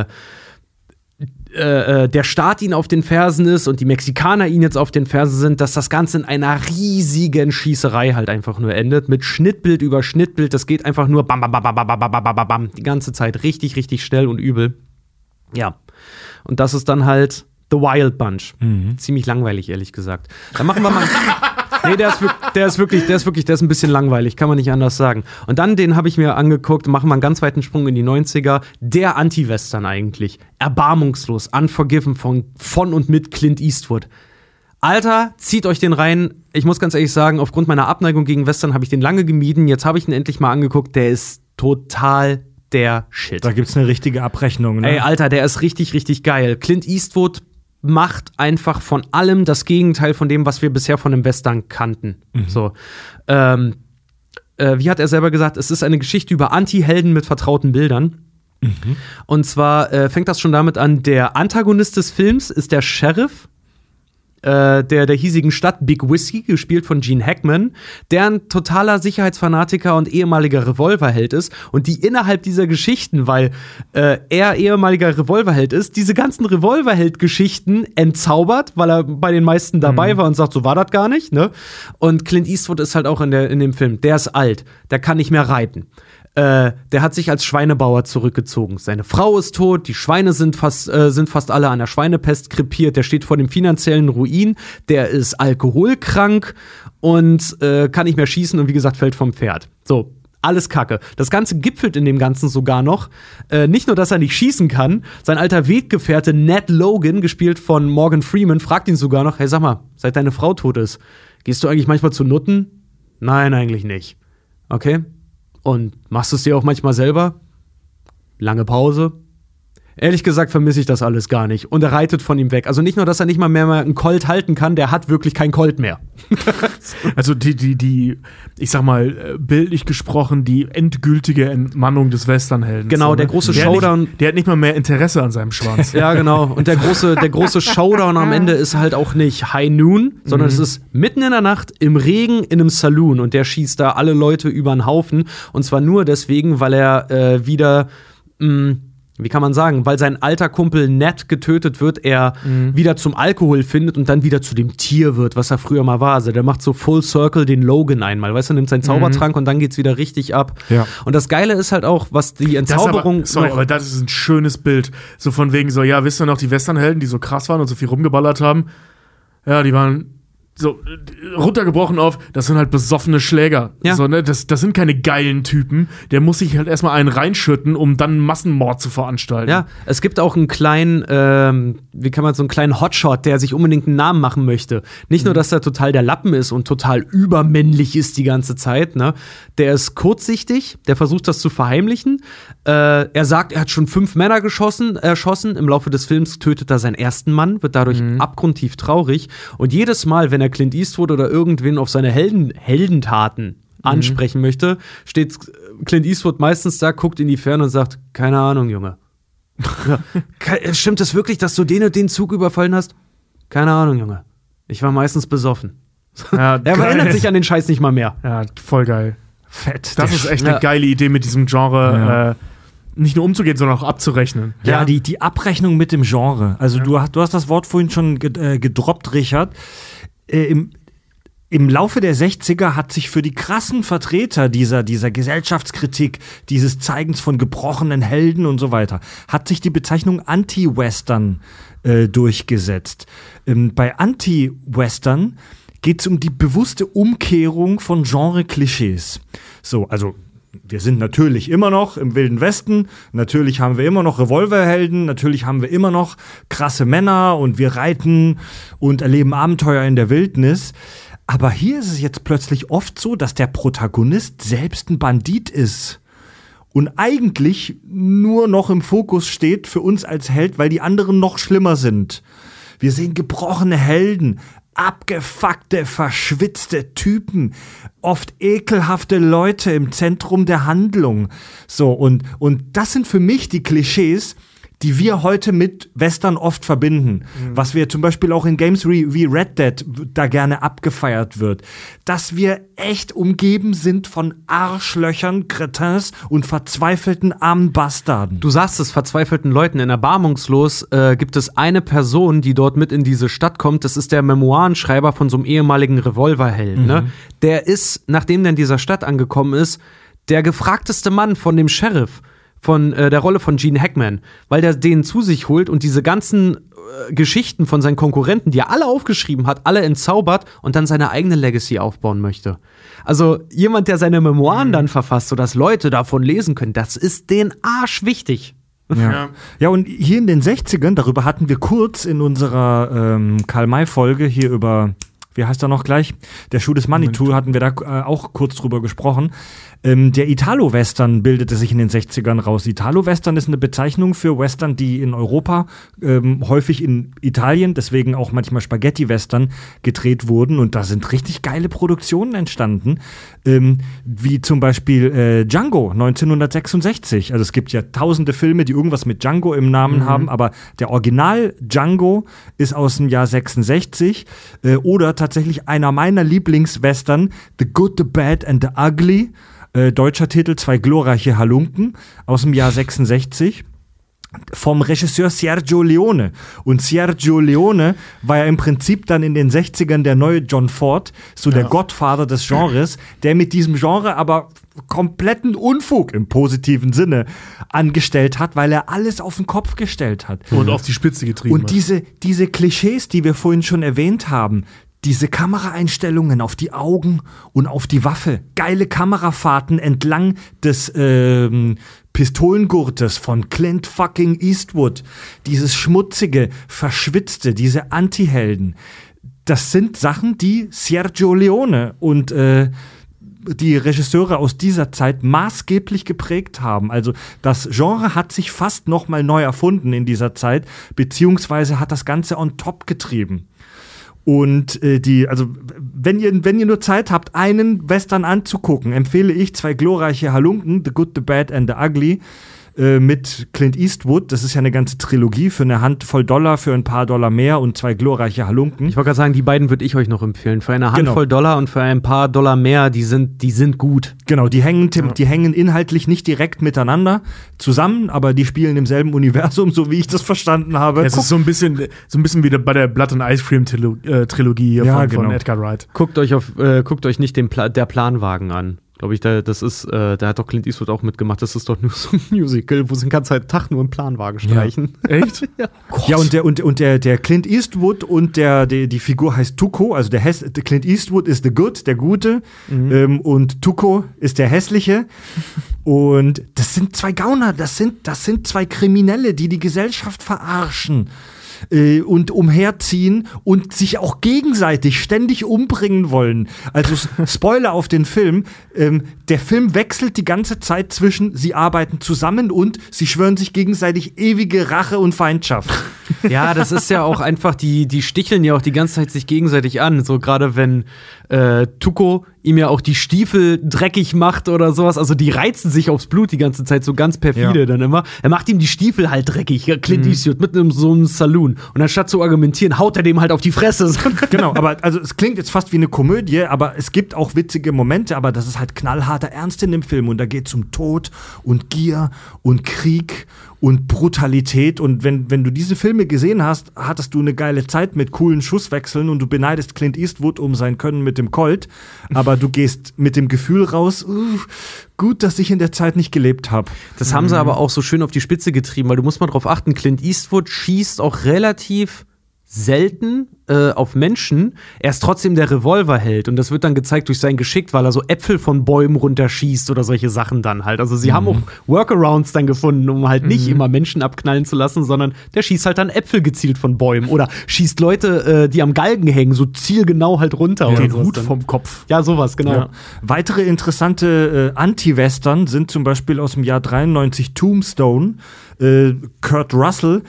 der Staat ihnen auf den Fersen ist und die Mexikaner ihnen jetzt auf den Fersen sind, dass das Ganze in einer riesigen Schießerei halt einfach nur endet. Mit Schnittbild über Schnittbild. Das geht einfach nur bam, bam, bam, bam, bam, bam, bam, bam, bam, die ganze Zeit richtig, richtig schnell und übel. Ja. Und das ist dann halt The Wild Bunch. Ziemlich langweilig, ehrlich gesagt. Dann machen wir mal. Nee, der ist ein bisschen langweilig, kann man nicht anders sagen. Und dann, den habe ich mir angeguckt, machen wir einen ganz weiten Sprung in die 90er. Der Anti-Western eigentlich. Erbarmungslos, Unforgiven von und mit Clint Eastwood. Alter, zieht euch den rein. Ich muss ganz ehrlich sagen, aufgrund meiner Abneigung gegen Western habe ich den lange gemieden. Jetzt habe ich ihn endlich mal angeguckt. Der ist total der Shit. Da gibt's eine richtige Abrechnung, ne? Ey, Alter, der ist richtig, richtig geil. Clint Eastwood macht einfach von allem das Gegenteil von dem, was wir bisher von dem Western kannten. So. Wie hat er selber gesagt, es ist eine Geschichte über Anti-Helden mit vertrauten Bildern. Und zwar fängt das schon damit an, der Antagonist des Films ist der Sheriff der hiesigen Stadt Big Whiskey, gespielt von Gene Hackman, der ein totaler Sicherheitsfanatiker und ehemaliger Revolverheld ist und die innerhalb dieser Geschichten, weil er ehemaliger Revolverheld ist, diese ganzen Revolverheld-Geschichten entzaubert, weil er bei den meisten dabei war und sagt, so war das gar nicht, ne? Und Clint Eastwood ist halt auch in dem Film, der ist alt, der kann nicht mehr reiten. Der hat sich als Schweinebauer zurückgezogen. Seine Frau ist tot, die Schweine sind fast alle an der Schweinepest krepiert, der steht vor dem finanziellen Ruin, der ist alkoholkrank und kann nicht mehr schießen und wie gesagt, fällt vom Pferd. So, alles Kacke. Das Ganze gipfelt in dem Ganzen sogar noch. Nicht nur, dass er nicht schießen kann, sein alter Weggefährte Ned Logan, gespielt von Morgan Freeman, fragt ihn sogar noch, hey, sag mal, seit deine Frau tot ist, gehst du eigentlich manchmal zu Nutten? Nein, eigentlich nicht. Okay. Und machst du es dir auch manchmal selber? Lange Pause. Ehrlich gesagt vermisse ich das alles gar nicht. Und er reitet von ihm weg. Also nicht nur, dass er nicht mal mehr einen Colt halten kann, der hat wirklich keinen Colt mehr. Also die, ich sag mal, bildlich gesprochen, die endgültige Entmannung des Westernhelden. Genau, so, der große Showdown. Der hat nicht mal mehr Interesse an seinem Schwanz. Ja, genau. Und der große Showdown am Ende ist halt auch nicht High Noon, sondern es ist mitten in der Nacht im Regen in einem Saloon. Und der schießt da alle Leute über den Haufen. Und zwar nur deswegen, weil er wieder wie kann man sagen, weil sein alter Kumpel Ned getötet wird, er wieder zum Alkohol findet und dann wieder zu dem Tier wird, was er früher mal war. Also der macht so Full Circle den Logan einmal, weißt du, nimmt seinen Zaubertrank und dann geht's wieder richtig ab. Ja. Und das Geile ist halt auch, was die Entzauberung aber das ist ein schönes Bild. So von wegen so, ja, wisst ihr noch, die Westernhelden, die so krass waren und so viel rumgeballert haben? Ja, die waren so runtergebrochen auf, das sind halt besoffene Schläger. Ja. So, ne? Das sind keine geilen Typen. Der muss sich halt erstmal einen reinschütten, um dann Massenmord zu veranstalten. Ja, es gibt auch einen kleinen, so einen kleinen Hotshot, der sich unbedingt einen Namen machen möchte. Nicht nur, dass er total der Lappen ist und total übermännlich ist die ganze Zeit, ne? Der ist kurzsichtig, der versucht das zu verheimlichen. Er sagt, er hat schon 5 Männer erschossen. Im Laufe des Films tötet er seinen ersten Mann, wird dadurch abgrundtief traurig. Und jedes Mal, wenn er Clint Eastwood oder irgendwen auf seine Heldentaten ansprechen möchte, steht Clint Eastwood meistens da, guckt in die Ferne und sagt, keine Ahnung, Junge. Ja, stimmt es wirklich, dass du den und den Zug überfallen hast? Keine Ahnung, Junge. Ich war meistens besoffen. Ja, er erinnert sich an den Scheiß nicht mal mehr. Ja, voll geil. Fett. Das ist echt eine geile Idee, mit diesem Genre nicht nur umzugehen, sondern auch abzurechnen. Ja, die Abrechnung mit dem Genre. Also du hast das Wort vorhin schon gedroppt, Richard. Im Laufe der 60er hat sich für die krassen Vertreter dieser Gesellschaftskritik, dieses Zeigens von gebrochenen Helden und so weiter, hat sich die Bezeichnung Anti-Western durchgesetzt. Bei Anti-Western geht es um die bewusste Umkehrung von Genre-Klischees. So, also wir sind natürlich immer noch im Wilden Westen, natürlich haben wir immer noch Revolverhelden, natürlich haben wir immer noch krasse Männer und wir reiten und erleben Abenteuer in der Wildnis. Aber hier ist es jetzt plötzlich oft so, dass der Protagonist selbst ein Bandit ist und eigentlich nur noch im Fokus steht für uns als Held, weil die anderen noch schlimmer sind. Wir sehen gebrochene Helden, abgefuckte, verschwitzte Typen, oft ekelhafte Leute im Zentrum der Handlung. So, und das sind für mich die Klischees, die wir heute mit Western oft verbinden. Was wir zum Beispiel auch in Games wie Red Dead da gerne abgefeiert wird. Dass wir echt umgeben sind von Arschlöchern, Cretins und verzweifelten armen Bastarden. Du sagst es, verzweifelten Leuten. In Erbarmungslos gibt es eine Person, die dort mit in diese Stadt kommt. Das ist der Memoirenschreiber von so einem ehemaligen Revolverhelden. Ne? Der ist, nachdem der in dieser Stadt angekommen ist, der gefragteste Mann von dem Sheriff. Von der Rolle von Gene Hackman, weil der den zu sich holt und diese ganzen Geschichten von seinen Konkurrenten, die er alle aufgeschrieben hat, alle entzaubert und dann seine eigene Legacy aufbauen möchte. Also jemand, der seine Memoiren dann verfasst, sodass Leute davon lesen können, das ist den Arsch wichtig. Ja, und hier in den 60ern, darüber hatten wir kurz in unserer Karl-May-Folge hier über, wie heißt er noch gleich? Der Schuh des Manitou, hatten wir da auch kurz drüber gesprochen. Der Italo-Western bildete sich in den 60ern raus. Italo-Western ist eine Bezeichnung für Western, die in Europa, häufig in Italien, deswegen auch manchmal Spaghetti-Western, gedreht wurden. Und da sind richtig geile Produktionen entstanden, wie zum Beispiel Django 1966. Also es gibt ja tausende Filme, die irgendwas mit Django im Namen haben, aber der Original Django ist aus dem Jahr 66 oder tatsächlich einer meiner Lieblingswestern, The Good, the Bad and the Ugly. Deutscher Titel, 2 glorreiche Halunken aus dem Jahr 66 vom Regisseur Sergio Leone. Und Sergio Leone war ja im Prinzip dann in den 60ern der neue John Ford, so der Gottvater des Genres, der mit diesem Genre aber kompletten Unfug im positiven Sinne angestellt hat, weil er alles auf den Kopf gestellt hat. Und auf die Spitze getrieben hat. Und diese Klischees, die wir vorhin schon erwähnt haben, diese Kameraeinstellungen auf die Augen und auf die Waffe, geile Kamerafahrten entlang des Pistolengurtes von Clint fucking Eastwood, dieses schmutzige, verschwitzte, diese Anti-Helden, das sind Sachen, die Sergio Leone und die Regisseure aus dieser Zeit maßgeblich geprägt haben. Also das Genre hat sich fast noch mal neu erfunden in dieser Zeit, beziehungsweise hat das Ganze on top getrieben. Und wenn ihr nur Zeit habt, einen Western anzugucken, empfehle ich 2 glorreiche Halunken, The Good, The Bad and The Ugly, mit Clint Eastwood. Das ist ja eine ganze Trilogie für eine Handvoll $, für ein paar $, mehr und 2 glorreiche Halunken. Ich wollte gerade sagen, die beiden würde ich euch noch empfehlen. Für eine Handvoll $, und für ein paar $, mehr, die sind gut. Genau, die hängen inhaltlich nicht direkt miteinander zusammen, aber die spielen im selben Universum, so wie ich das verstanden habe. Es ist so ein bisschen wie bei der Blood and Ice Cream Trilogie hier von Edgar Wright. Guckt euch nicht der Planwagen an. Glaube ich, da hat doch Clint Eastwood auch mitgemacht. Das ist doch nur so ein Musical, wo sie den ganzen Tag nur einen Planwagen streichen. Ja. Echt? Ja, und der Clint Eastwood und die Figur heißt Tuco, also der Clint Eastwood ist the Good, der Gute, und Tuco ist der Hässliche. Und das sind 2 Gauner, das sind 2 Kriminelle, die Gesellschaft verarschen. Und umherziehen und sich auch gegenseitig ständig umbringen wollen. Also Spoiler auf den Film, der Film wechselt die ganze Zeit zwischen, sie arbeiten zusammen und sie schwören sich gegenseitig ewige Rache und Feindschaft. Ja, das ist ja auch einfach, die sticheln ja auch die ganze Zeit sich gegenseitig an. So gerade wenn Tuco ihm ja auch die Stiefel dreckig macht oder sowas. Also die reizen sich aufs Blut die ganze Zeit, so ganz perfide dann immer. Er macht ihm die Stiefel halt dreckig, Clint Eastwood, mitten in so einem Saloon. Und anstatt zu argumentieren, haut er dem halt auf die Fresse. Genau, aber also es klingt jetzt fast wie eine Komödie, aber es gibt auch witzige Momente, aber das ist halt knallharter Ernst in dem Film. Und da geht es um Tod und Gier und Krieg und Brutalität. Und wenn du diese Filme gesehen hast, hattest du eine geile Zeit mit coolen Schusswechseln und du beneidest Clint Eastwood um sein Können mit dem Colt. Aber du gehst mit dem Gefühl raus, gut, dass ich in der Zeit nicht gelebt habe. Das haben sie aber auch so schön auf die Spitze getrieben, weil du musst mal drauf achten, Clint Eastwood schießt auch relativ selten auf Menschen, er ist trotzdem der Revolverheld und das wird dann gezeigt durch sein Geschick, weil er so Äpfel von Bäumen runterschießt oder solche Sachen dann halt. Also sie haben auch Workarounds dann gefunden, um halt nicht immer Menschen abknallen zu lassen, sondern der schießt halt dann Äpfel gezielt von Bäumen oder schießt Leute, die am Galgen hängen, so zielgenau halt runter. Ja, oder den Hut vom Kopf. Ja, sowas, genau. Ja. Weitere interessante Anti-Western sind zum Beispiel aus dem Jahr 93 Tombstone. Kurt Russell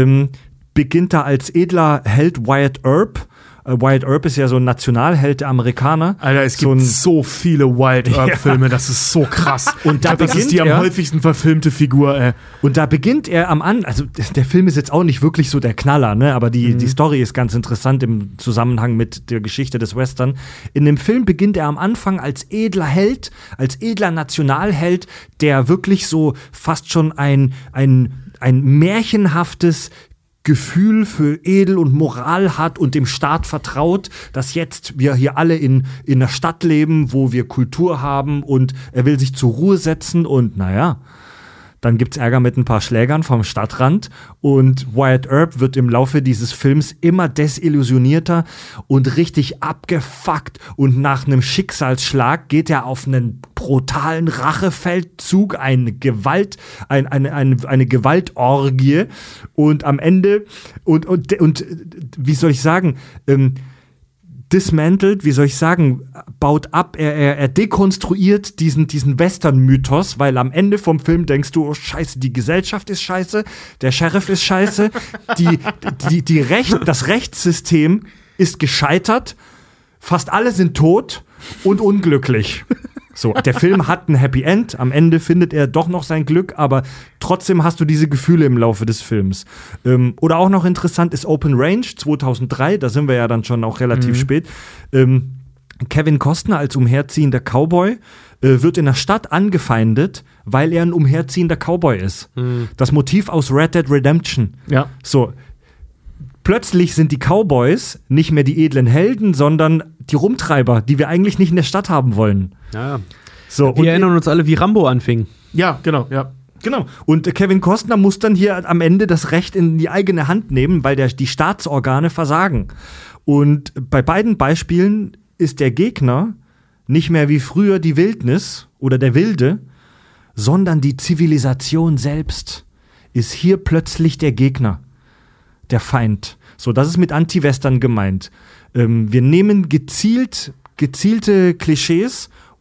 beginnt da als edler Held Wyatt Earp. Wyatt Earp ist ja so ein Nationalheld der Amerikaner. Alter, es gibt so viele Wyatt Earp-Filme, das ist so krass. Und das ist die am häufigsten verfilmte Figur, ey. Und da beginnt er also der Film ist jetzt auch nicht wirklich so der Knaller, ne? Aber die Story ist ganz interessant im Zusammenhang mit der Geschichte des Western. In dem Film beginnt er am Anfang als edler Held, als edler Nationalheld, der wirklich so fast schon ein märchenhaftes Gefühl für Edel und Moral hat und dem Staat vertraut, dass jetzt wir hier alle in einer Stadt leben, wo wir Kultur haben und er will sich zur Ruhe setzen und naja, dann gibt's Ärger mit ein paar Schlägern vom Stadtrand und Wyatt Earp wird im Laufe dieses Films immer desillusionierter und richtig abgefuckt und nach einem Schicksalsschlag geht er auf einen brutalen Rachefeldzug, eine Gewaltorgie und am Ende und wie soll ich sagen, dismantelt, baut ab, er dekonstruiert diesen Western-Mythos, weil am Ende vom Film denkst du, oh scheiße, die Gesellschaft ist scheiße, der Sheriff ist scheiße, das Rechtssystem ist gescheitert, fast alle sind tot und unglücklich. So, der Film hat ein Happy End, am Ende findet er doch noch sein Glück, aber trotzdem hast du diese Gefühle im Laufe des Films. Oder auch noch interessant ist Open Range 2003, da sind wir ja dann schon auch relativ spät. Kevin Costner als umherziehender Cowboy wird in der Stadt angefeindet, weil er ein umherziehender Cowboy ist. Das Motiv aus Red Dead Redemption. Ja. So, plötzlich sind die Cowboys nicht mehr die edlen Helden, sondern die Rumtreiber, die wir eigentlich nicht in der Stadt haben wollen. Ja. So, wir erinnern uns alle, wie Rambo anfing. Ja, genau, ja. Genau. Und Kevin Costner muss dann hier am Ende das Recht in die eigene Hand nehmen, weil die Staatsorgane versagen. Und bei beiden Beispielen ist der Gegner nicht mehr wie früher die Wildnis oder der Wilde, sondern die Zivilisation selbst ist hier plötzlich der Gegner, der Feind. So, das ist mit Anti-Western gemeint. Wir nehmen gezielte Klischees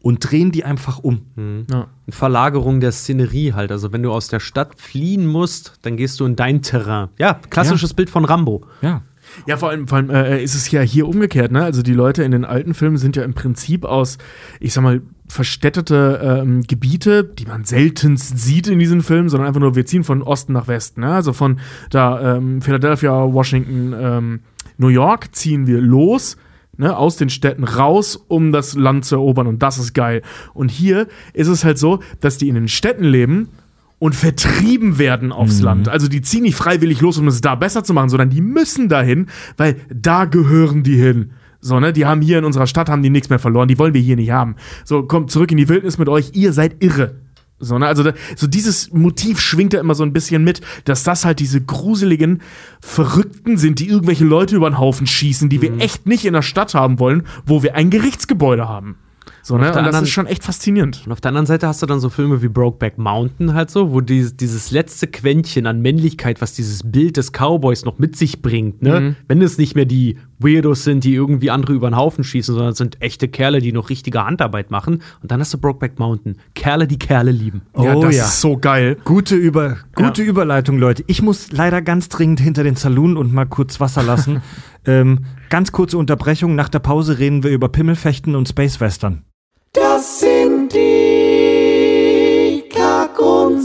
und drehen die einfach um. Ja. Verlagerung der Szenerie halt. Also wenn du aus der Stadt fliehen musst, dann gehst du in dein Terrain. Ja, klassisches Bild von Rambo. Ja. Ja, vor allem ist es ja hier umgekehrt, ne? Also die Leute in den alten Filmen sind ja im Prinzip aus, ich sag mal, verstädtete Gebiete, die man seltenst sieht in diesen Filmen, sondern einfach nur, wir ziehen von Osten nach Westen, ne? Also von da Philadelphia, Washington, New York ziehen wir los, ne? Aus den Städten raus, um das Land zu erobern, und das ist geil. Und hier ist es halt so, dass die in den Städten leben und vertrieben werden aufs Land. Also die ziehen nicht freiwillig los, um es da besser zu machen, sondern die müssen dahin, weil da gehören die hin. So, ne, die haben hier in unserer Stadt, haben die nichts mehr verloren, die wollen wir hier nicht haben. So, kommt zurück in die Wildnis mit euch, ihr seid irre. So, ne, also so dieses Motiv schwingt da immer so ein bisschen mit, dass das halt diese gruseligen Verrückten sind, die irgendwelche Leute über den Haufen schießen, die wir echt nicht in der Stadt haben wollen, wo wir ein Gerichtsgebäude haben. So, ne? Und das ist schon echt faszinierend. Und auf der anderen Seite hast du dann so Filme wie Brokeback Mountain halt so, wo dieses letzte Quäntchen an Männlichkeit, was dieses Bild des Cowboys noch mit sich bringt, ne? Wenn es nicht mehr die Weirdos sind, die irgendwie andere über den Haufen schießen, sondern es sind echte Kerle, die noch richtige Handarbeit machen. Und dann hast du Brokeback Mountain. Kerle, die Kerle lieben. Ja, das ist so geil. Gute Überleitung, Leute. Ich muss leider ganz dringend hinter den Saloon und mal kurz Wasser lassen. Ganz kurze Unterbrechung. Nach der Pause reden wir über Pimmelfechten und Space Western. Das sind die Kack- und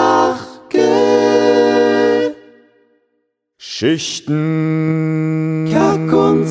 Sachgeschichten. Kack- und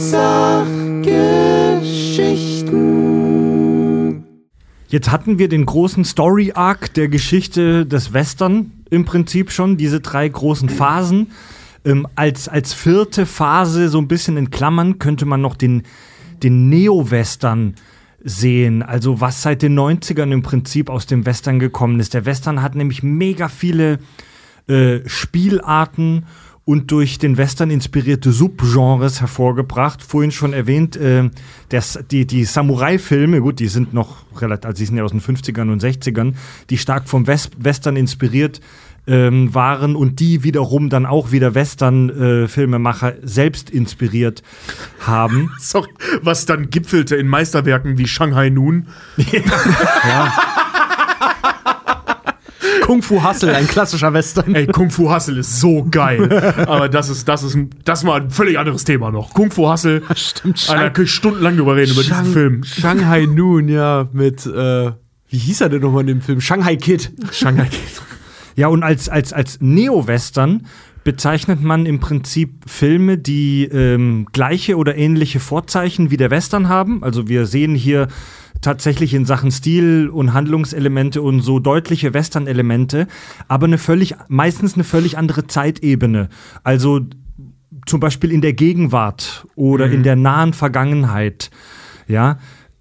Sachgeschichten. Jetzt hatten wir den großen Story-Arc der Geschichte des Western im Prinzip schon, diese 3 großen Phasen. Als vierte Phase, so ein bisschen in Klammern, könnte man noch den Neo-Western sehen, also was seit den 90ern im Prinzip aus dem Western gekommen ist. Der Western hat nämlich mega viele Spielarten und durch den Western inspirierte Subgenres hervorgebracht. Vorhin schon erwähnt, die Samurai-Filme, gut, die sind noch relativ, also die sind ja aus den 50ern und 60ern, die stark vom Western inspiriert waren und die wiederum dann auch wieder Western-Filmemacher selbst inspiriert haben. Sorry, was dann gipfelte in Meisterwerken wie Shanghai Noon. Ja. Kung Fu Hustle, ein klassischer Western. Ey, Kung Fu Hustle ist so geil. Aber das mal ein völlig anderes Thema noch. Kung Fu Hustle, Stimmt, da kann ich stundenlang drüber reden, über diesen Film. Shanghai Noon, ja, mit, wie hieß er denn nochmal in dem Film? Shanghai Kid. Shanghai Kid. Ja, und als Neo-Western bezeichnet man im Prinzip Filme, die gleiche oder ähnliche Vorzeichen wie der Western haben. Also wir sehen hier tatsächlich in Sachen Stil und Handlungselemente und so deutliche Western-Elemente, aber meistens eine völlig andere Zeitebene. Also zum Beispiel in der Gegenwart oder in der nahen Vergangenheit. Ja,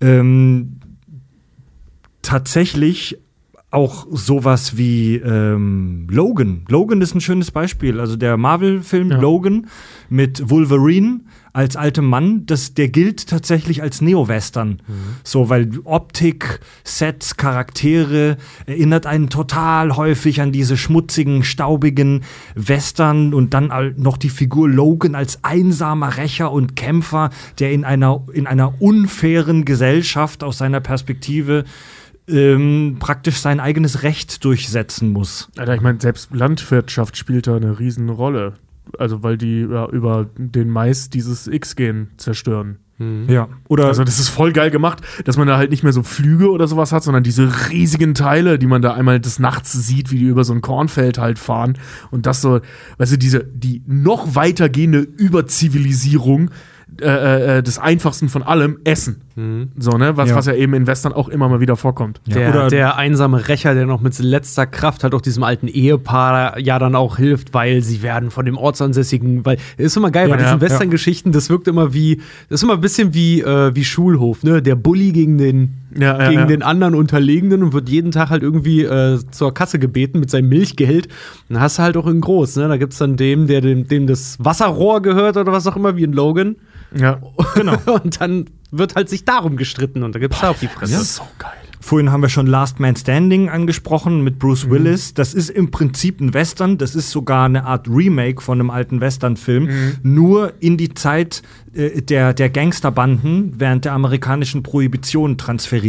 tatsächlich auch sowas wie Logan. Logan ist ein schönes Beispiel. Also der Marvel-Film Logan mit Wolverine als altem Mann, der gilt tatsächlich als Neo-Western. So, weil Optik, Sets, Charaktere erinnert einen total häufig an diese schmutzigen, staubigen Western und dann noch die Figur Logan als einsamer Rächer und Kämpfer, der in einer unfairen Gesellschaft aus seiner Perspektive praktisch sein eigenes Recht durchsetzen muss. Alter, ich meine, selbst Landwirtschaft spielt da eine Riesenrolle. Also, weil die über den Mais dieses X-Gen zerstören. Ja, oder also das ist voll geil gemacht, dass man da halt nicht mehr so Flüge oder sowas hat, sondern diese riesigen Teile, die man da einmal des Nachts sieht, wie die über so ein Kornfeld halt fahren. Und das so, weißt du, die noch weitergehende Überzivilisierung des Einfachsten von allem, Essen. So, ne? Was ja eben in Western auch immer mal wieder vorkommt. Ja. Der einsame Rächer, der noch mit letzter Kraft halt auch diesem alten Ehepaar ja dann auch hilft, weil sie werden von dem Ortsansässigen, weil es ist immer geil, bei diesen Western-Geschichten, das wirkt immer das ist immer ein bisschen wie Schulhof, ne? Der Bully gegen den anderen Unterlegenen und wird jeden Tag halt irgendwie zur Kasse gebeten mit seinem Milchgeld. Und dann hast du halt auch in groß, ne? Da gibt's dann dem das Wasserrohr gehört oder was auch immer, wie in Logan. Ja, genau. Und dann wird halt sich darum gestritten und da gibt's da auf die Fresse. Das ist so geil. Vorhin haben wir schon Last Man Standing angesprochen mit Bruce Willis. Das ist im Prinzip ein Western. Das ist sogar eine Art Remake von einem alten Western-Film. Nur in die Zeit der Gangsterbanden während der amerikanischen Prohibition transferiert.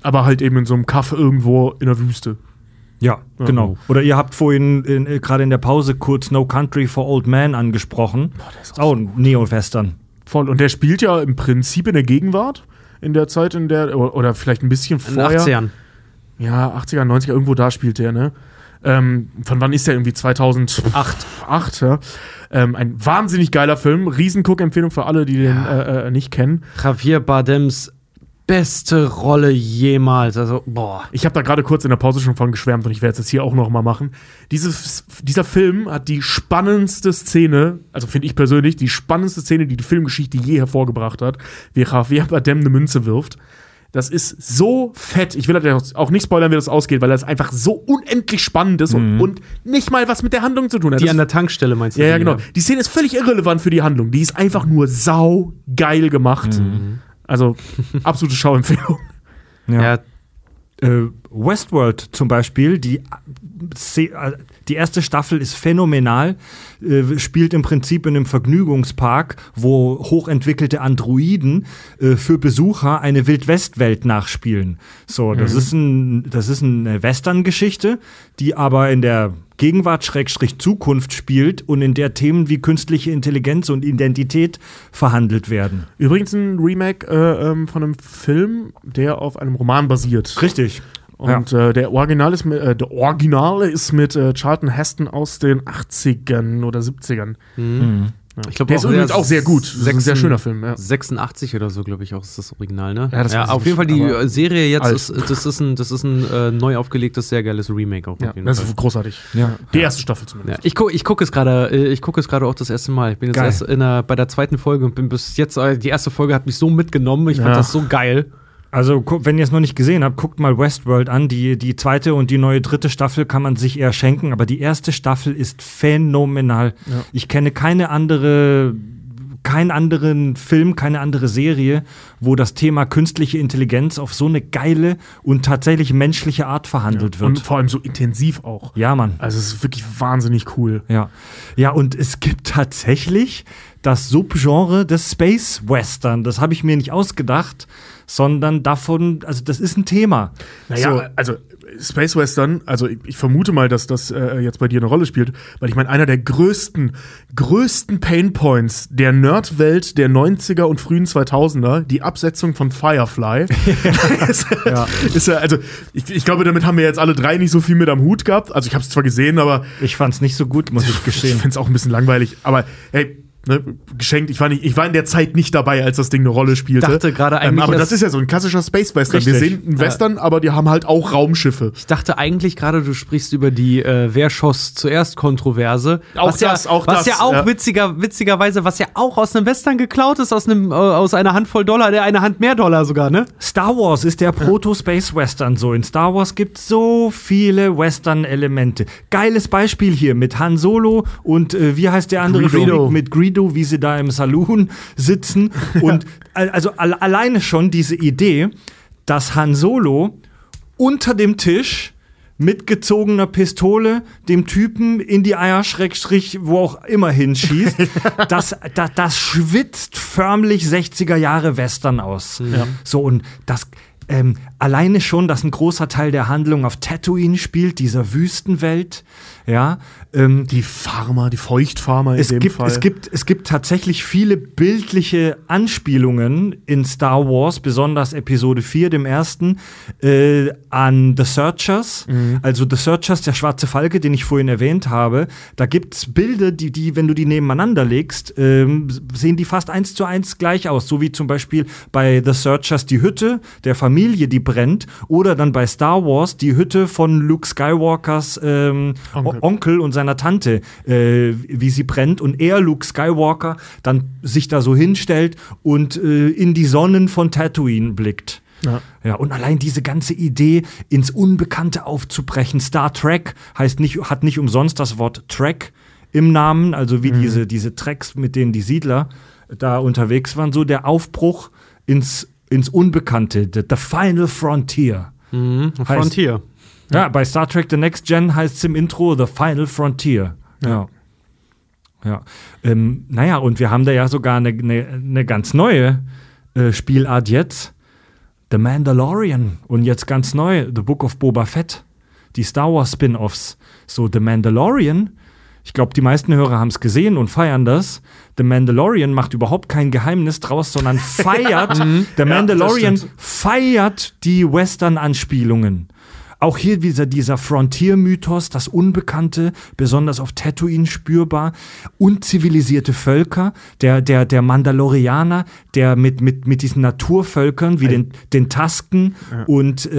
aber halt eben in so einem Kaff irgendwo in der Wüste. Ja, genau. Oder ihr habt vorhin gerade in der Pause kurz No Country for Old Men angesprochen. Das ist auch ein Neo-Western. Voll. Und der spielt ja im Prinzip in der Gegenwart, in der Zeit, in der, oder vielleicht ein bisschen In den vorher. 80ern. Ja, 80er, 90er, irgendwo da spielt der, ne? Von wann ist der irgendwie? 2008, ja. Ein wahnsinnig geiler Film. Riesenguck-Empfehlung für alle, die den nicht kennen. Javier Bardems beste Rolle jemals. Also, boah. Ich habe da gerade kurz in der Pause schon von geschwärmt und ich werde es jetzt hier auch noch mal machen. Dieser Film hat die spannendste Szene, also finde ich persönlich, die spannendste Szene, die Filmgeschichte je hervorgebracht hat, wie Javier Bardem eine Münze wirft. Das ist so fett. Ich will auch nicht spoilern, wie das ausgeht, weil das einfach so unendlich spannend ist und nicht mal was mit der Handlung zu tun hat. Die an der Tankstelle meinst du? Ja, genau. Die Szene ist völlig irrelevant für die Handlung. Die ist einfach nur sau geil gemacht. Also, absolute Schauempfehlung. Ja. Westworld zum Beispiel, die erste Staffel ist phänomenal, spielt im Prinzip in einem Vergnügungspark, wo hochentwickelte Androiden für Besucher eine Wildwest-Welt nachspielen. So, das ist eine Western-Geschichte, die aber in der Gegenwart/Zukunft spielt und in der Themen wie künstliche Intelligenz und Identität verhandelt werden. Übrigens ein Remake von einem Film, der auf einem Roman basiert. Richtig. Und der Originale ist mit Charlton Heston aus den 80ern oder 70ern. Ich glaube, der ist übrigens auch sehr gut. Das ist ein sehr schöner Film. Ja. 86 oder so, glaube ich, auch ist das Original, ne? Ja, das weiß ich auf jeden nicht, Fall die aber Serie jetzt alt. das ist ein neu aufgelegtes, sehr geiles Remake auch. Ja, auf jeden das Fall. ist großartig. Ja. Die erste Staffel Ja, zumindest. ich gucke es gerade auch das erste Mal. Ich bin jetzt Geil. erst bei der zweiten Folge und bin bis jetzt, die erste Folge hat mich so mitgenommen. Ich fand das so geil. Also, wenn ihr es noch nicht gesehen habt, guckt mal Westworld an. Die zweite und die neue dritte Staffel kann man sich eher schenken, aber die erste Staffel ist phänomenal. Ja. Ich kenne keinen anderen Film, keine andere Serie, wo das Thema künstliche Intelligenz auf so eine geile und tatsächlich menschliche Art verhandelt wird. Und vor allem so intensiv auch. Ja, Mann. Also es ist wirklich wahnsinnig cool. Ja. Ja, und es gibt tatsächlich das Subgenre des Space Western. Das habe ich mir nicht ausgedacht, sondern davon, also das ist ein Thema. Naja, so. Also Space Western, also ich vermute mal, dass das jetzt bei dir eine Rolle spielt, weil ich meine, einer der größten Painpoints der Nerdwelt der 90er und frühen 2000er, die Absetzung von Firefly. ist ja, also ich glaube, damit haben wir jetzt alle drei nicht so viel mit am Hut gehabt. Also ich habe es zwar gesehen, aber ich fand es nicht so gut, muss ich ich gestehen. finde es auch ein bisschen langweilig. Aber hey, ne, geschenkt. Ich war in der Zeit nicht dabei, als das Ding eine Rolle spielte. Ich dachte gerade eigentlich, aber das ist ja so ein klassischer Space Western. Wir Richtig. sehen einen Western, aber die haben halt auch Raumschiffe. Ich dachte eigentlich gerade, du sprichst über die Wer schoss zuerst Kontroverse. Auch was das, witzigerweise, was ja auch aus einem Western geklaut ist, aus einer Handvoll Dollar, eine Hand mehr Dollar sogar, ne? Star Wars ist der Proto-Space-Western so. In Star Wars gibt es so viele Western-Elemente. Geiles Beispiel hier mit Han Solo und wie heißt der andere Greedo. Film? Mit Greedo, wie sie da im Saloon sitzen. Und also alleine schon diese Idee, dass Han Solo unter dem Tisch mit gezogener Pistole dem Typen in die Eier wo auch immer hinschießt, das schwitzt förmlich 60er Jahre Western aus. Ja. So, und das alleine schon, dass ein großer Teil der Handlung auf Tatooine spielt, dieser Wüstenwelt, ja. Die Feuchtfarmer in dem Fall. Es gibt tatsächlich viele bildliche Anspielungen in Star Wars, besonders Episode 4, dem ersten, an The Searchers. Also The Searchers, der schwarze Falke, den ich vorhin erwähnt habe. Da gibt's Bilder, die, wenn du die nebeneinander legst, sehen die fast 1:1 gleich aus. So wie zum Beispiel bei The Searchers die Hütte der Familie, die brennt. Oder dann bei Star Wars die Hütte von Luke Skywalkers Onkel und seiner Tante, wie sie brennt. Und er, Luke Skywalker, dann sich da so hinstellt und in die Sonnen von Tatooine blickt. Ja. Ja, und allein diese ganze Idee, ins Unbekannte aufzubrechen. Star Trek hat nicht umsonst das Wort Trek im Namen, also wie diese Treks, mit denen die Siedler da unterwegs waren. So der Aufbruch ins Unbekannte, the Final Frontier. Frontier. Ja, bei Star Trek The Next Gen heißt es im Intro The Final Frontier. Ja. Naja, und wir haben da ja sogar eine ganz neue Spielart jetzt. The Mandalorian und jetzt ganz neu The Book of Boba Fett, die Star Wars Spin-Offs. So The Mandalorian, ich glaube, die meisten Hörer haben es gesehen und feiern das. The Mandalorian macht überhaupt kein Geheimnis draus, sondern feiert, The Mandalorian feiert die Western-Anspielungen. Auch hier dieser Frontier-Mythos, das Unbekannte, besonders auf Tatooine spürbar, unzivilisierte Völker, der Mandalorianer, der mit diesen Naturvölkern wie den Tasken und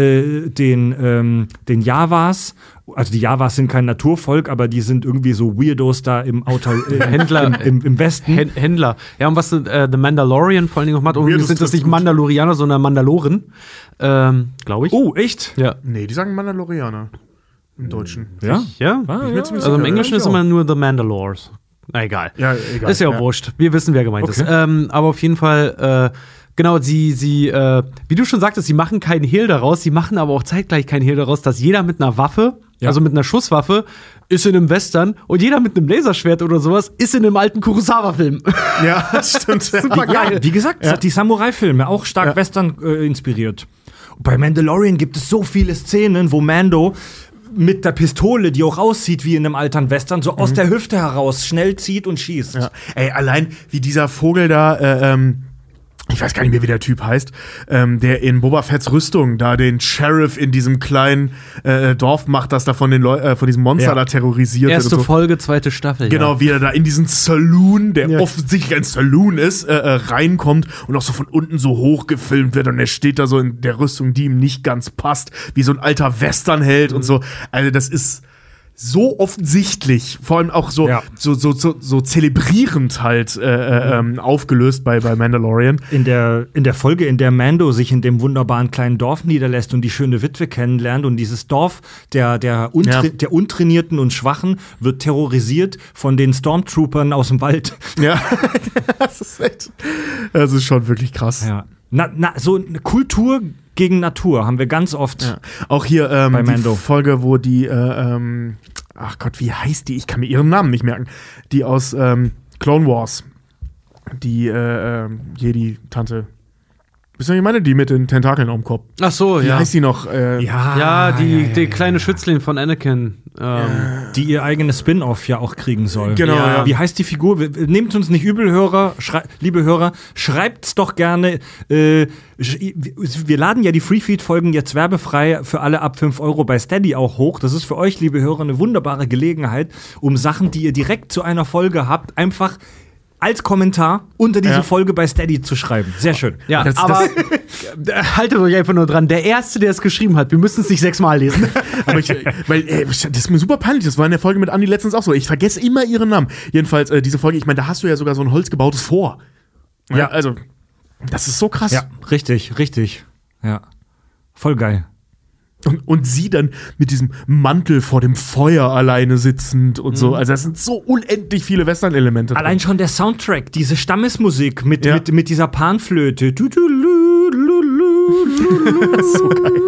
den Javas, also die Javas sind kein Naturvolk, aber die sind irgendwie so Weirdos da im Händler im Westen. Händler. Ja, und was The Mandalorian vor allen Dingen auch macht, und sind das nicht Mandalorianer, sondern Mandaloren, glaube ich. Oh, echt? Ja. Nee, die sagen Mandalorianer im Deutschen. Ja? Ja? Also im Englischen ist immer nur The Mandalores. Na, egal. Ja, egal. Ist ja auch wurscht. Wir wissen, wer gemeint ist. Aber auf jeden Fall, genau, sie, wie du schon sagtest, sie machen keinen Hehl daraus, sie machen aber auch zeitgleich keinen Hehl daraus, dass jeder mit einer Waffe, also mit einer Schusswaffe, ist in einem Western und jeder mit einem Laserschwert oder sowas ist in einem alten Kurosawa-Film. Ja, das stimmt. Super geil. Ja, wie gesagt, die Samurai-Filme, auch stark Western inspiriert. Bei Mandalorian gibt es so viele Szenen, wo Mando mit der Pistole, die auch aussieht wie in einem alten Western, so aus der Hüfte heraus schnell zieht und schießt. Ja. Ey, allein wie dieser Vogel da, ich weiß gar nicht mehr, wie der Typ heißt, der in Boba Fetts Rüstung da den Sheriff in diesem kleinen Dorf macht, das da von diesem Monster da terrorisiert Erste wird. Und so. Folge, zweite Staffel. Genau, wie er da in diesen Saloon, der offensichtlich ein Saloon ist, reinkommt und auch so von unten so hoch gefilmt wird und er steht da so in der Rüstung, die ihm nicht ganz passt, wie so ein alter Westernheld und so. Also das ist so offensichtlich, vor allem auch so zelebrierend halt aufgelöst bei Mandalorian. In der Folge, in der Mando sich in dem wunderbaren kleinen Dorf niederlässt und die schöne Witwe kennenlernt und dieses Dorf der Untrainierten und Schwachen wird terrorisiert von den Stormtroopern aus dem Wald. Ja, das ist schon wirklich krass. Ja. So eine Kultur gegen Natur haben wir ganz oft. Ja. Auch hier bei die Mando. Folge, wo die, ach Gott, wie heißt die? Ich kann mir ihren Namen nicht merken. Die aus Clone Wars. Die Jedi-Tante. Wisst ihr, was ich meine? Die mit den Tentakeln am Kopf. Ach so, Wie heißt die noch? Die kleine Schützling von Anakin. Die ihr eigenes Spin-off ja auch kriegen soll. Genau, ja. Wie heißt die Figur? Nehmt uns nicht übel, liebe Hörer, schreibt's doch gerne. Wir laden ja die Freefeed-Folgen jetzt werbefrei für alle ab 5 € bei Steady auch hoch. Das ist für euch, liebe Hörer, eine wunderbare Gelegenheit, um Sachen, die ihr direkt zu einer Folge habt, einfach als Kommentar unter diese Folge bei Steady zu schreiben. Sehr schön. Ja, aber haltet euch einfach nur dran. Der Erste, der es geschrieben hat, wir müssen es nicht 6-mal lesen. Aber das ist mir super peinlich. Das war in der Folge mit Andi letztens auch so. Ich vergesse immer ihren Namen. Jedenfalls, diese Folge, ich meine, da hast du ja sogar so ein holzgebautes Vor. Ja, also, das ist so krass. Ja, richtig. Ja. Voll geil. Und sie dann mit diesem Mantel vor dem Feuer alleine sitzend und so. Also das sind so unendlich viele Western-Elemente. Allein schon der Soundtrack, diese Stammesmusik mit dieser Panflöte. Das ist so geil.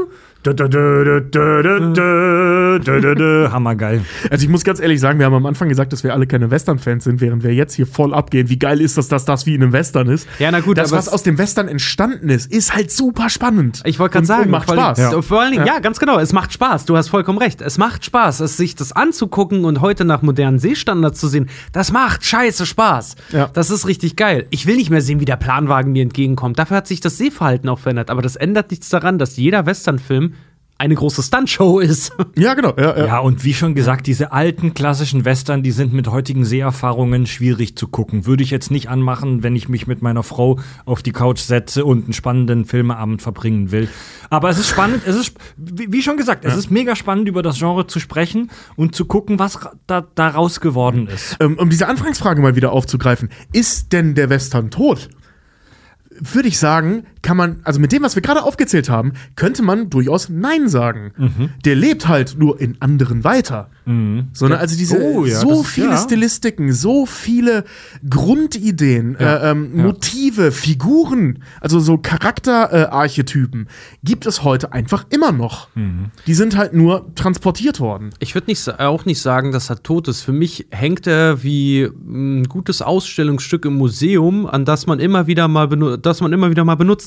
Hammergeil. Also ich muss ganz ehrlich sagen, wir haben am Anfang gesagt, dass wir alle keine Western-Fans sind, während wir jetzt hier voll abgehen. Wie geil ist das, dass das wie in einem Western ist? Ja, na gut, das, aber was aus dem Western entstanden ist halt super spannend. Ich wollte gerade sagen, und macht Spaß. Vor allen Dingen, ja, ganz genau, es macht Spaß. Du hast vollkommen recht. Es macht Spaß, sich das anzugucken und heute nach modernen Sehstandards zu sehen. Das macht scheiße Spaß. Ja. Das ist richtig geil. Ich will nicht mehr sehen, wie der Planwagen mir entgegenkommt. Dafür hat sich das Sehverhalten auch verändert. Aber das ändert nichts daran, dass jeder Westernfilm eine große Stuntshow ist. Ja, genau. Ja, und wie schon gesagt, diese alten klassischen Western, die sind mit heutigen Seherfahrungen schwierig zu gucken. Würde ich jetzt nicht anmachen, wenn ich mich mit meiner Frau auf die Couch setze und einen spannenden Filmeabend verbringen will. Aber es ist spannend, wie schon gesagt, es ist mega spannend, über das Genre zu sprechen und zu gucken, was daraus geworden ist. Um diese Anfangsfrage mal wieder aufzugreifen, ist denn der Western tot? Würde ich sagen, kann man, also mit dem, was wir gerade aufgezählt haben, könnte man durchaus Nein sagen. Der lebt halt nur in anderen weiter. Sondern also diese viele Stilistiken, so viele Grundideen, Motive, Figuren, also so Charakterarchetypen gibt es heute einfach immer noch. Die sind halt nur transportiert worden. Ich würde auch nicht sagen, dass er tot ist. Für mich hängt er wie ein gutes Ausstellungsstück im Museum, an das man immer wieder mal benutzen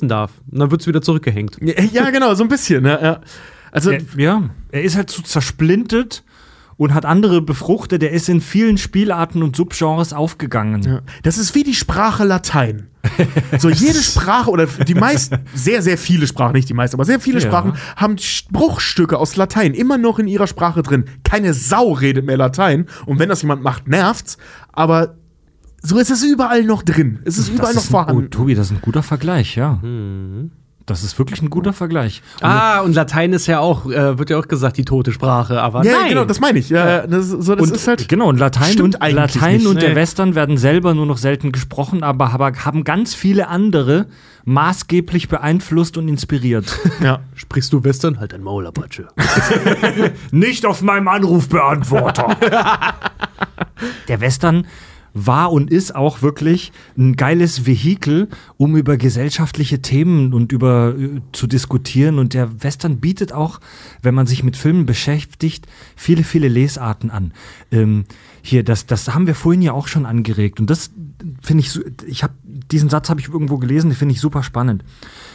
benutzen darf. Und dann wird es wieder zurückgehängt. Ja, genau, so ein bisschen. Ja. Also, er ist halt so zersplintert und hat andere befruchtet. Der ist in vielen Spielarten und Subgenres aufgegangen. ja. Das ist wie die Sprache Latein. So jede Sprache oder die meisten, sehr, sehr viele Sprachen, nicht die meisten, aber sehr viele Ja. Sprachen haben Bruchstücke aus Latein immer noch in ihrer Sprache drin. Keine Sau redet mehr Latein und wenn das jemand macht, nervt's. Aber so ist es überall noch drin. Es ist überall noch vorhanden. Tobi, das ist ein guter Vergleich, ja. Das ist wirklich ein guter Vergleich. Und Latein ist ja auch, wird ja auch gesagt, die tote Sprache, aber Ja, nein. genau, das meine ich. Ja, das ist halt. Genau, und Latein Stimmt und, eigentlich Latein nicht. und der Nee. Western werden selber nur noch selten gesprochen, aber haben ganz viele andere maßgeblich beeinflusst und inspiriert. Ja. Sprichst du Western? Halt dein Maul, Apache. Nicht auf meinem Anrufbeantworter. Der Western war und ist auch wirklich ein geiles Vehikel, um über gesellschaftliche Themen und zu diskutieren. Und der Western bietet auch, wenn man sich mit Filmen beschäftigt, viele, viele Lesarten an. Das haben wir vorhin ja auch schon angeregt. Und das finde ich, diesen Satz habe ich irgendwo gelesen, den finde ich super spannend.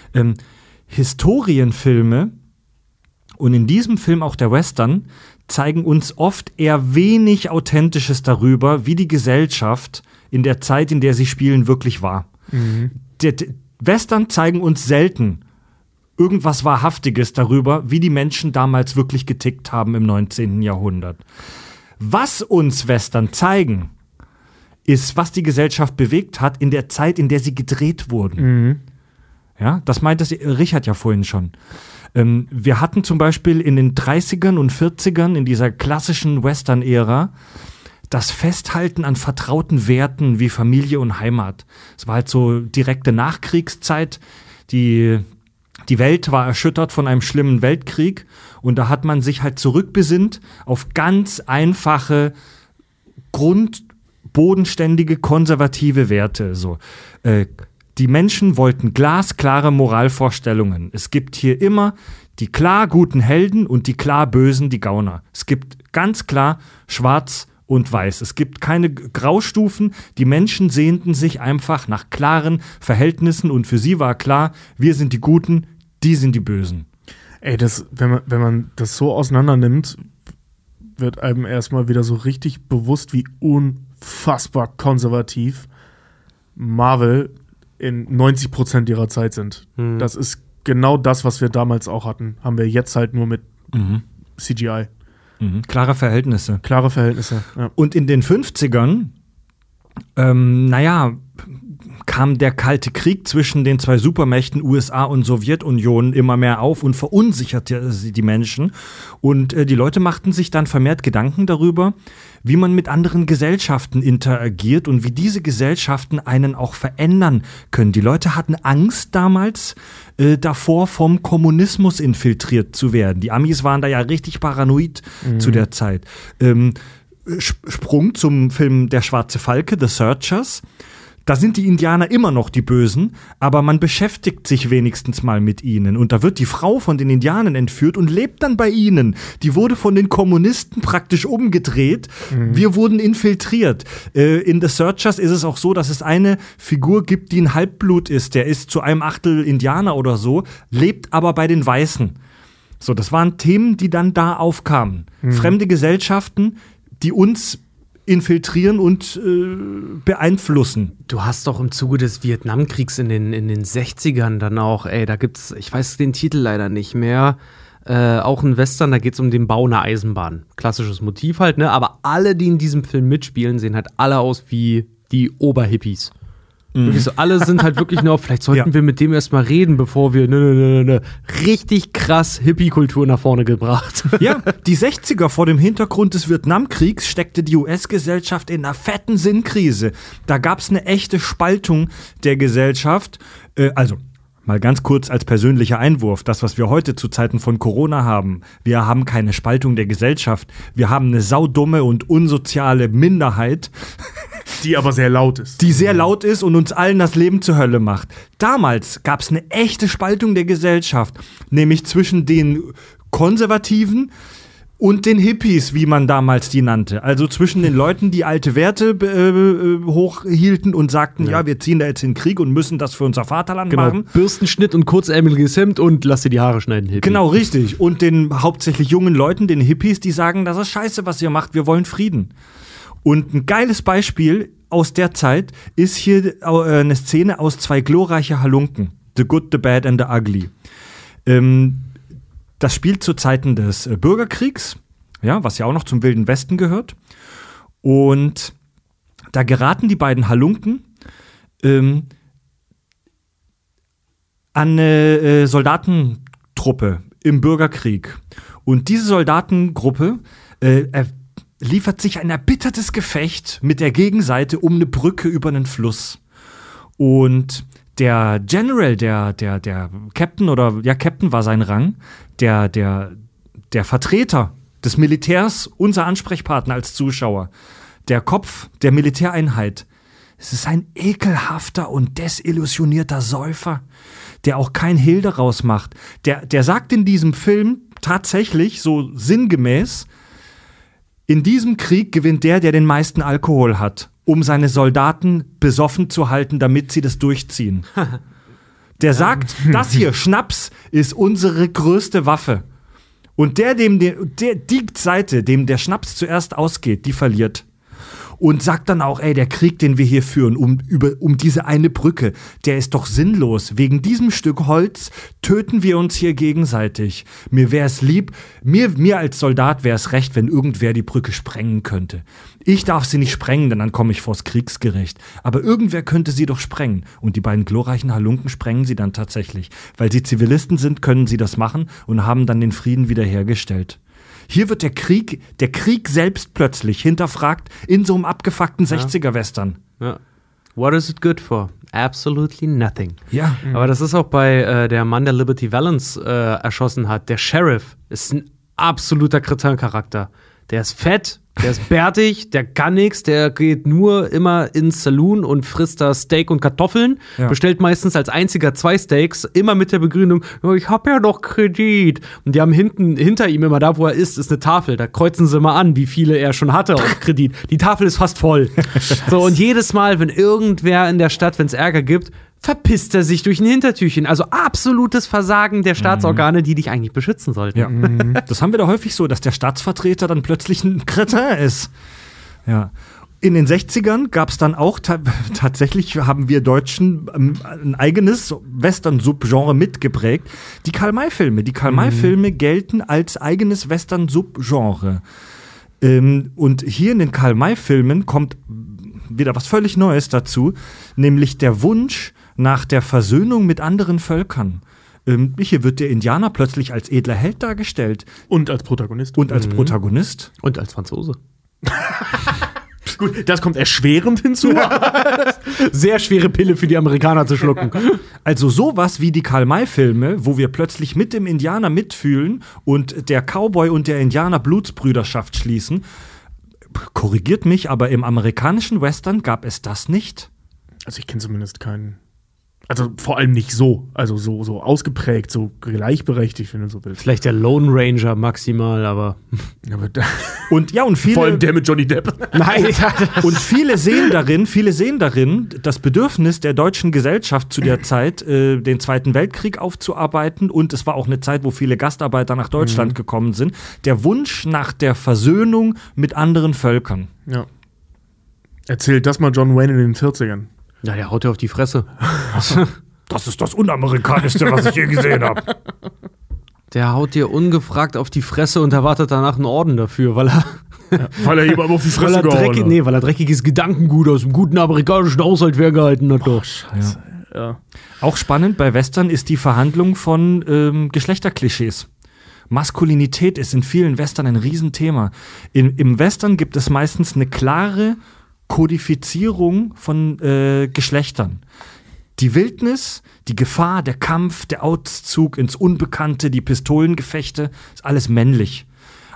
Historienfilme und in diesem Film auch der Western zeigen uns oft eher wenig Authentisches darüber, wie die Gesellschaft in der Zeit, in der sie spielen, wirklich war. Der Western zeigen uns selten irgendwas Wahrhaftiges darüber, wie die Menschen damals wirklich getickt haben im 19. Jahrhundert. Was uns Western zeigen, ist, was die Gesellschaft bewegt hat in der Zeit, in der sie gedreht wurden. Ja, das meinte Richard ja vorhin schon. Wir hatten zum Beispiel in den 30ern und 40ern, in dieser klassischen Western-Ära, das Festhalten an vertrauten Werten wie Familie und Heimat. Es war halt so direkte Nachkriegszeit. Die Welt war erschüttert von einem schlimmen Weltkrieg und da hat man sich halt zurückbesinnt auf ganz einfache, bodenständige, konservative Werte. So. Die Menschen wollten glasklare Moralvorstellungen. Es gibt hier immer die klar guten Helden und die klar bösen, die Gauner. Es gibt ganz klar schwarz und weiß. Es gibt keine Graustufen. Die Menschen sehnten sich einfach nach klaren Verhältnissen und für sie war klar, wir sind die Guten, die sind die Bösen. Ey, wenn man das so auseinander nimmt, wird einem erstmal wieder so richtig bewusst, wie unfassbar konservativ Marvel in 90% ihrer Zeit sind. Das ist genau das, was wir damals auch hatten. Haben wir jetzt halt nur mit CGI. Klare Verhältnisse. Klare Verhältnisse. Ja. Und in den 50ern, kam der Kalte Krieg zwischen den zwei Supermächten USA und Sowjetunion immer mehr auf und verunsicherte die Menschen. Und die Leute machten sich dann vermehrt Gedanken darüber, wie man mit anderen Gesellschaften interagiert und wie diese Gesellschaften einen auch verändern können. Die Leute hatten Angst damals davor, vom Kommunismus infiltriert zu werden. Die Amis waren da ja richtig paranoid zu der Zeit. Sprung zum Film Der schwarze Falke, The Searchers. Da sind die Indianer immer noch die Bösen, aber man beschäftigt sich wenigstens mal mit ihnen. Und da wird die Frau von den Indianern entführt und lebt dann bei ihnen. Die wurde von den Kommunisten praktisch umgedreht. Wir wurden infiltriert. In The Searchers ist es auch so, dass es eine Figur gibt, die ein Halbblut ist. Der ist zu einem Achtel Indianer oder so, lebt aber bei den Weißen. So, das waren Themen, die dann da aufkamen. Fremde Gesellschaften, die uns infiltrieren und beeinflussen. Du hast doch im Zuge des Vietnamkriegs in den 60ern dann auch, da gibt's, ich weiß den Titel leider nicht mehr, auch ein Western, da geht's um den Bau einer Eisenbahn. Klassisches Motiv halt, ne? Aber alle, die in diesem Film mitspielen, sehen halt alle aus wie die Oberhippies. Wirklich so, alle sind halt wirklich nur, vielleicht sollten wir mit dem erstmal reden, bevor wir richtig krass Hippie-Kultur nach vorne gebracht. Ja, die 60er vor dem Hintergrund des Vietnamkriegs steckte die US-Gesellschaft in einer fetten Sinnkrise. Da gab es eine echte Spaltung der Gesellschaft. Mal ganz kurz als persönlicher Einwurf, das, was wir heute zu Zeiten von Corona haben, wir haben keine Spaltung der Gesellschaft. Wir haben eine saudumme und unsoziale Minderheit, Die aber sehr laut ist. die sehr laut ist und uns allen das Leben zur Hölle macht. Damals gab es eine echte Spaltung der Gesellschaft, nämlich zwischen den Konservativen Und den Hippies, wie man damals die nannte. Also zwischen den Leuten, die alte Werte hochhielten und sagten, ja, wir ziehen da jetzt in den Krieg und müssen das für unser Vaterland machen. Bürstenschnitt und kurzärmeliges Hemd und lass dir die Haare schneiden, Hippie. Genau, richtig. Und den hauptsächlich jungen Leuten, den Hippies, die sagen, das ist scheiße, was ihr macht, wir wollen Frieden. Und ein geiles Beispiel aus der Zeit ist hier eine Szene aus 2 glorreiche Halunken. The Good, the Bad and the Ugly. Das spielt zu Zeiten des Bürgerkriegs, ja, was ja auch noch zum Wilden Westen gehört. Und da geraten die beiden Halunken an eine Soldatentruppe im Bürgerkrieg. Und diese Soldatengruppe liefert sich ein erbittertes Gefecht mit der Gegenseite um eine Brücke über einen Fluss. Und der General, der Captain Captain war sein Rang, der Vertreter des Militärs, unser Ansprechpartner als Zuschauer, der Kopf der Militäreinheit, es ist ein ekelhafter und desillusionierter Säufer, der auch kein Hehl daraus macht. Der sagt in diesem Film tatsächlich so sinngemäß, in diesem Krieg gewinnt der den meisten Alkohol hat, um seine Soldaten besoffen zu halten, damit sie das durchziehen. Der sagt, das hier, Schnaps, ist unsere größte Waffe. Und die Seite, dem der Schnaps zuerst ausgeht, die verliert. Und sagt dann auch, der Krieg, den wir hier führen, um diese eine Brücke, der ist doch sinnlos. Wegen diesem Stück Holz töten wir uns hier gegenseitig. Mir wäre es lieb, mir als Soldat wäre es recht, wenn irgendwer die Brücke sprengen könnte. Ich darf sie nicht sprengen, denn dann komme ich vors Kriegsgericht. Aber irgendwer könnte sie doch sprengen. Und die beiden glorreichen Halunken sprengen sie dann tatsächlich. Weil sie Zivilisten sind, können sie das machen und haben dann den Frieden wiederhergestellt. Hier wird der Krieg selbst plötzlich hinterfragt in so einem abgefuckten 60er-Western. Ja. What is it good for? Absolutely nothing. Ja. Aber das ist auch bei der Mann, der Liberty Valance erschossen hat. Der Sheriff ist ein absoluter Kretin-Charakter. Der ist fett, der ist bärtig, der kann nichts, der geht nur immer ins Saloon und frisst da Steak und Kartoffeln, bestellt meistens als einziger 2 Steaks, immer mit der Begründung, ich hab ja noch Kredit. Und die haben hinter ihm immer, da wo er ist eine Tafel, da kreuzen sie mal an, wie viele er schon hatte auf Kredit. Die Tafel ist fast voll. So, und jedes Mal, wenn irgendwer in der Stadt, wenn es Ärger gibt, verpisst er sich durch ein Hintertürchen. Also absolutes Versagen der Staatsorgane, die dich eigentlich beschützen sollten. Ja. Das haben wir da häufig so, dass der Staatsvertreter dann plötzlich ein Kretin ist. Ja. In den 60ern gab es dann auch, tatsächlich haben wir Deutschen ein eigenes Western-Subgenre mitgeprägt. Die Karl-May-Filme. Die Karl-May-Filme gelten als eigenes Western-Subgenre. Und hier in den Karl-May-Filmen kommt wieder was völlig Neues dazu, nämlich der Wunsch nach der Versöhnung mit anderen Völkern. Hier wird der Indianer plötzlich als edler Held dargestellt. Und als Protagonist. Und als Protagonist. Und als Franzose. Gut, das kommt erschwerend hinzu. Sehr schwere Pille für die Amerikaner zu schlucken. Also sowas wie die Karl-May-Filme, wo wir plötzlich mit dem Indianer mitfühlen und der Cowboy und der Indianer Blutsbrüderschaft schließen. Korrigiert mich, aber im amerikanischen Western gab es das nicht. Also ich kenne zumindest keinen. Also vor allem nicht so. Also so ausgeprägt, so gleichberechtigt, wenn du so willst. Vielleicht der Lone Ranger maximal, aber. Und viele. Vor allem der mit Johnny Depp. Nein. Und viele sehen darin das Bedürfnis der deutschen Gesellschaft zu der Zeit, den Zweiten Weltkrieg aufzuarbeiten. Und es war auch eine Zeit, wo viele Gastarbeiter nach Deutschland gekommen sind. Der Wunsch nach der Versöhnung mit anderen Völkern. Ja. Erzählt das mal John Wayne in den 40ern. Ja, der haut dir auf die Fresse. Das ist das Unamerikanischste, was ich je gesehen habe. Der haut dir ungefragt auf die Fresse und erwartet danach einen Orden dafür, weil er. Weil er jemandem auf die Fresse gehauen hat. Weil er dreckiges Gedankengut aus dem guten amerikanischen Haushalt ferngehalten hat. Doch. Scheiße. Ja. Auch spannend bei Western ist die Verhandlung von Geschlechterklischees. Maskulinität ist in vielen Western ein Riesenthema. Im Western gibt es meistens eine klare Kodifizierung von Geschlechtern. Die Wildnis, die Gefahr, der Kampf, der Auszug ins Unbekannte, die Pistolengefechte, ist alles männlich.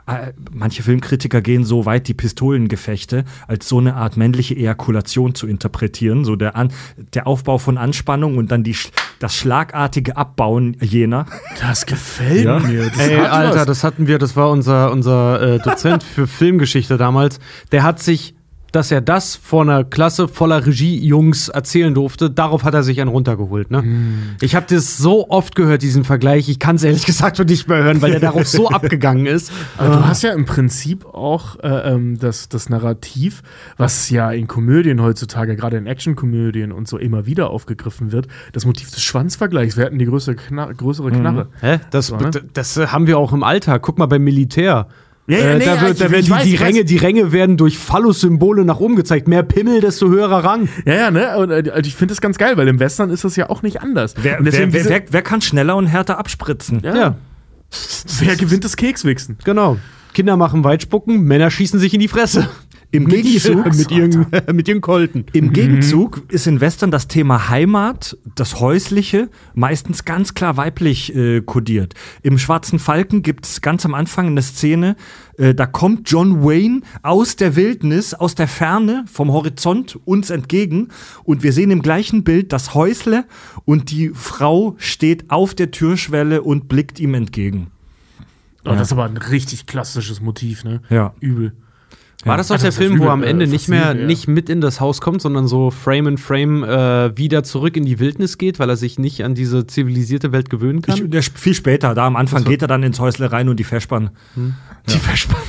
manche Filmkritiker gehen so weit, die Pistolengefechte als so eine Art männliche Ejakulation zu interpretieren. So der Aufbau von Anspannung und dann das schlagartige Abbauen jener. Das gefällt mir. Das Ey, hat Alter, was. das hatten wir, das war unser Dozent für Filmgeschichte damals. Der hat sich, dass er das vor einer Klasse voller Regie-Jungs erzählen durfte, darauf hat er sich einen runtergeholt. Ne? Ich habe das so oft gehört, diesen Vergleich. Ich kann es ehrlich gesagt schon nicht mehr hören, weil der darauf so abgegangen ist. Aber du hast ja im Prinzip auch das Narrativ, was ja in Komödien heutzutage, gerade in Actionkomödien und so immer wieder aufgegriffen wird, das Motiv des Schwanzvergleichs. Wir hatten die größere Knarre. Hä? Das So, ne? haben wir auch im Alltag. Guck mal beim Militär. Ja, nee, da werden die Ränge werden durch Phallus-Symbole nach oben gezeigt. Mehr Pimmel, desto höherer Rang. Ja, ne? Und, also ich finde das ganz geil, weil im Western ist das ja auch nicht anders. Und deswegen Wer kann schneller und härter abspritzen? Ja, wer gewinnt das Kekswichsen? genau. Kinder machen Weitspucken, Männer schießen sich in die Fresse. Im Gegenzug, mit ihren Kolten. Im Gegenzug ist in Western das Thema Heimat, das Häusliche, meistens ganz klar weiblich kodiert. Im Schwarzen Falken gibt es ganz am Anfang eine Szene, da kommt John Wayne aus der Wildnis, aus der Ferne, vom Horizont uns entgegen und wir sehen im gleichen Bild das Häusle und die Frau steht auf der Türschwelle und blickt ihm entgegen. Oh, das ist aber ein richtig klassisches Motiv, ne? Ja. Übel. War das doch Also der das ist Film, wo übel, am Ende faszinierend, nicht mit in das Haus kommt, sondern so Frame in Frame wieder zurück in die Wildnis geht, weil er sich nicht an diese zivilisierte Welt gewöhnen kann? Viel später, da am Anfang geht er dann ins Häusle rein und die verspannen. Die verspannen.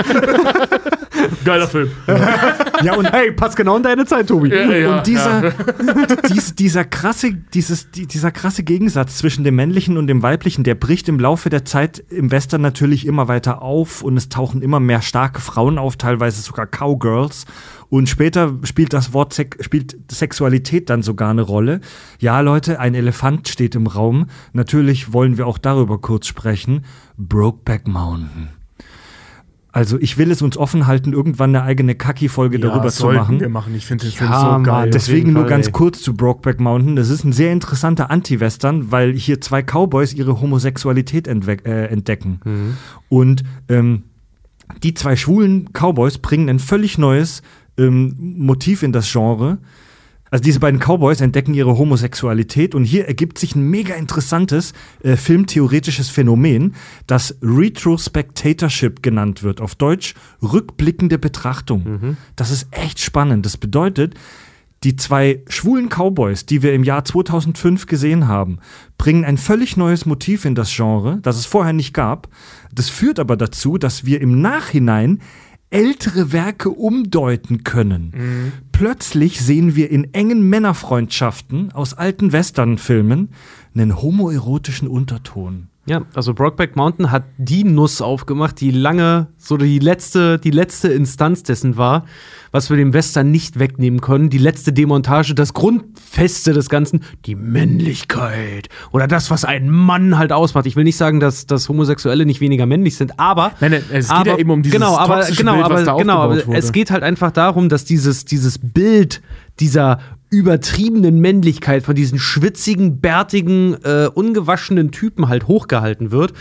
Geiler Film. Ja, und hey, passt genau in deine Zeit, Tobi. Und dieser krasse Gegensatz zwischen dem Männlichen und dem Weiblichen, der bricht im Laufe der Zeit im Western natürlich immer weiter auf und es tauchen immer mehr starke Frauen auf, teilweise sogar Cowgirls. Und später spielt Sexualität dann sogar eine Rolle. Ja, Leute, ein Elefant steht im Raum. Natürlich wollen wir auch darüber kurz sprechen. Brokeback Mountain. Also ich will es uns offen halten, irgendwann eine eigene Kaki-Folge darüber zu machen. Wir machen. Ich finde den Film Ja, so Mann, geil. Deswegen nur ganz ey. kurz zu Brokeback Mountain. Das ist ein sehr interessanter Anti-Western, weil hier zwei Cowboys ihre Homosexualität entdecken. Und die zwei schwulen Cowboys bringen ein völlig neues Motiv in das Genre. Also diese beiden Cowboys entdecken ihre Homosexualität und hier ergibt sich ein mega interessantes filmtheoretisches Phänomen, das Retrospectatorship genannt wird. Auf Deutsch rückblickende Betrachtung. Das ist echt spannend. Das bedeutet, die zwei schwulen Cowboys, die wir im Jahr 2005 gesehen haben, bringen ein völlig neues Motiv in das Genre, das es vorher nicht gab. Das führt aber dazu, dass wir im Nachhinein ältere Werke umdeuten können. Plötzlich sehen wir in engen Männerfreundschaften aus alten Westernfilmen einen homoerotischen Unterton. Ja, also Brokeback Mountain hat die Nuss aufgemacht, die lange, so die letzte Instanz dessen war, was wir dem Western nicht wegnehmen können. Die letzte Demontage, das Grundfeste des Ganzen, die Männlichkeit. Oder das, was einen Mann halt ausmacht. Ich will nicht sagen, dass Homosexuelle nicht weniger männlich sind, aber Nein, es geht ja eben um dieses toxische Bild, was da aufgebaut wurde. Es geht halt einfach darum, dass dieses Bild dieser übertriebenen Männlichkeit von diesen schwitzigen, bärtigen, ungewaschenen Typen halt hochgehalten wird.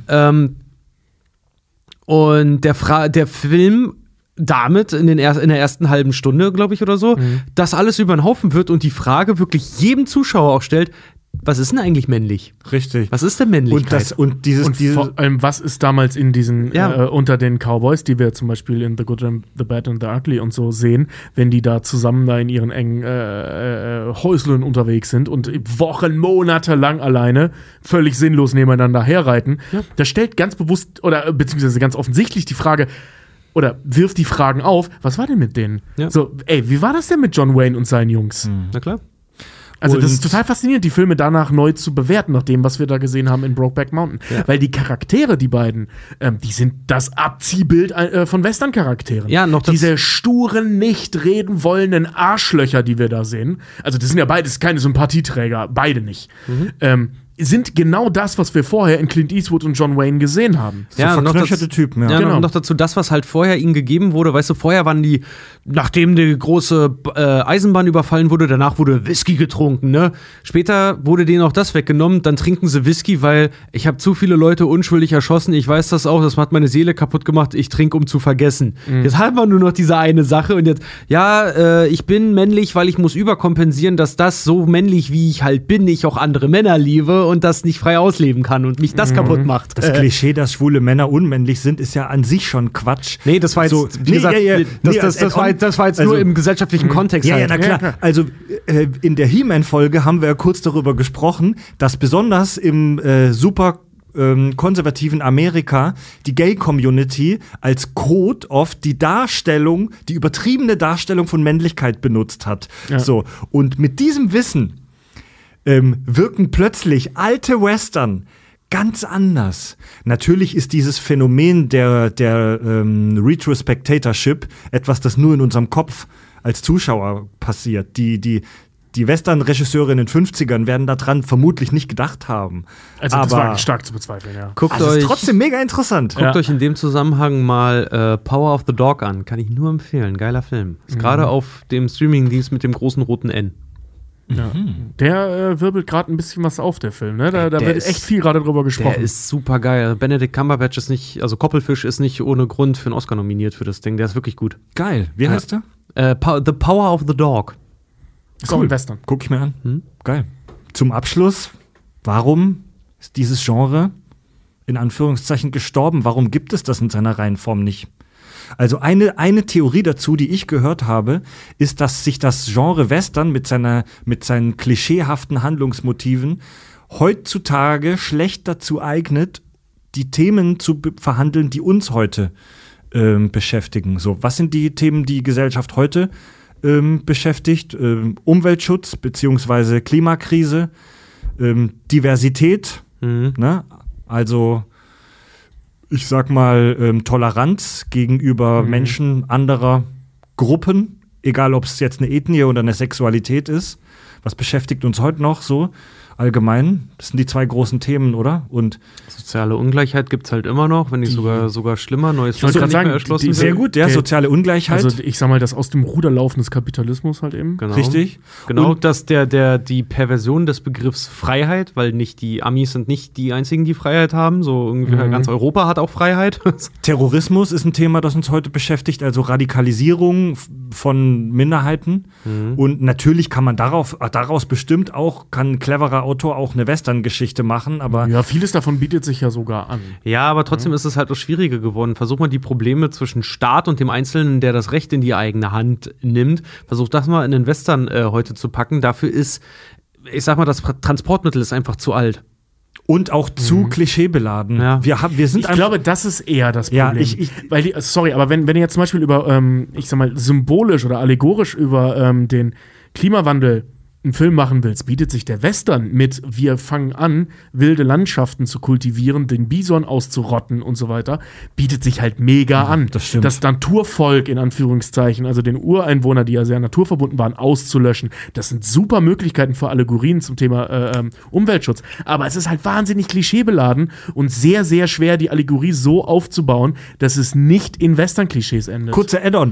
Und der Film damit in der ersten halben Stunde, glaube ich, oder so, das alles über den Haufen wird und die Frage wirklich jedem Zuschauer auch stellt, was ist denn eigentlich männlich? Richtig. Was ist denn Männlichkeit? Und vor allem, was ist damals in diesen, unter den Cowboys, die wir zum Beispiel in The Good and the Bad and the Ugly und so sehen, wenn die da zusammen da in ihren engen Häuslern unterwegs sind und Wochen, Monate lang alleine völlig sinnlos nebeneinander herreiten, das stellt ganz bewusst oder beziehungsweise ganz offensichtlich die Frage, oder wirft die Fragen auf, was war denn mit denen? Ja. So, wie war das denn mit John Wayne und seinen Jungs? Na klar. Also das Und- ist total faszinierend, die Filme danach neu zu bewerten, nach dem, was wir da gesehen haben in Brokeback Mountain. Ja. Weil die Charaktere, die beiden, die sind das Abziehbild von Western-Charakteren. Ja, noch dazu- diese sturen, nicht reden wollenden Arschlöcher, die wir da sehen. Also das sind ja beides keine Sympathieträger, beide nicht. sind genau das, was wir vorher in Clint Eastwood und John Wayne gesehen haben. So verknöcherte Typen, ja. Ja, Genau. und noch dazu das, was halt vorher ihnen gegeben wurde. Weißt du, vorher waren die, nachdem die große Eisenbahn überfallen wurde, danach wurde Whisky getrunken, ne? Später wurde denen auch das weggenommen, dann trinken sie Whisky, weil ich habe zu viele Leute unschuldig erschossen, ich weiß das auch, das hat meine Seele kaputt gemacht, ich trinke, um zu vergessen. Jetzt haben wir nur noch diese eine Sache und jetzt, ich bin männlich, weil ich muss überkompensieren, dass das so männlich, wie ich halt bin, ich auch andere Männer liebe und das nicht frei ausleben kann und mich das kaputt macht. Das Klischee, dass schwule Männer unmännlich sind, ist ja an sich schon Quatsch. Nee, das war jetzt, So, wie gesagt, das war jetzt also- nur im gesellschaftlichen Kontext. Ja, halt. na klar. Also in der He-Man-Folge haben wir ja kurz darüber gesprochen, dass besonders im super konservativen Amerika die Gay-Community als Code oft die übertriebene Darstellung von Männlichkeit benutzt hat. Ja. So. Und mit diesem Wissen wirken plötzlich alte Western ganz anders. Natürlich ist dieses Phänomen der Retrospectatorship etwas, das nur in unserem Kopf als Zuschauer passiert. Die Western-Regisseure in den 50ern werden daran vermutlich nicht gedacht haben. Also das Aber war stark zu bezweifeln, ja. Guckt also es euch ist trotzdem mega interessant. Guckt euch in dem Zusammenhang mal Power of the Dog an. Kann ich nur empfehlen. Geiler Film. Ist gerade auf dem Streaming-Dienst mit dem großen roten N. Ja. Der wirbelt gerade ein bisschen was auf, der Film. Ne? Da Der wird ist- echt viel gerade drüber gesprochen. Der ist super geil. Benedict Cumberbatch ist nicht, also Koppelfisch ist nicht ohne Grund für einen Oscar nominiert für das Ding. Der ist wirklich gut. Geil. Wie heißt der? The Power of the Dog. Ist auch ein Western. Guck ich mir an. Geil. Zum Abschluss, warum ist dieses Genre in Anführungszeichen gestorben? Warum gibt es das in seiner Reihenform nicht? Also eine Theorie dazu, die ich gehört habe, ist, dass sich das Genre Western mit seinen klischeehaften Handlungsmotiven heutzutage schlecht dazu eignet, die Themen zu verhandeln, die uns heute beschäftigen. So, was sind die Themen, die Gesellschaft heute beschäftigt? Umweltschutz beziehungsweise Klimakrise, Diversität, ne? Also ich sag mal, Toleranz gegenüber Menschen anderer Gruppen, egal ob es jetzt eine Ethnie oder eine Sexualität ist. Was beschäftigt uns heute noch so allgemein? Das sind die zwei großen Themen, oder? Und Soziale Ungleichheit gibt's halt immer noch, wenn nicht sogar schlimmer. Neues wollte Land gerade nicht mehr sagen, erschlossen die- wird. sehr gut, ja, Okay. soziale Ungleichheit. Also ich sag mal, das aus dem Ruder laufen des Kapitalismus halt eben. Genau. Richtig. Genau, Und- dass die Perversion des Begriffs Freiheit, weil nicht die Amis sind nicht die einzigen, die Freiheit haben, so irgendwie ganz Europa hat auch Freiheit. Terrorismus ist ein Thema, das uns heute beschäftigt, also Radikalisierung von Minderheiten. Und natürlich kann man daraus bestimmt auch, kann ein cleverer Autor auch eine Western-Geschichte machen, aber Ja, vieles davon bietet sich ja sogar an. Ja, aber trotzdem ist es halt auch schwieriger geworden. Versuch mal die Probleme zwischen Staat und dem Einzelnen, der das Recht in die eigene Hand nimmt, versuch das mal in den Western heute zu packen. Dafür ist, ich sag mal, das Transportmittel ist einfach zu alt. und auch zu klischeebeladen. Ja. Wir sind Ich einfach glaube, das ist eher das Ja, Problem. ich- Weil sorry, aber wenn du jetzt zum Beispiel über, ich sag mal, symbolisch oder allegorisch über den Klimawandel einen Film machen willst, bietet sich der Western mit, wir fangen an, wilde Landschaften zu kultivieren, den Bison auszurotten und so weiter, bietet sich halt mega an. das stimmt. Das Naturvolk, in Anführungszeichen, also den Ureinwohner, die ja sehr naturverbunden waren, auszulöschen. Das sind super Möglichkeiten für Allegorien zum Thema Umweltschutz. Aber es ist halt wahnsinnig klischeebeladen und sehr, sehr schwer, die Allegorie so aufzubauen, dass es nicht in Western-Klischees endet. kurzer Add-on.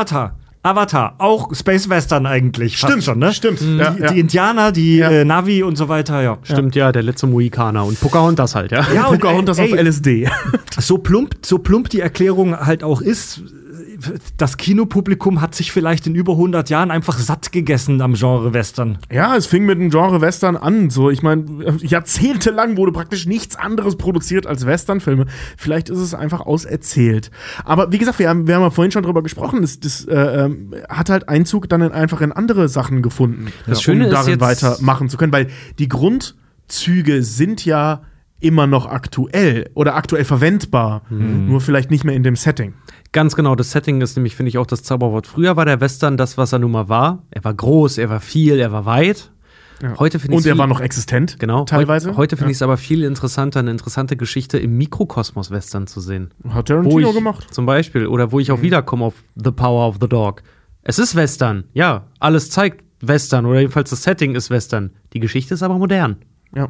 Avatar, auch Space Western eigentlich. Fast schon, ne? Stimmt. Die Indianer, die Ja. Navi und so weiter, ja. Stimmt, ja, der letzte Mohikaner und Pocahontas halt, ja. Ja, und Pocahontas auf LSD. so plump die Erklärung halt auch ist, das Kinopublikum hat sich vielleicht in über 100 Jahren einfach satt gegessen am Genre Western. Ja, es fing mit dem Genre Western an. So, ich meine, jahrzehntelang wurde praktisch nichts anderes produziert als Westernfilme. Vielleicht ist es einfach auserzählt. Aber wie gesagt, wir haben ja vorhin schon drüber gesprochen. Das hat halt Einzug dann einfach in andere Sachen gefunden, Das Schöne um ist darin jetzt- weitermachen zu können. Weil die Grundzüge sind ja immer noch aktuell oder aktuell verwendbar. Nur vielleicht nicht mehr in dem Setting. Ganz genau, das Setting ist nämlich, finde ich, auch das Zauberwort. Früher war der Western das, was er nun mal war. Er war groß, er war viel, er war weit. Ja. Heute finde Und ich er war noch existent. genau, teilweise. Heute finde ich es aber viel interessanter, eine interessante Geschichte im Mikrokosmos Western zu sehen. Hat Wo Tarantino ich gemacht. zum Beispiel, oder wo ich auch wiederkomme auf The Power of the Dog. Es ist Western, ja, alles zeigt Western oder jedenfalls das Setting ist Western. Die Geschichte ist aber modern. Ja.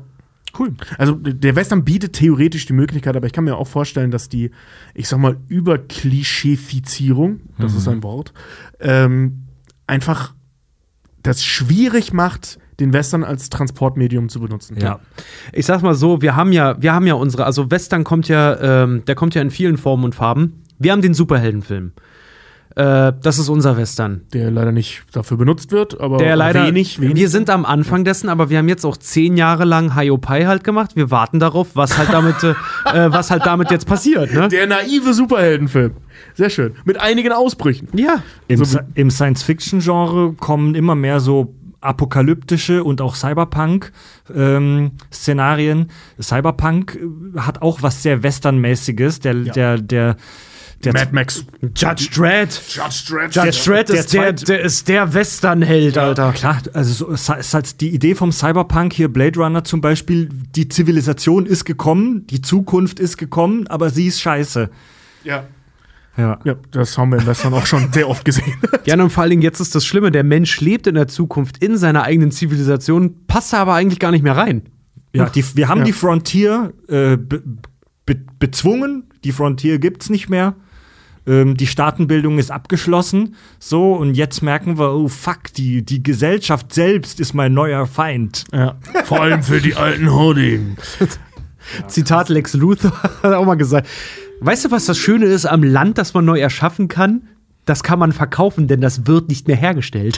Cool. Also der Western bietet theoretisch die Möglichkeit, aber ich kann mir auch vorstellen, dass die, ich sag mal, Überklischeefizierung, das ist ein Wort, einfach das schwierig macht, den Western als Transportmedium zu benutzen. Ja. Ich sag's mal so, wir haben ja unsere, also Western kommt ja, der kommt ja in vielen Formen und Farben. Wir haben den Superheldenfilm. Das ist unser Western. Der leider nicht dafür benutzt wird, aber Der leider, wenig. Wir sind am Anfang dessen, aber wir haben jetzt auch 10 Jahre lang Hi-Oh-Pai halt gemacht. Wir warten darauf, was halt damit jetzt passiert, ne? Der naive Superheldenfilm. Sehr schön. Mit einigen Ausbrüchen. Ja. Im Science-Fiction-Genre kommen immer mehr so apokalyptische und auch Cyberpunk-Szenarien. Cyberpunk hat auch was sehr Westernmäßiges. Der Mad Max. Judge Dredd. Judge Dredd ist der Westernheld, Alter. Klar, also es ist halt die Idee vom Cyberpunk hier, Blade Runner zum Beispiel, die Zivilisation ist gekommen, die Zukunft ist gekommen, aber sie ist scheiße. Ja. Ja. Ja, das haben wir in Western auch schon sehr oft gesehen. Ja, und vor allen Dingen jetzt ist das Schlimme, der Mensch lebt in der Zukunft in seiner eigenen Zivilisation, passt da aber eigentlich gar nicht mehr rein. Ja, wir haben die Frontier bezwungen, die Frontier gibt's nicht mehr. Die Staatenbildung ist abgeschlossen, so, und jetzt merken wir, oh fuck, die Gesellschaft selbst ist mein neuer Feind. Ja. Vor allem für die alten Hoding. Zitat Lex Luthor hat auch mal gesagt. Weißt du, was das Schöne ist am Land, das man neu erschaffen kann? Das kann man verkaufen, denn das wird nicht mehr hergestellt.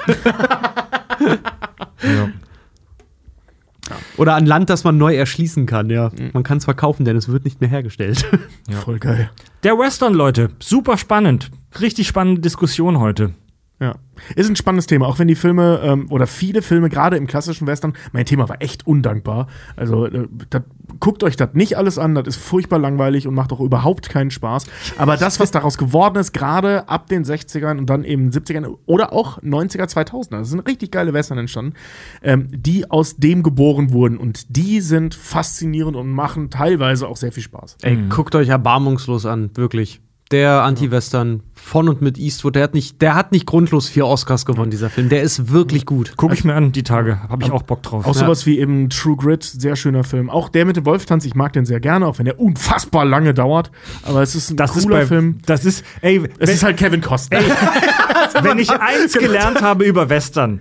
Ja. Oder ein Land, das man neu erschließen kann, ja. Man kann es verkaufen, denn es wird nicht mehr hergestellt. Ja. Voll geil. Der Western, Leute, super spannend. Richtig spannende Diskussion heute. Ja. Ist ein spannendes Thema, auch wenn die Filme oder viele Filme, gerade im klassischen Western, mein Thema war echt undankbar. Also guckt euch das nicht alles an, das ist furchtbar langweilig und macht auch überhaupt keinen Spaß. Aber das, was daraus geworden ist, gerade ab den 60ern und dann eben 70ern oder auch 90er, 2000er, das sind richtig geile Western entstanden, die aus dem geboren wurden und die sind faszinierend und machen teilweise auch sehr viel Spaß. Ey, guckt euch erbarmungslos an, wirklich. Der Anti-Western von und mit Eastwood, der hat nicht grundlos 4 Oscars gewonnen, dieser Film. Der ist wirklich gut. Guck ich mir an, die Tage. Habe ich auch Bock drauf. Auch sowas wie eben True Grit, sehr schöner Film. Auch der mit dem Wolftanz, ich mag den sehr gerne, auch wenn der unfassbar lange dauert. Aber es ist ein cooler Film. Das ist, Es ist halt Kevin Costner. wenn ich eins gelernt habe über Western,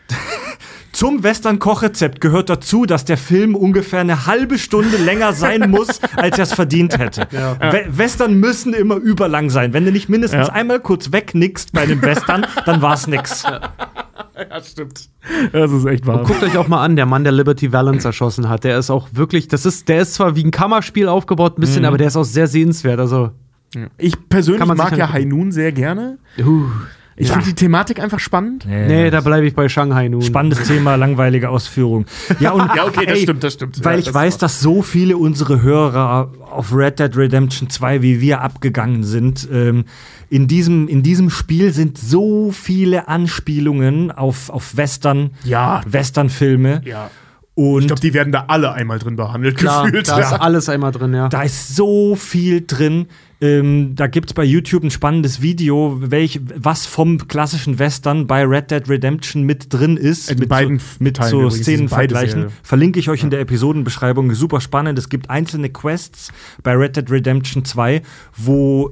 zum Western-Kochrezept gehört dazu, dass der Film ungefähr eine halbe Stunde länger sein muss, als er es verdient hätte. Ja. Western müssen immer überlang sein. Wenn du nicht mindestens einmal kurz wegnickst bei einem Western, dann war's nix. Ja, stimmt. Das ist echt wahr. Und guckt euch auch mal an, der Mann, der Liberty Valance erschossen hat, der ist auch wirklich, der ist zwar wie ein Kammerspiel aufgebaut ein bisschen, aber der ist auch sehr sehenswert. Also Ich persönlich Kann man sich mag ja angucken. High Noon sehr gerne. Ich finde die Thematik einfach spannend. nee, da bleibe ich bei Shanghai nun. Spannendes Thema, langweilige Ausführung. Ja, und Ja, okay, das stimmt. Weil Ja, ich das weiß, ist dass so viele unsere Hörer auf Red Dead Redemption 2 wie wir abgegangen sind. In diesem Spiel sind so viele Anspielungen auf Westernfilme. Ja. Und Ich glaube, die werden da alle einmal drin behandelt, Klar, gefühlt. da ist alles einmal drin, ja. da ist so viel drin. Da gibt's bei YouTube ein spannendes Video, was vom klassischen Western bei Red Dead Redemption mit drin ist. In mit beiden mit Teilen so übrigens, die sind beide Szenenvergleichen. sehr- Verlinke ich euch in der Episodenbeschreibung. Super spannend. Es gibt einzelne Quests bei Red Dead Redemption 2, wo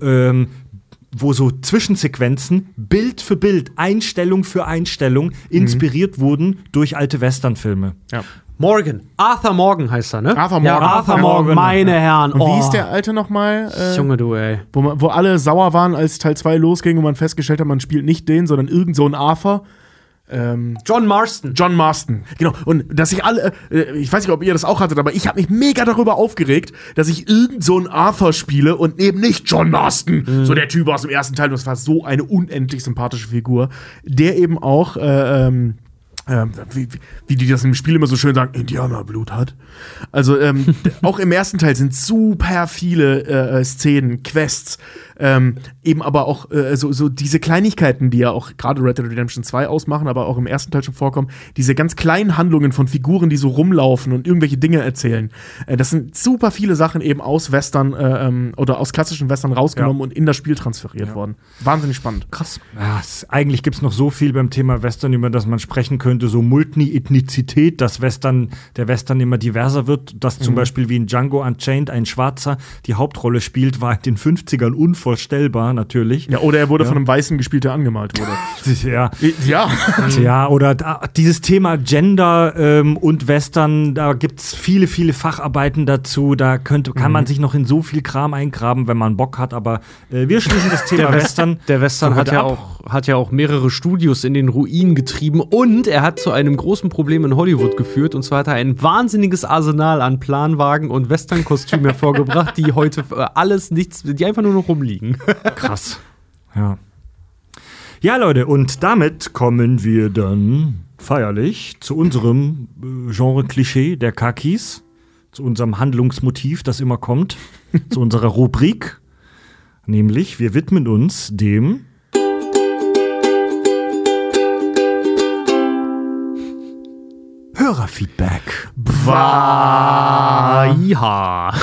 so Zwischensequenzen Bild für Bild, Einstellung für Einstellung inspiriert wurden durch alte Westernfilme. Ja. Morgan. Arthur Morgan heißt er, ne? Arthur Ja, Morgan. Arthur Ja. Morgan, meine Herren. Und wie ist der alte nochmal? Junge, du, ey. Wo alle sauer waren, als Teil 2 losging und man festgestellt hat, man spielt nicht den, sondern irgend so einen Arthur. John Marston. John Marston. Genau. Und dass ich ich weiß nicht, ob ihr das auch hattet, aber ich habe mich mega darüber aufgeregt, dass ich irgend so einen Arthur spiele und eben nicht John Marston. So der Typ aus dem ersten Teil. Das war so eine unendlich sympathische Figur, der eben auch wie die das im Spiel immer so schön sagen, Indianerblut hat. Also auch im ersten Teil sind super viele Szenen, Quests, eben aber auch so diese Kleinigkeiten, die ja auch gerade Red Dead Redemption 2 ausmachen, aber auch im ersten Teil schon vorkommen, diese ganz kleinen Handlungen von Figuren, die so rumlaufen und irgendwelche Dinge erzählen. Das sind super viele Sachen eben aus Western oder aus klassischen Western rausgenommen und in das Spiel transferiert worden. Wahnsinnig spannend. Krass. Ja, eigentlich gibt es noch so viel beim Thema Western, über das man sprechen könnte. So Multi-Ethnizität, dass der Western immer diverser wird. Dass zum Beispiel wie in Django Unchained ein Schwarzer die Hauptrolle spielt, war in den 50ern unvorstellbar natürlich. Ja, oder er wurde von einem Weißen gespielt, der angemalt wurde. Ja. Ja. Ja, oder dieses Thema Gender und Western, da gibt es viele, viele Facharbeiten dazu. Da kann man sich noch in so viel Kram eingraben, wenn man Bock hat. Aber wir schließen das Thema Western. Der Western hat ja auch mehrere Studios in den Ruin getrieben und er hat zu einem großen Problem in Hollywood geführt. Und zwar hat er ein wahnsinniges Arsenal an Planwagen und Western-Kostümen hervorgebracht, die heute die einfach nur noch rumliegen. Krass. Ja. Ja, Leute, und damit kommen wir dann feierlich zu unserem Genre-Klischee der Kakis, zu unserem Handlungsmotiv, das immer kommt, zu unserer Rubrik. Nämlich, wir widmen uns dem Hörerfeedback. Ja.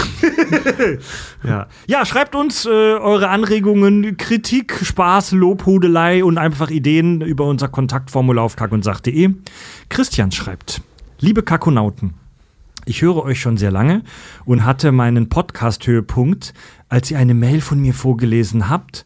Ja, schreibt uns eure Anregungen, Kritik, Spaß, Lobhudelei und einfach Ideen über unser Kontaktformular auf kackundsach.de. Christian schreibt: Liebe Kakonauten, ich höre euch schon sehr lange und hatte meinen Podcast-Höhepunkt, als ihr eine Mail von mir vorgelesen habt.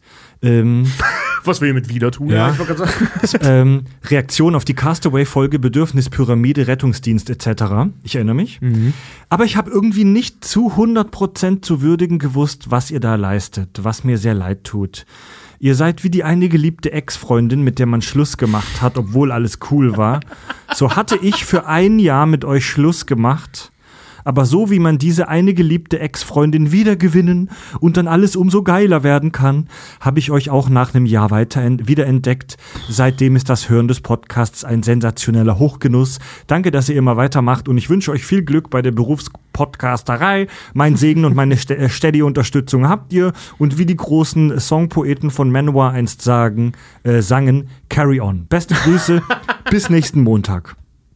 Was wir hiermit wieder tun. Ja. Ich wollte gerade sagen. Reaktion auf die Castaway-Folge Bedürfnispyramide, Rettungsdienst etc. Ich erinnere mich. Aber ich habe irgendwie nicht zu 100% zu würdigen gewusst, was ihr da leistet, was mir sehr leid tut. Ihr seid wie die eine geliebte Ex-Freundin, mit der man Schluss gemacht hat, obwohl alles cool war. So hatte ich für ein Jahr mit euch Schluss gemacht. Aber so wie man diese eine geliebte Ex-Freundin wiedergewinnen und dann alles umso geiler werden kann, habe ich euch auch nach einem Jahr wiederentdeckt. Seitdem ist das Hören des Podcasts ein sensationeller Hochgenuss. Danke, dass ihr immer weitermacht und ich wünsche euch viel Glück bei der Berufspodcasterei. Mein Segen und meine Steady-Unterstützung habt ihr und wie die großen Songpoeten von Manowar einst sangen, Carry on. Beste Grüße, bis nächsten Montag.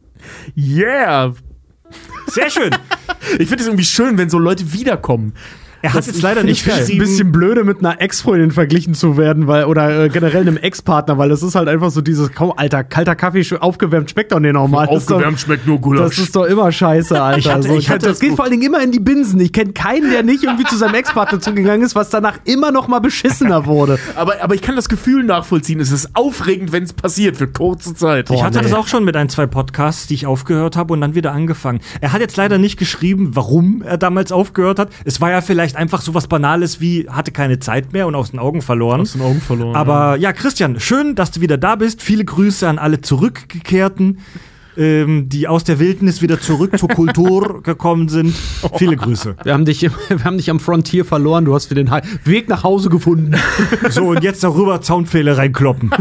Yeah! Sehr schön. Ich finde es irgendwie schön, wenn so Leute wiederkommen. Er hat jetzt leider nicht ein geschrieben. bisschen blöde mit einer Ex-Freundin verglichen zu werden, oder generell einem Ex-Partner, weil das ist halt einfach so dieses, Alter, kalter Kaffee, aufgewärmt schmeckt doch nicht normal. Aufgewärmt schmeckt nur Gulasch. Das ist doch immer scheiße, Alter. Das geht vor allen Dingen immer in die Binsen. Ich kenne keinen, der nicht irgendwie zu seinem Ex-Partner zugegangen ist, was danach immer noch mal beschissener wurde. Aber ich kann das Gefühl nachvollziehen. Es ist aufregend, wenn es passiert, für kurze Zeit. Ich hatte das auch schon mit 1, 2 Podcasts, die ich aufgehört habe und dann wieder angefangen. Er hat jetzt leider nicht geschrieben, warum er damals aufgehört hat. Es war ja vielleicht einfach so was Banales wie, hatte keine Zeit mehr und aus den Augen verloren. Aber ja, Christian, schön, dass du wieder da bist. Viele Grüße an alle Zurückgekehrten, die aus der Wildnis wieder zurück zur Kultur gekommen sind. Viele Grüße. Wir haben dich am Frontier verloren. Du hast wieder den Weg nach Hause gefunden. So, und jetzt darüber Zaunpfähle reinkloppen.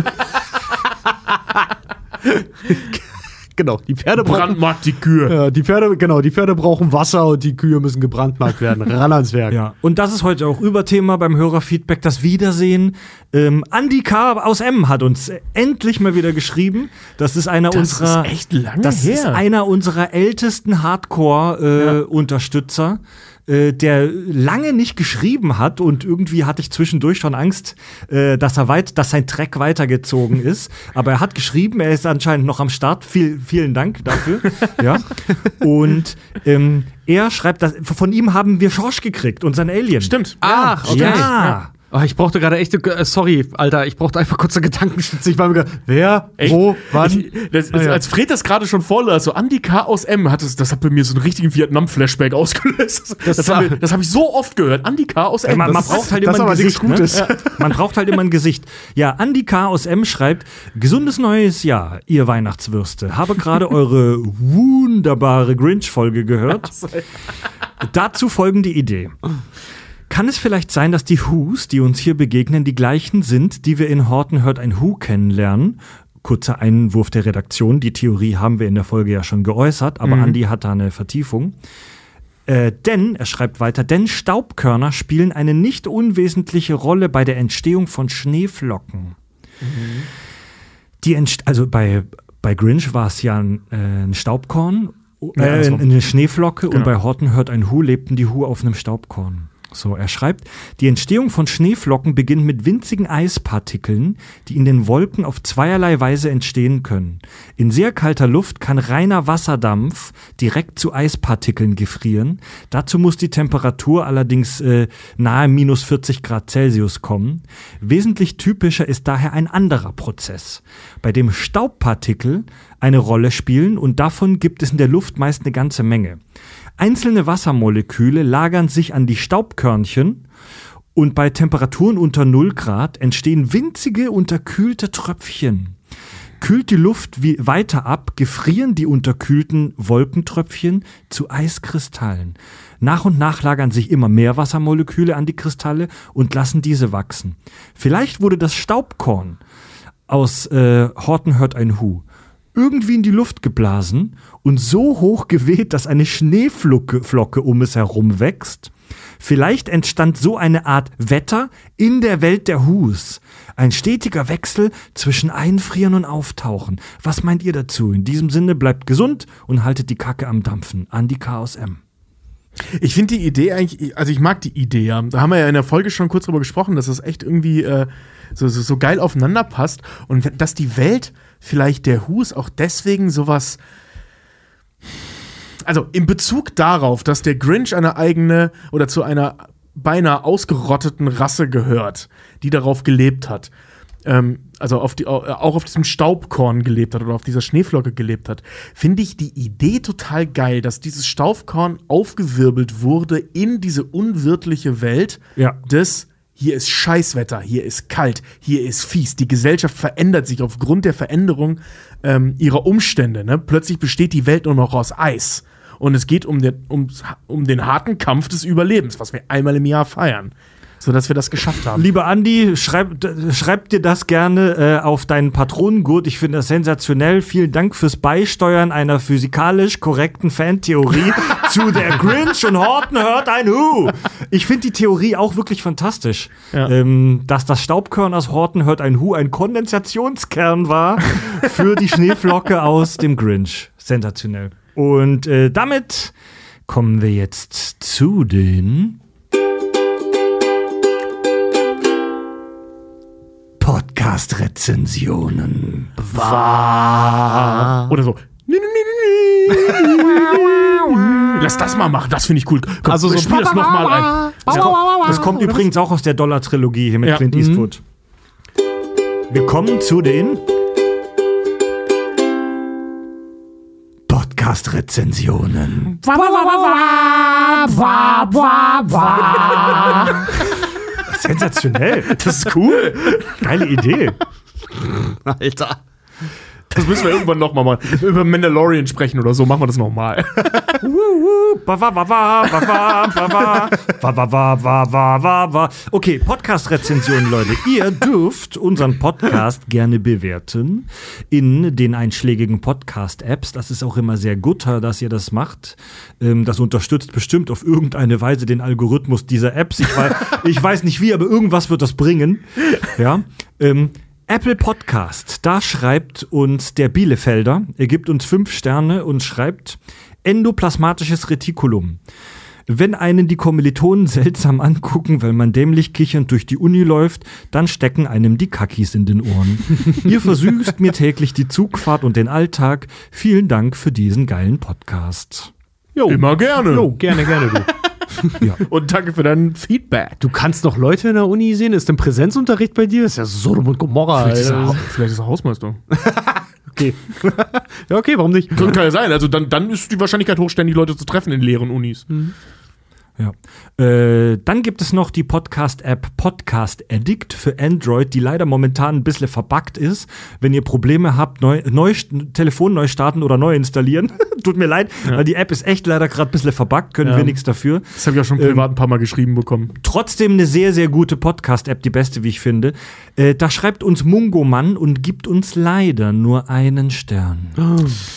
Genau, die Pferde brandmarkt die Kühe. Ja, die Pferde brauchen Wasser und die Kühe müssen gebrandmarkt werden. Ran ans Werk. Ja, und das ist heute auch Überthema beim Hörerfeedback, das Wiedersehen. Andi K. aus M. hat uns endlich mal wieder geschrieben. Das ist einer ist echt lange Das her. ist einer unserer ältesten Hardcore-Unterstützer. Der lange nicht geschrieben hat und irgendwie hatte ich zwischendurch schon Angst, dass sein Track weitergezogen ist. Aber er hat geschrieben, er ist anscheinend noch am Start. Vielen Dank dafür. Ja. Und er schreibt, von ihm haben wir Schorsch gekriegt, unseren Alien. Stimmt. Ach, okay. Ja. Oh, ich brauchte gerade echt, sorry, Alter, ich brauchte einfach kurz eine Gedankenstütze. Ich war mir gerade, wer, echt? wo, wann? Als Fred das gerade schon vorlas, so Andi K. aus M. Das hat bei mir so einen richtigen Vietnam-Flashback ausgelöst. Das hab ich so oft gehört. Andi K. aus M. Man braucht halt immer ein Gesicht. Ne? Ja. Man braucht halt immer ein Gesicht. Ja, Andi K. aus M. schreibt: Gesundes neues Jahr, ihr Weihnachtswürste. Habe gerade eure wunderbare Grinch-Folge gehört. Dazu folgende Idee. Kann es vielleicht sein, dass die Whos, die uns hier begegnen, die gleichen sind, die wir in Horton Hört ein Who kennenlernen? Kurzer Einwurf der Redaktion. Die Theorie haben wir in der Folge ja schon geäußert, aber Andi hat da eine Vertiefung. Denn, er schreibt weiter, denn Staubkörner spielen eine nicht unwesentliche Rolle bei der Entstehung von Schneeflocken. Also bei Grinch war es ja ein Staubkorn, eine Schneeflocke, und bei Horton hört ein Hu lebten die Hu auf einem Staubkorn. So, er schreibt, die Entstehung von Schneeflocken beginnt mit winzigen Eispartikeln, die in den Wolken auf zweierlei Weise entstehen können. In sehr kalter Luft kann reiner Wasserdampf direkt zu Eispartikeln gefrieren. Dazu muss die Temperatur allerdings nahe minus 40 Grad Celsius kommen. Wesentlich typischer ist daher ein anderer Prozess, bei dem Staubpartikel eine Rolle spielen, und davon gibt es in der Luft meist eine ganze Menge. Einzelne Wassermoleküle lagern sich an die Staubkörnchen, und bei Temperaturen unter 0 Grad entstehen winzige unterkühlte Tröpfchen. Kühlt die Luft weiter ab, gefrieren die unterkühlten Wolkentröpfchen zu Eiskristallen. Nach und nach lagern sich immer mehr Wassermoleküle an die Kristalle und lassen diese wachsen. Vielleicht wurde das Staubkorn aus Horton hört ein Hu irgendwie in die Luft geblasen und so hoch geweht, dass eine Schneeflocke um es herum wächst. Vielleicht entstand so eine Art Wetter in der Welt der Hus. Ein stetiger Wechsel zwischen Einfrieren und Auftauchen. Was meint ihr dazu? In diesem Sinne, bleibt gesund und haltet die Kacke am Dampfen. Andi Chaos M. Ich finde die Idee eigentlich, also ich mag die Idee, ja. Da haben wir ja in der Folge schon kurz drüber gesprochen, dass das echt irgendwie so geil aufeinander passt und dass die Welt vielleicht der Hus auch deswegen sowas, also in Bezug darauf, dass der Grinch eine eigene oder zu einer beinahe ausgerotteten Rasse gehört, die darauf gelebt hat, also auch auf diesem Staubkorn gelebt hat oder auf dieser Schneeflocke gelebt hat, finde ich die Idee total geil, dass dieses Staubkorn aufgewirbelt wurde in diese unwirtliche Welt des hier ist Scheißwetter, hier ist kalt, hier ist fies. Die Gesellschaft verändert sich aufgrund der Veränderung ihrer Umstände. Ne? Plötzlich besteht die Welt nur noch aus Eis. Und es geht um den harten Kampf des Überlebens, was wir einmal im Jahr feiern. Sodass wir das geschafft haben. Lieber Andi, schreib dir das gerne auf deinen Patronengurt. Ich finde das sensationell. Vielen Dank fürs Beisteuern einer physikalisch korrekten Fantheorie zu der Grinch und Horton hört ein Hu. Ich finde die Theorie auch wirklich fantastisch. Ja. Dass das Staubkorn aus Horton hört ein Hu ein Kondensationskern war für die Schneeflocke aus dem Grinch. Sensationell. Und damit kommen wir jetzt zu den Podcast-Rezensionen. Oder so. Lass das mal machen, das finde ich cool. Komm, also spiel das nochmal ein. Das kommt übrigens auch aus der Dollar-Trilogie hier mit Clint Eastwood. Wir kommen zu den Podcast-Rezensionen. Sensationell. Das ist cool. Geile Idee. Alter. Das müssen wir irgendwann nochmal machen. Über Mandalorian sprechen oder so, machen wir das nochmal. Okay, Podcast-Rezensionen, Leute. Ihr dürft unseren Podcast gerne bewerten in den einschlägigen Podcast-Apps. Das ist auch immer sehr guter, dass ihr das macht. Das unterstützt bestimmt auf irgendeine Weise den Algorithmus dieser Apps. Ich weiß nicht wie, aber irgendwas wird das bringen. Ja. Apple Podcast, da schreibt uns der Bielefelder, er gibt uns 5 Sterne und schreibt endoplasmatisches Retikulum. Wenn einen die Kommilitonen seltsam angucken, weil man dämlich kichernd durch die Uni läuft, dann stecken einem die Kackis in den Ohren. Ihr versüßt mir täglich die Zugfahrt und den Alltag. Vielen Dank für diesen geilen Podcast. Jo. Immer gerne. Jo, gerne, du. Ja. Und danke für dein Feedback. Du kannst noch Leute in der Uni sehen? Ist denn Präsenzunterricht bei dir? Das ist ja Sodom und Gomorra. Vielleicht ist er Hausmeister. Okay. Ja, okay, warum nicht? Kann ja sein. Also dann ist die Wahrscheinlichkeit hoch, ständig Leute zu treffen in leeren Unis. Mhm. Ja. Dann gibt es noch die Podcast-App Podcast Addict für Android, die leider momentan ein bisschen verbuggt ist. Wenn ihr Probleme habt, Telefon neu starten oder neu installieren, tut mir leid, weil die App ist echt leider gerade ein bisschen verbuggt, können wir nichts dafür. Das habe ich auch schon privat ein paar Mal geschrieben bekommen. Trotzdem eine sehr, sehr gute Podcast-App, die beste, wie ich finde. Da schreibt uns Mungomann und gibt uns leider nur einen Stern.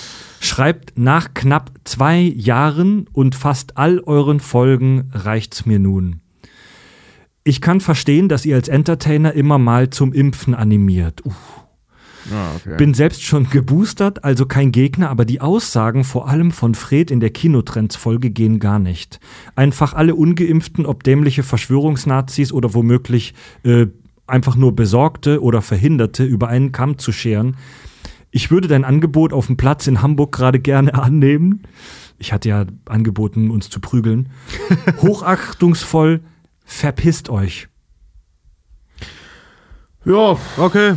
Schreibt, nach knapp 2 Jahren und fast all euren Folgen reicht's mir nun. Ich kann verstehen, dass ihr als Entertainer immer mal zum Impfen animiert. Okay. Bin selbst schon geboostert, also kein Gegner, aber die Aussagen, vor allem von Fred in der Kinotrends-Folge, gehen gar nicht. Einfach alle Ungeimpften, ob dämliche Verschwörungsnazis oder womöglich einfach nur Besorgte oder Verhinderte, über einen Kamm zu scheren. Ich würde dein Angebot auf dem Platz in Hamburg gerade gerne annehmen. Ich hatte ja angeboten, uns zu prügeln. Hochachtungsvoll, verpisst euch. Ja, Okay.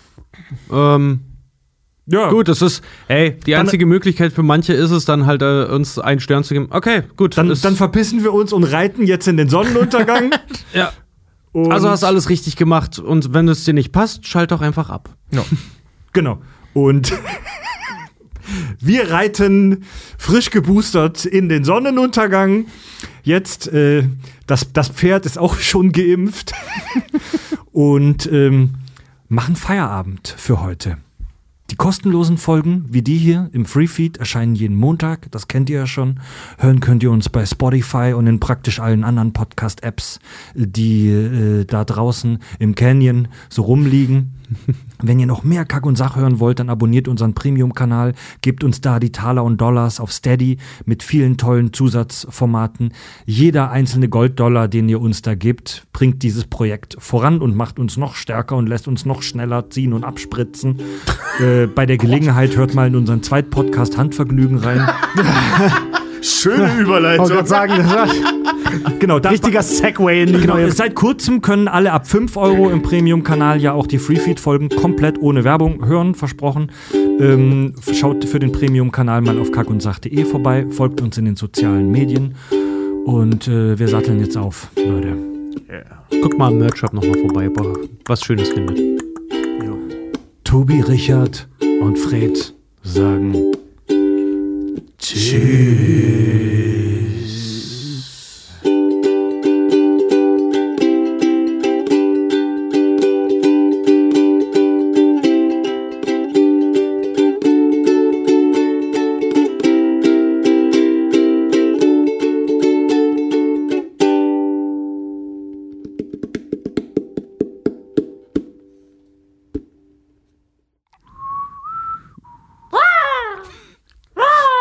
Ja, Gut, das ist, die einzige Möglichkeit für manche ist es dann halt, uns einen Stern zu geben. Okay, gut. Dann verpissen wir uns und reiten jetzt in den Sonnenuntergang. Ja. Und Also hast du alles richtig gemacht und wenn es dir nicht passt, schalt doch einfach ab. ja. Genau. Und wir reiten frisch geboostert in den Sonnenuntergang. Jetzt, das Pferd ist auch schon geimpft. Und machen Feierabend für heute. Die kostenlosen Folgen, wie die hier im Freefeed, erscheinen jeden Montag. Das kennt ihr ja schon. Hören könnt ihr uns bei Spotify und in praktisch allen anderen Podcast-Apps, die da draußen im Canyon so rumliegen. Wenn ihr noch mehr Kack und Sach hören wollt, dann abonniert unseren Premium-Kanal, gebt uns da die Taler und Dollars auf Steady mit vielen tollen Zusatzformaten. Jeder einzelne Golddollar, den ihr uns da gebt, bringt dieses Projekt voran und macht uns noch stärker und lässt uns noch schneller ziehen und abspritzen. Bei der Gelegenheit hört mal in unseren Zweitpodcast Handvergnügen rein. Schöne Überleitung. Ich wollte sagen, das war Genau, da, richtiger Segway in die Genau, neue. seit kurzem können alle ab 5 € im Premium-Kanal ja auch die Freefeed-Folgen komplett ohne Werbung hören, versprochen. Schaut für den Premium-Kanal mal auf kackundsach.de vorbei, folgt uns in den sozialen Medien und wir satteln jetzt auf, Leute. Guckt mal im Merch-Shop nochmal vorbei, ob ihr was Schönes findet. Tobi, Richard und Fred sagen Tschüss.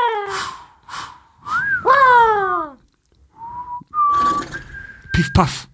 Piff, paff.